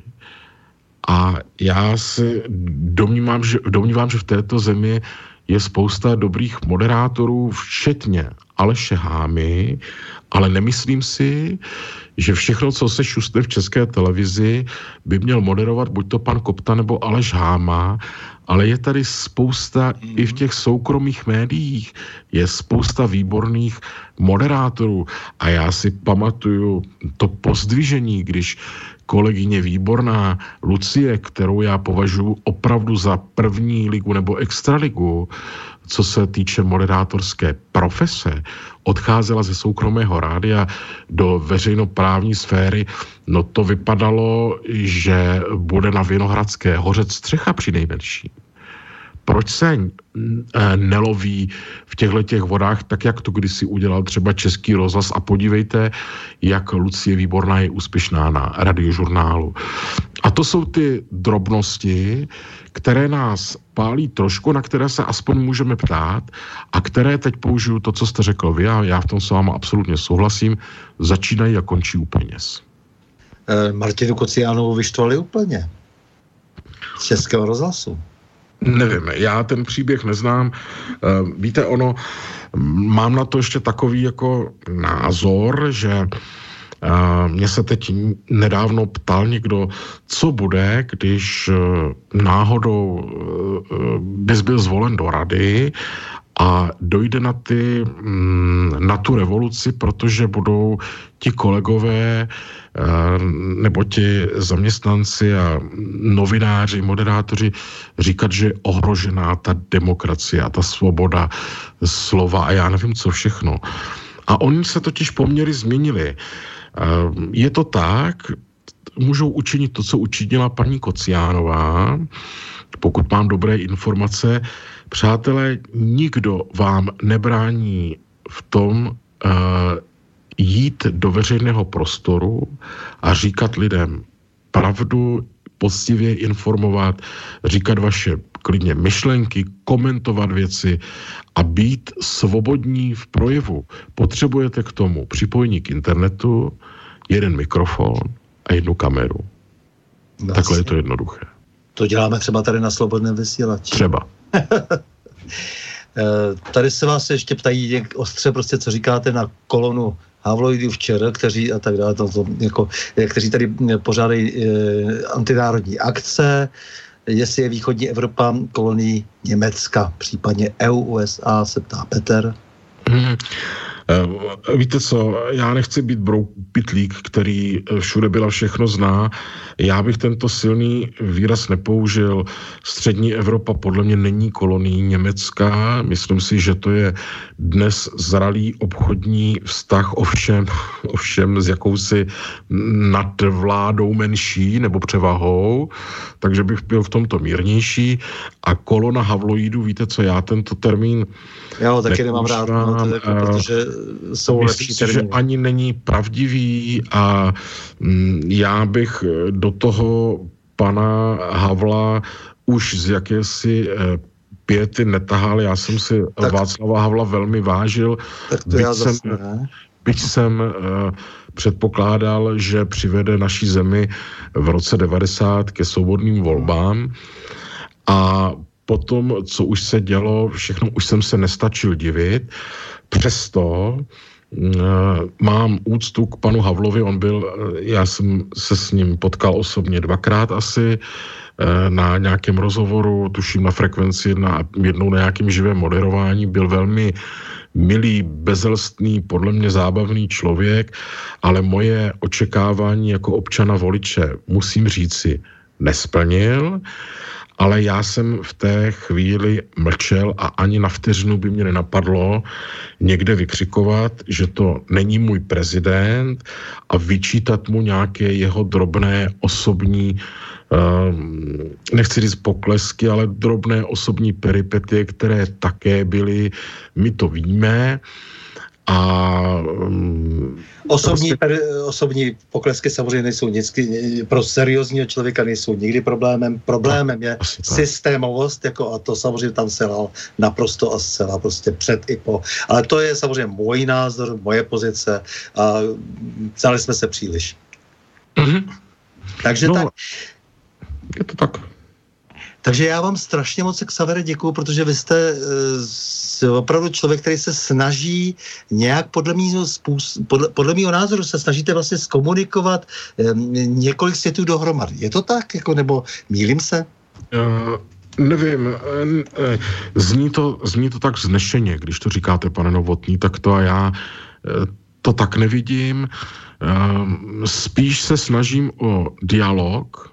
A já si domnívám, že v této zemi je spousta dobrých moderátorů, včetně Aleše Hámy, ale nemyslím si, že všechno, co se šustne v České televizi, by měl moderovat buď to pan Kopta nebo Aleš Háma, ale je tady spousta i v těch soukromých médiích, je spousta výborných moderátorů a já si pamatuju to pozdvižení, když kolegyně výborná Lucie, kterou já považuji opravdu za první ligu nebo extraligu, co se týče moderátorské profese, odcházela ze soukromého rádia do veřejnoprávní sféry, no to vypadalo, že bude na Vinohradské hoře střecha při nejmenší. Proč se neloví v těchto vodách, tak jak to kdysi udělal třeba Český rozhlas a podívejte, jak Lucie Výborná je úspěšná na Radiožurnálu. A to jsou ty drobnosti, které nás pálí trošku, na které se aspoň můžeme ptát a které teď použiju to, co jste řekl vy a já v tom s váma absolutně souhlasím, začínají a končí u peněz. Martinu Kociánovou vyštvali úplně z Českého rozhlasu. Nevím, já ten příběh neznám. Víte, mám na to ještě takový jako názor, že mě se teď nedávno ptal někdo, co bude, když náhodou bys byl zvolen do rady a dojde na tu revoluci, protože budou ti kolegové nebo ti zaměstnanci a novináři, moderátoři říkat, že je ohrožená ta demokracie a ta svoboda slova a já nevím, co všechno. A oni se totiž poměry změnili. Je to tak, můžou učinit to, co učinila paní Kociánová, pokud mám dobré informace. Přátelé, nikdo vám nebrání v tom jít do veřejného prostoru a říkat lidem pravdu, poctivě informovat, říkat vaše klidně myšlenky, komentovat věci a být svobodní v projevu. Potřebujete k tomu připojení k internetu, jeden mikrofon a jednu kameru. Vlastně. Takhle je to jednoduché. To děláme třeba tady na Slobodném vysílači. Třeba. Tady se vás ještě ptají ostře, prostě, co říkáte na kolonu Havloidů včera, kteří a tak dále, kteří tady pořádají antinárodní akce, jestli je východní Evropa kolonií Německa, případně EU, USA, se ptá Petr. Víte co, já nechci být broupitlík, který všude byla všechno zná. Já bych tento silný výraz nepoužil. Střední Evropa podle mě není kolonií Německa. Myslím si, že to je dnes zralý obchodní vztah, ovšem s jakousi nadvládou menší nebo převahou, takže bych byl v tomto mírnější. A kolona Havloidů, víte co, já tento termín já ho taky nemám rád, protože jsou lepší termíny. Že ani není pravdivý a já bych do toho pana Havla už z jakési piety netahal. Já jsem si tak Václava Havla velmi vážil. Tak to byť jsem předpokládal, že přivede naší zemi v roce 90 ke svobodným volbám a potom, co už se dělo, všechno už jsem se nestačil divit. Přesto mám úctu k panu Havlovi, já jsem se s ním potkal osobně 2krát asi na nějakém rozhovoru, tuším na Frekvenci, jednou na nějakém živém moderování, byl velmi milý, bezelstný, podle mě zábavný člověk, ale moje očekávání jako občana voliče, musím říci, nesplnil. ale já jsem v té chvíli mlčel a ani na vteřinu by mě nenapadlo někde vykřikovat, že to není můj prezident a vyčítat mu nějaké jeho drobné osobní, nechci říct poklesky, ale drobné osobní peripetie, které také byly, my to víme. A osobní poklesky samozřejmě nejsou pro seriózního člověka nejsou nikdy problémem. Problémem je systémovost, a to samozřejmě tam selhal naprosto a zcela prostě před i po. Ale to je samozřejmě můj názor, moje pozice a vzali jsme se příliš. Mm-hmm. Takže tak. Je to tak. Takže já vám strašně moc, Xavere, děkuju, protože vy jste opravdu člověk, který se snaží nějak podle mýho názoru se snažíte vlastně zkomunikovat několik světů dohromady. Je to tak? Nebo mýlím se? Nevím. Zní to tak vznešeně, když to říkáte, pane Novotný, tak to a já to tak nevidím. Spíš se snažím o dialog,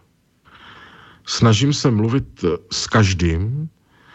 snažím se mluvit s každým,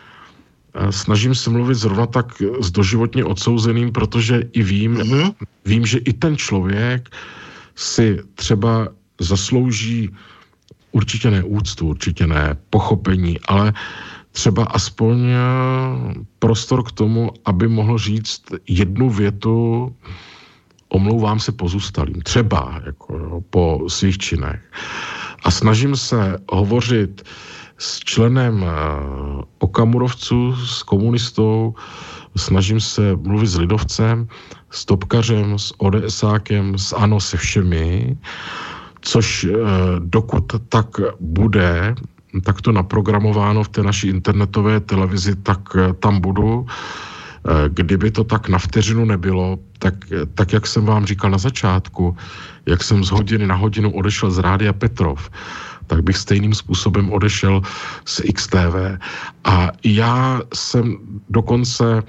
snažím se mluvit zrovna tak s doživotně odsouzeným, protože i vím, že i ten člověk si třeba zaslouží určitě ne úctu, určitě ne pochopení, ale třeba aspoň prostor k tomu, aby mohl říct jednu větu, omlouvám se pozůstalým, třeba po svých činech. A snažím se hovořit s členem okamurovců, s komunistou, snažím se mluvit s lidovcem, s topkařem, s ODSákem, s ANO, se všemi, což dokud tak bude, tak to naprogramováno v té naší internetové televizi, tak tam budu. Kdyby to tak na vteřinu nebylo, tak jak jsem vám říkal na začátku, jak jsem z hodiny na hodinu odešel z Rádia Petrov, tak bych stejným způsobem odešel z XTV. A já jsem dokonce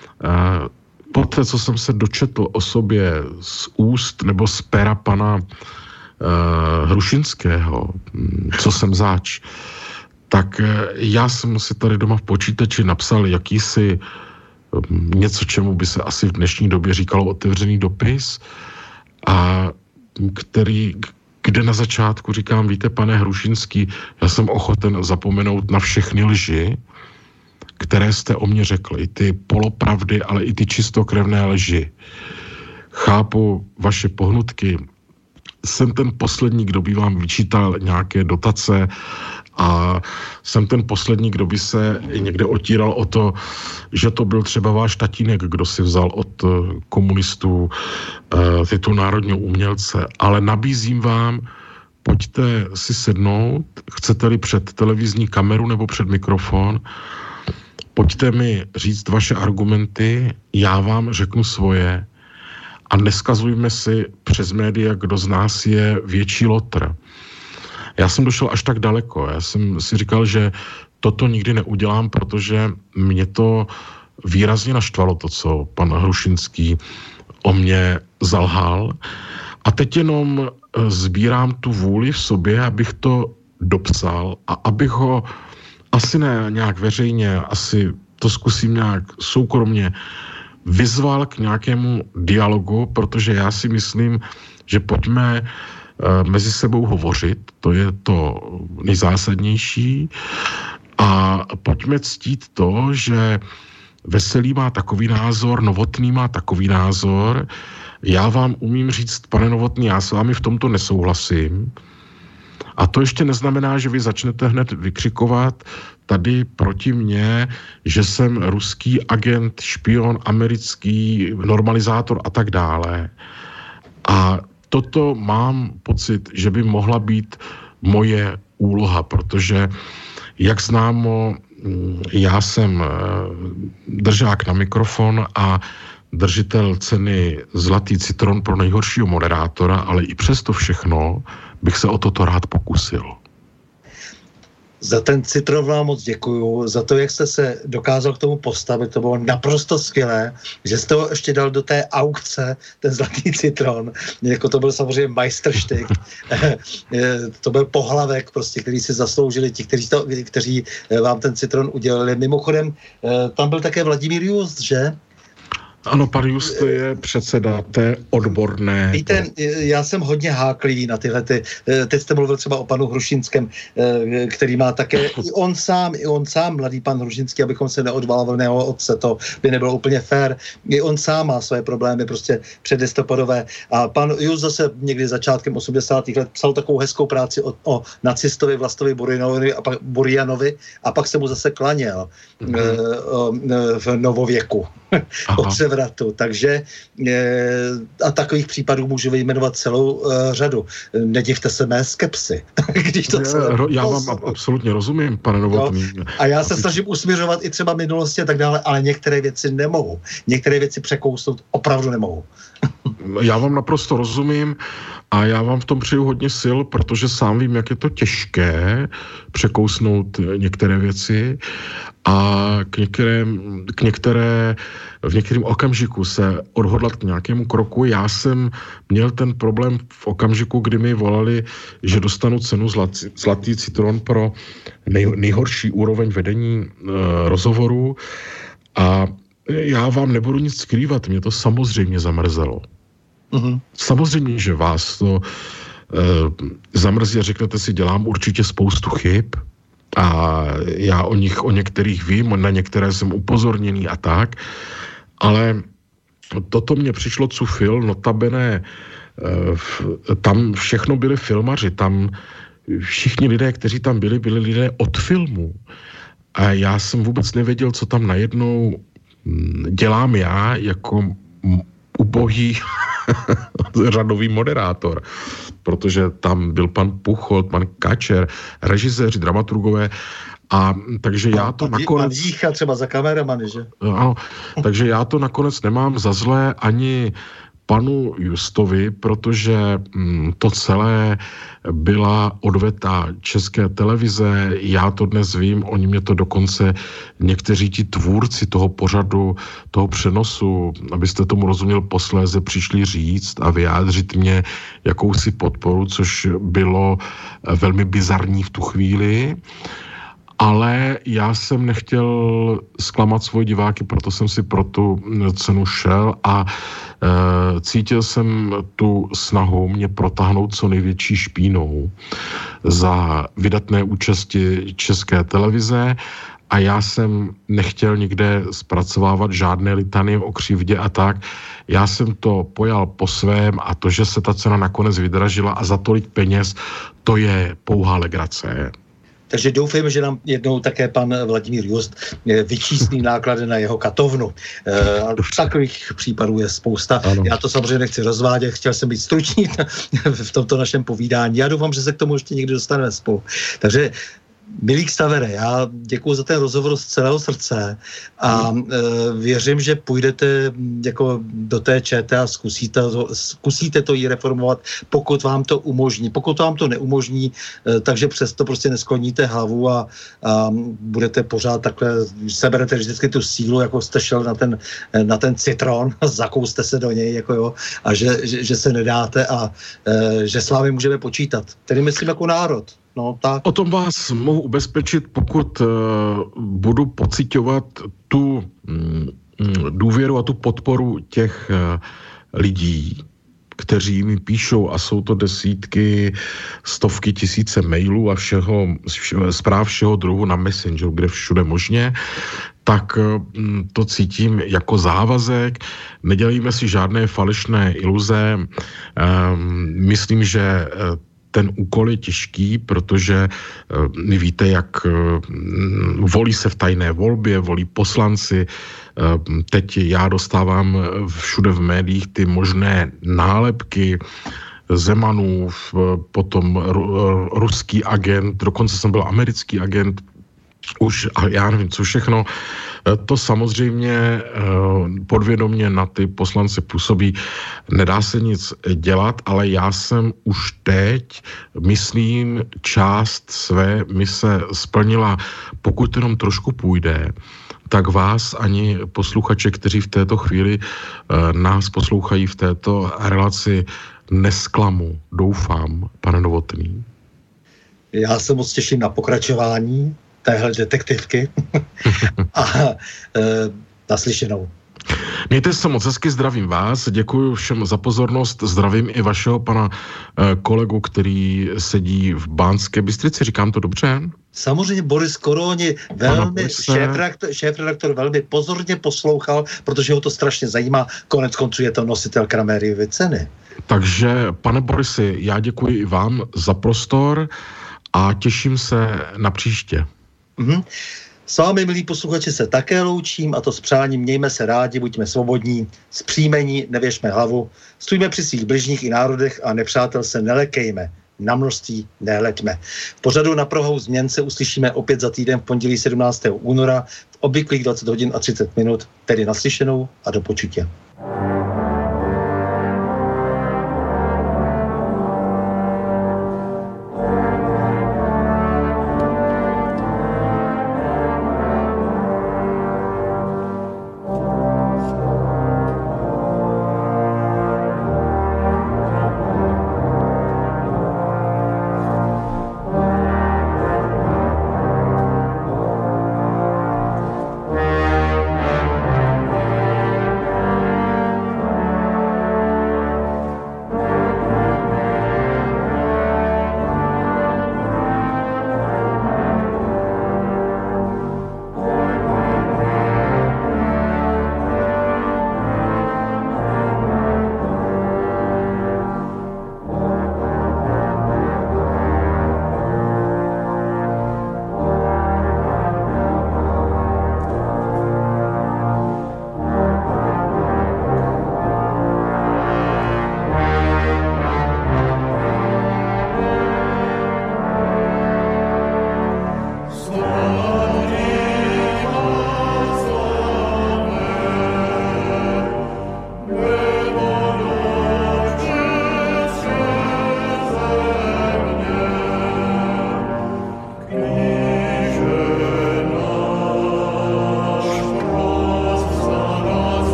po té, co jsem se dočetl o sobě z úst nebo z pera pana Hrušinského, co jsem zač, tak já jsem si tady doma v počítači napsal jakýsi něco, čemu by se asi v dnešní době říkalo otevřený dopis, a kde na začátku říkám, víte, pane Hrušinský, já jsem ochoten zapomenout na všechny lži, které jste o mě řekli, ty polopravdy, ale i ty čistokrevné lži. Chápu vaše pohnutky, jsem ten poslední, kdo by vám vyčítal nějaké dotace a jsem ten poslední, kdo by se někde otíral o to, že to byl třeba váš tatínek, kdo si vzal od komunistů titul národního umělce. Ale nabízím vám, pojďte si sednout, chcete-li před televizní kameru nebo před mikrofon, pojďte mi říct vaše argumenty, já vám řeknu svoje a neskazujme si přes média, kdo z nás je větší lotr. Já jsem došel až tak daleko. Já jsem si říkal, že toto nikdy neudělám, protože mě to výrazně naštvalo, to, co pan Hrušinský o mě zalhal. A teď jenom sbírám tu vůli v sobě, abych to dopsal a abych ho asi ne nějak veřejně, asi to zkusím nějak soukromně vyzval k nějakému dialogu, protože já si myslím, že pojďme mezi sebou hovořit, to je to nejzásadnější, a pojďme ctít to, že Veselý má takový názor, Novotný má takový názor. Já vám umím říct, pane Novotný, já s vámi v tomto nesouhlasím. A to ještě neznamená, že vy začnete hned vykřikovat tady proti mně, že jsem ruský agent, špion, americký normalizátor a tak dále. A toto mám pocit, že by mohla být moje úloha, protože, jak známo, já jsem držák na mikrofon a držitel ceny Zlatý citron pro nejhoršího moderátora, ale i přesto všechno bych se o toto rád pokusil. Za ten citron vám moc děkuju, za to, jak jste se dokázal k tomu postavit, to bylo naprosto skvělé, že jste ho ještě dal do té aukce, ten zlatý citron, jako to byl samozřejmě majstrštyk, to byl pohlavek, prostě, který si zasloužili ti, kteří vám ten citron udělali. Mimochodem, tam byl také Vladimír Just, že? Ano, pan Just je předseda té odborné... Víte, já jsem hodně háklivý na tyhle teď jste mluvil třeba o panu Hrušinském, který má také, i on sám, mladý pan Hrušinský, abychom se neodvalovali na jeho otce, to by nebylo úplně fér, i on sám má své problémy, prostě předlistopadové. A pan Just zase někdy začátkem 80. let psal takovou hezkou práci o nacistovi Vlastovi Burjanovi a pak se mu zase klaněl v novověku. Od převratu. Takže a takových případů můžu vyjmenovat celou řadu. Nedivte se mé skepsy. Když to já vám absolutně rozumím, pane Novotný. A já se snažím usměřovat i třeba minulosti a tak dále, ale některé věci nemohu. Některé věci překousnout opravdu nemohu. Já vám naprosto rozumím a já vám v tom přeju hodně sil, protože sám vím, jak je to těžké překousnout některé věci a v některém okamžiku se odhodlat k nějakému kroku. Já jsem měl ten problém v okamžiku, kdy mi volali, že dostanu cenu Zlatý citron pro nejhorší úroveň vedení rozhovoru a já vám nebudu nic skrývat, mě to samozřejmě zamrzelo. Mm-hmm. Samozřejmě, že vás to zamrzí a řeknete si, dělám určitě spoustu chyb a já o některých vím, na některé jsem upozorněný a tak, ale toto mě přišlo cufil, notabene tam všechno byli filmaři, tam všichni lidé, kteří tam byli lidé od filmu a já jsem vůbec nevěděl, co tam najednou dělám já jako ubohý řadový moderátor, protože tam byl pan Pucholt, pan Kačer, režiséři, dramaturgové a takže já to nakonec... Pan Jícha třeba za kameramany, že? Ano, takže já to nakonec nemám za zlé ani panu Justovi, protože to celé byla odveta České televize, já to dnes vím, oni mě to dokonce, někteří ti tvůrci toho pořadu, toho přenosu, abyste tomu rozuměl, posléze přišli říct a vyjádřit mě jakousi podporu, což bylo velmi bizarní v tu chvíli. Ale já jsem nechtěl zklamat svoje diváky, proto jsem si pro tu cenu šel a cítil jsem tu snahu mě protáhnout co největší špínou za vydatné účasti České televize a já jsem nechtěl nikde zpracovávat žádné litanie o křivdě a tak. Já jsem to pojal po svém a to, že se ta cena nakonec vydražila a za tolik peněz, to je pouhá legrace. Takže doufejme, že nám jednou také pan Vladimír Just vyčíslí náklady na jeho katovnu. Takových případů je spousta. Ano. Já to samozřejmě nechci rozvádět, chtěl jsem být stručný v tomto našem povídání. Já doufám, že se k tomu ještě někdy dostaneme spolu. Takže milý Xavere, já děkuji za ten rozhovor z celého srdce a věřím, že půjdete jako do té ČT a zkusíte to jí reformovat, pokud vám to umožní. Pokud vám to neumožní, takže přesto prostě neskloníte hlavu a budete pořád takhle, seberete vždycky tu sílu, jako jste šel na ten citron, zakouste se do něj, jako jo, a že se nedáte a že s vámi můžeme počítat. Tedy myslím jako národ. No, tak. O tom vás mohu ubezpečit, pokud budu pociťovat tu důvěru a tu podporu těch lidí, kteří mi píšou a jsou to desítky, stovky, tisíce mailů a zpráv všeho druhu na Messengeru, kde všude možně, tak to cítím jako závazek. Nedělíme si žádné falešné iluze. Myslím, že ten úkol je těžký, protože víte, jak volí se v tajné volbě, volí poslanci. Teď já dostávám všude v médiích ty možné nálepky Zemanův, potom ruský agent, dokonce jsem byl americký agent, už, a já nevím, co všechno, to samozřejmě podvědomě na ty poslance působí. Nedá se nic dělat, ale já jsem už teď, myslím, část své mise splnila. Pokud jenom trošku půjde, tak vás ani posluchače, kteří v této chvíli nás poslouchají v této relaci, nesklamu, doufám, pane Novotný. Já se moc těším na pokračování téhle detektivky a naslyšenou. Mějte se moc hezky, zdravím vás, děkuji všem za pozornost, zdravím i vašeho pana kolegu, který sedí v Banské Bystrici, říkám to dobře? Samozřejmě Boris Koroni, velmi šéfredaktor velmi pozorně poslouchal, protože ho to strašně zajímá, konec konců je to nositel Kraméryovy ceny. Takže, pane Borisi, já děkuji i vám za prostor a těším se na příště. Mm-hmm. S vámi, milí posluchači, se také loučím, a to s přáním: mějme se rádi, buďme svobodní, zpříjmení, nevěšme hlavu, stůjme při svých bližních i národech a nepřátel se nelekejme, na množství nehleďme. V pořadu Na prohou změn se uslyšíme opět za týden v pondělí 17. února v obvyklých 20 hodin a 30 minut, tedy naslyšenou a do počutě.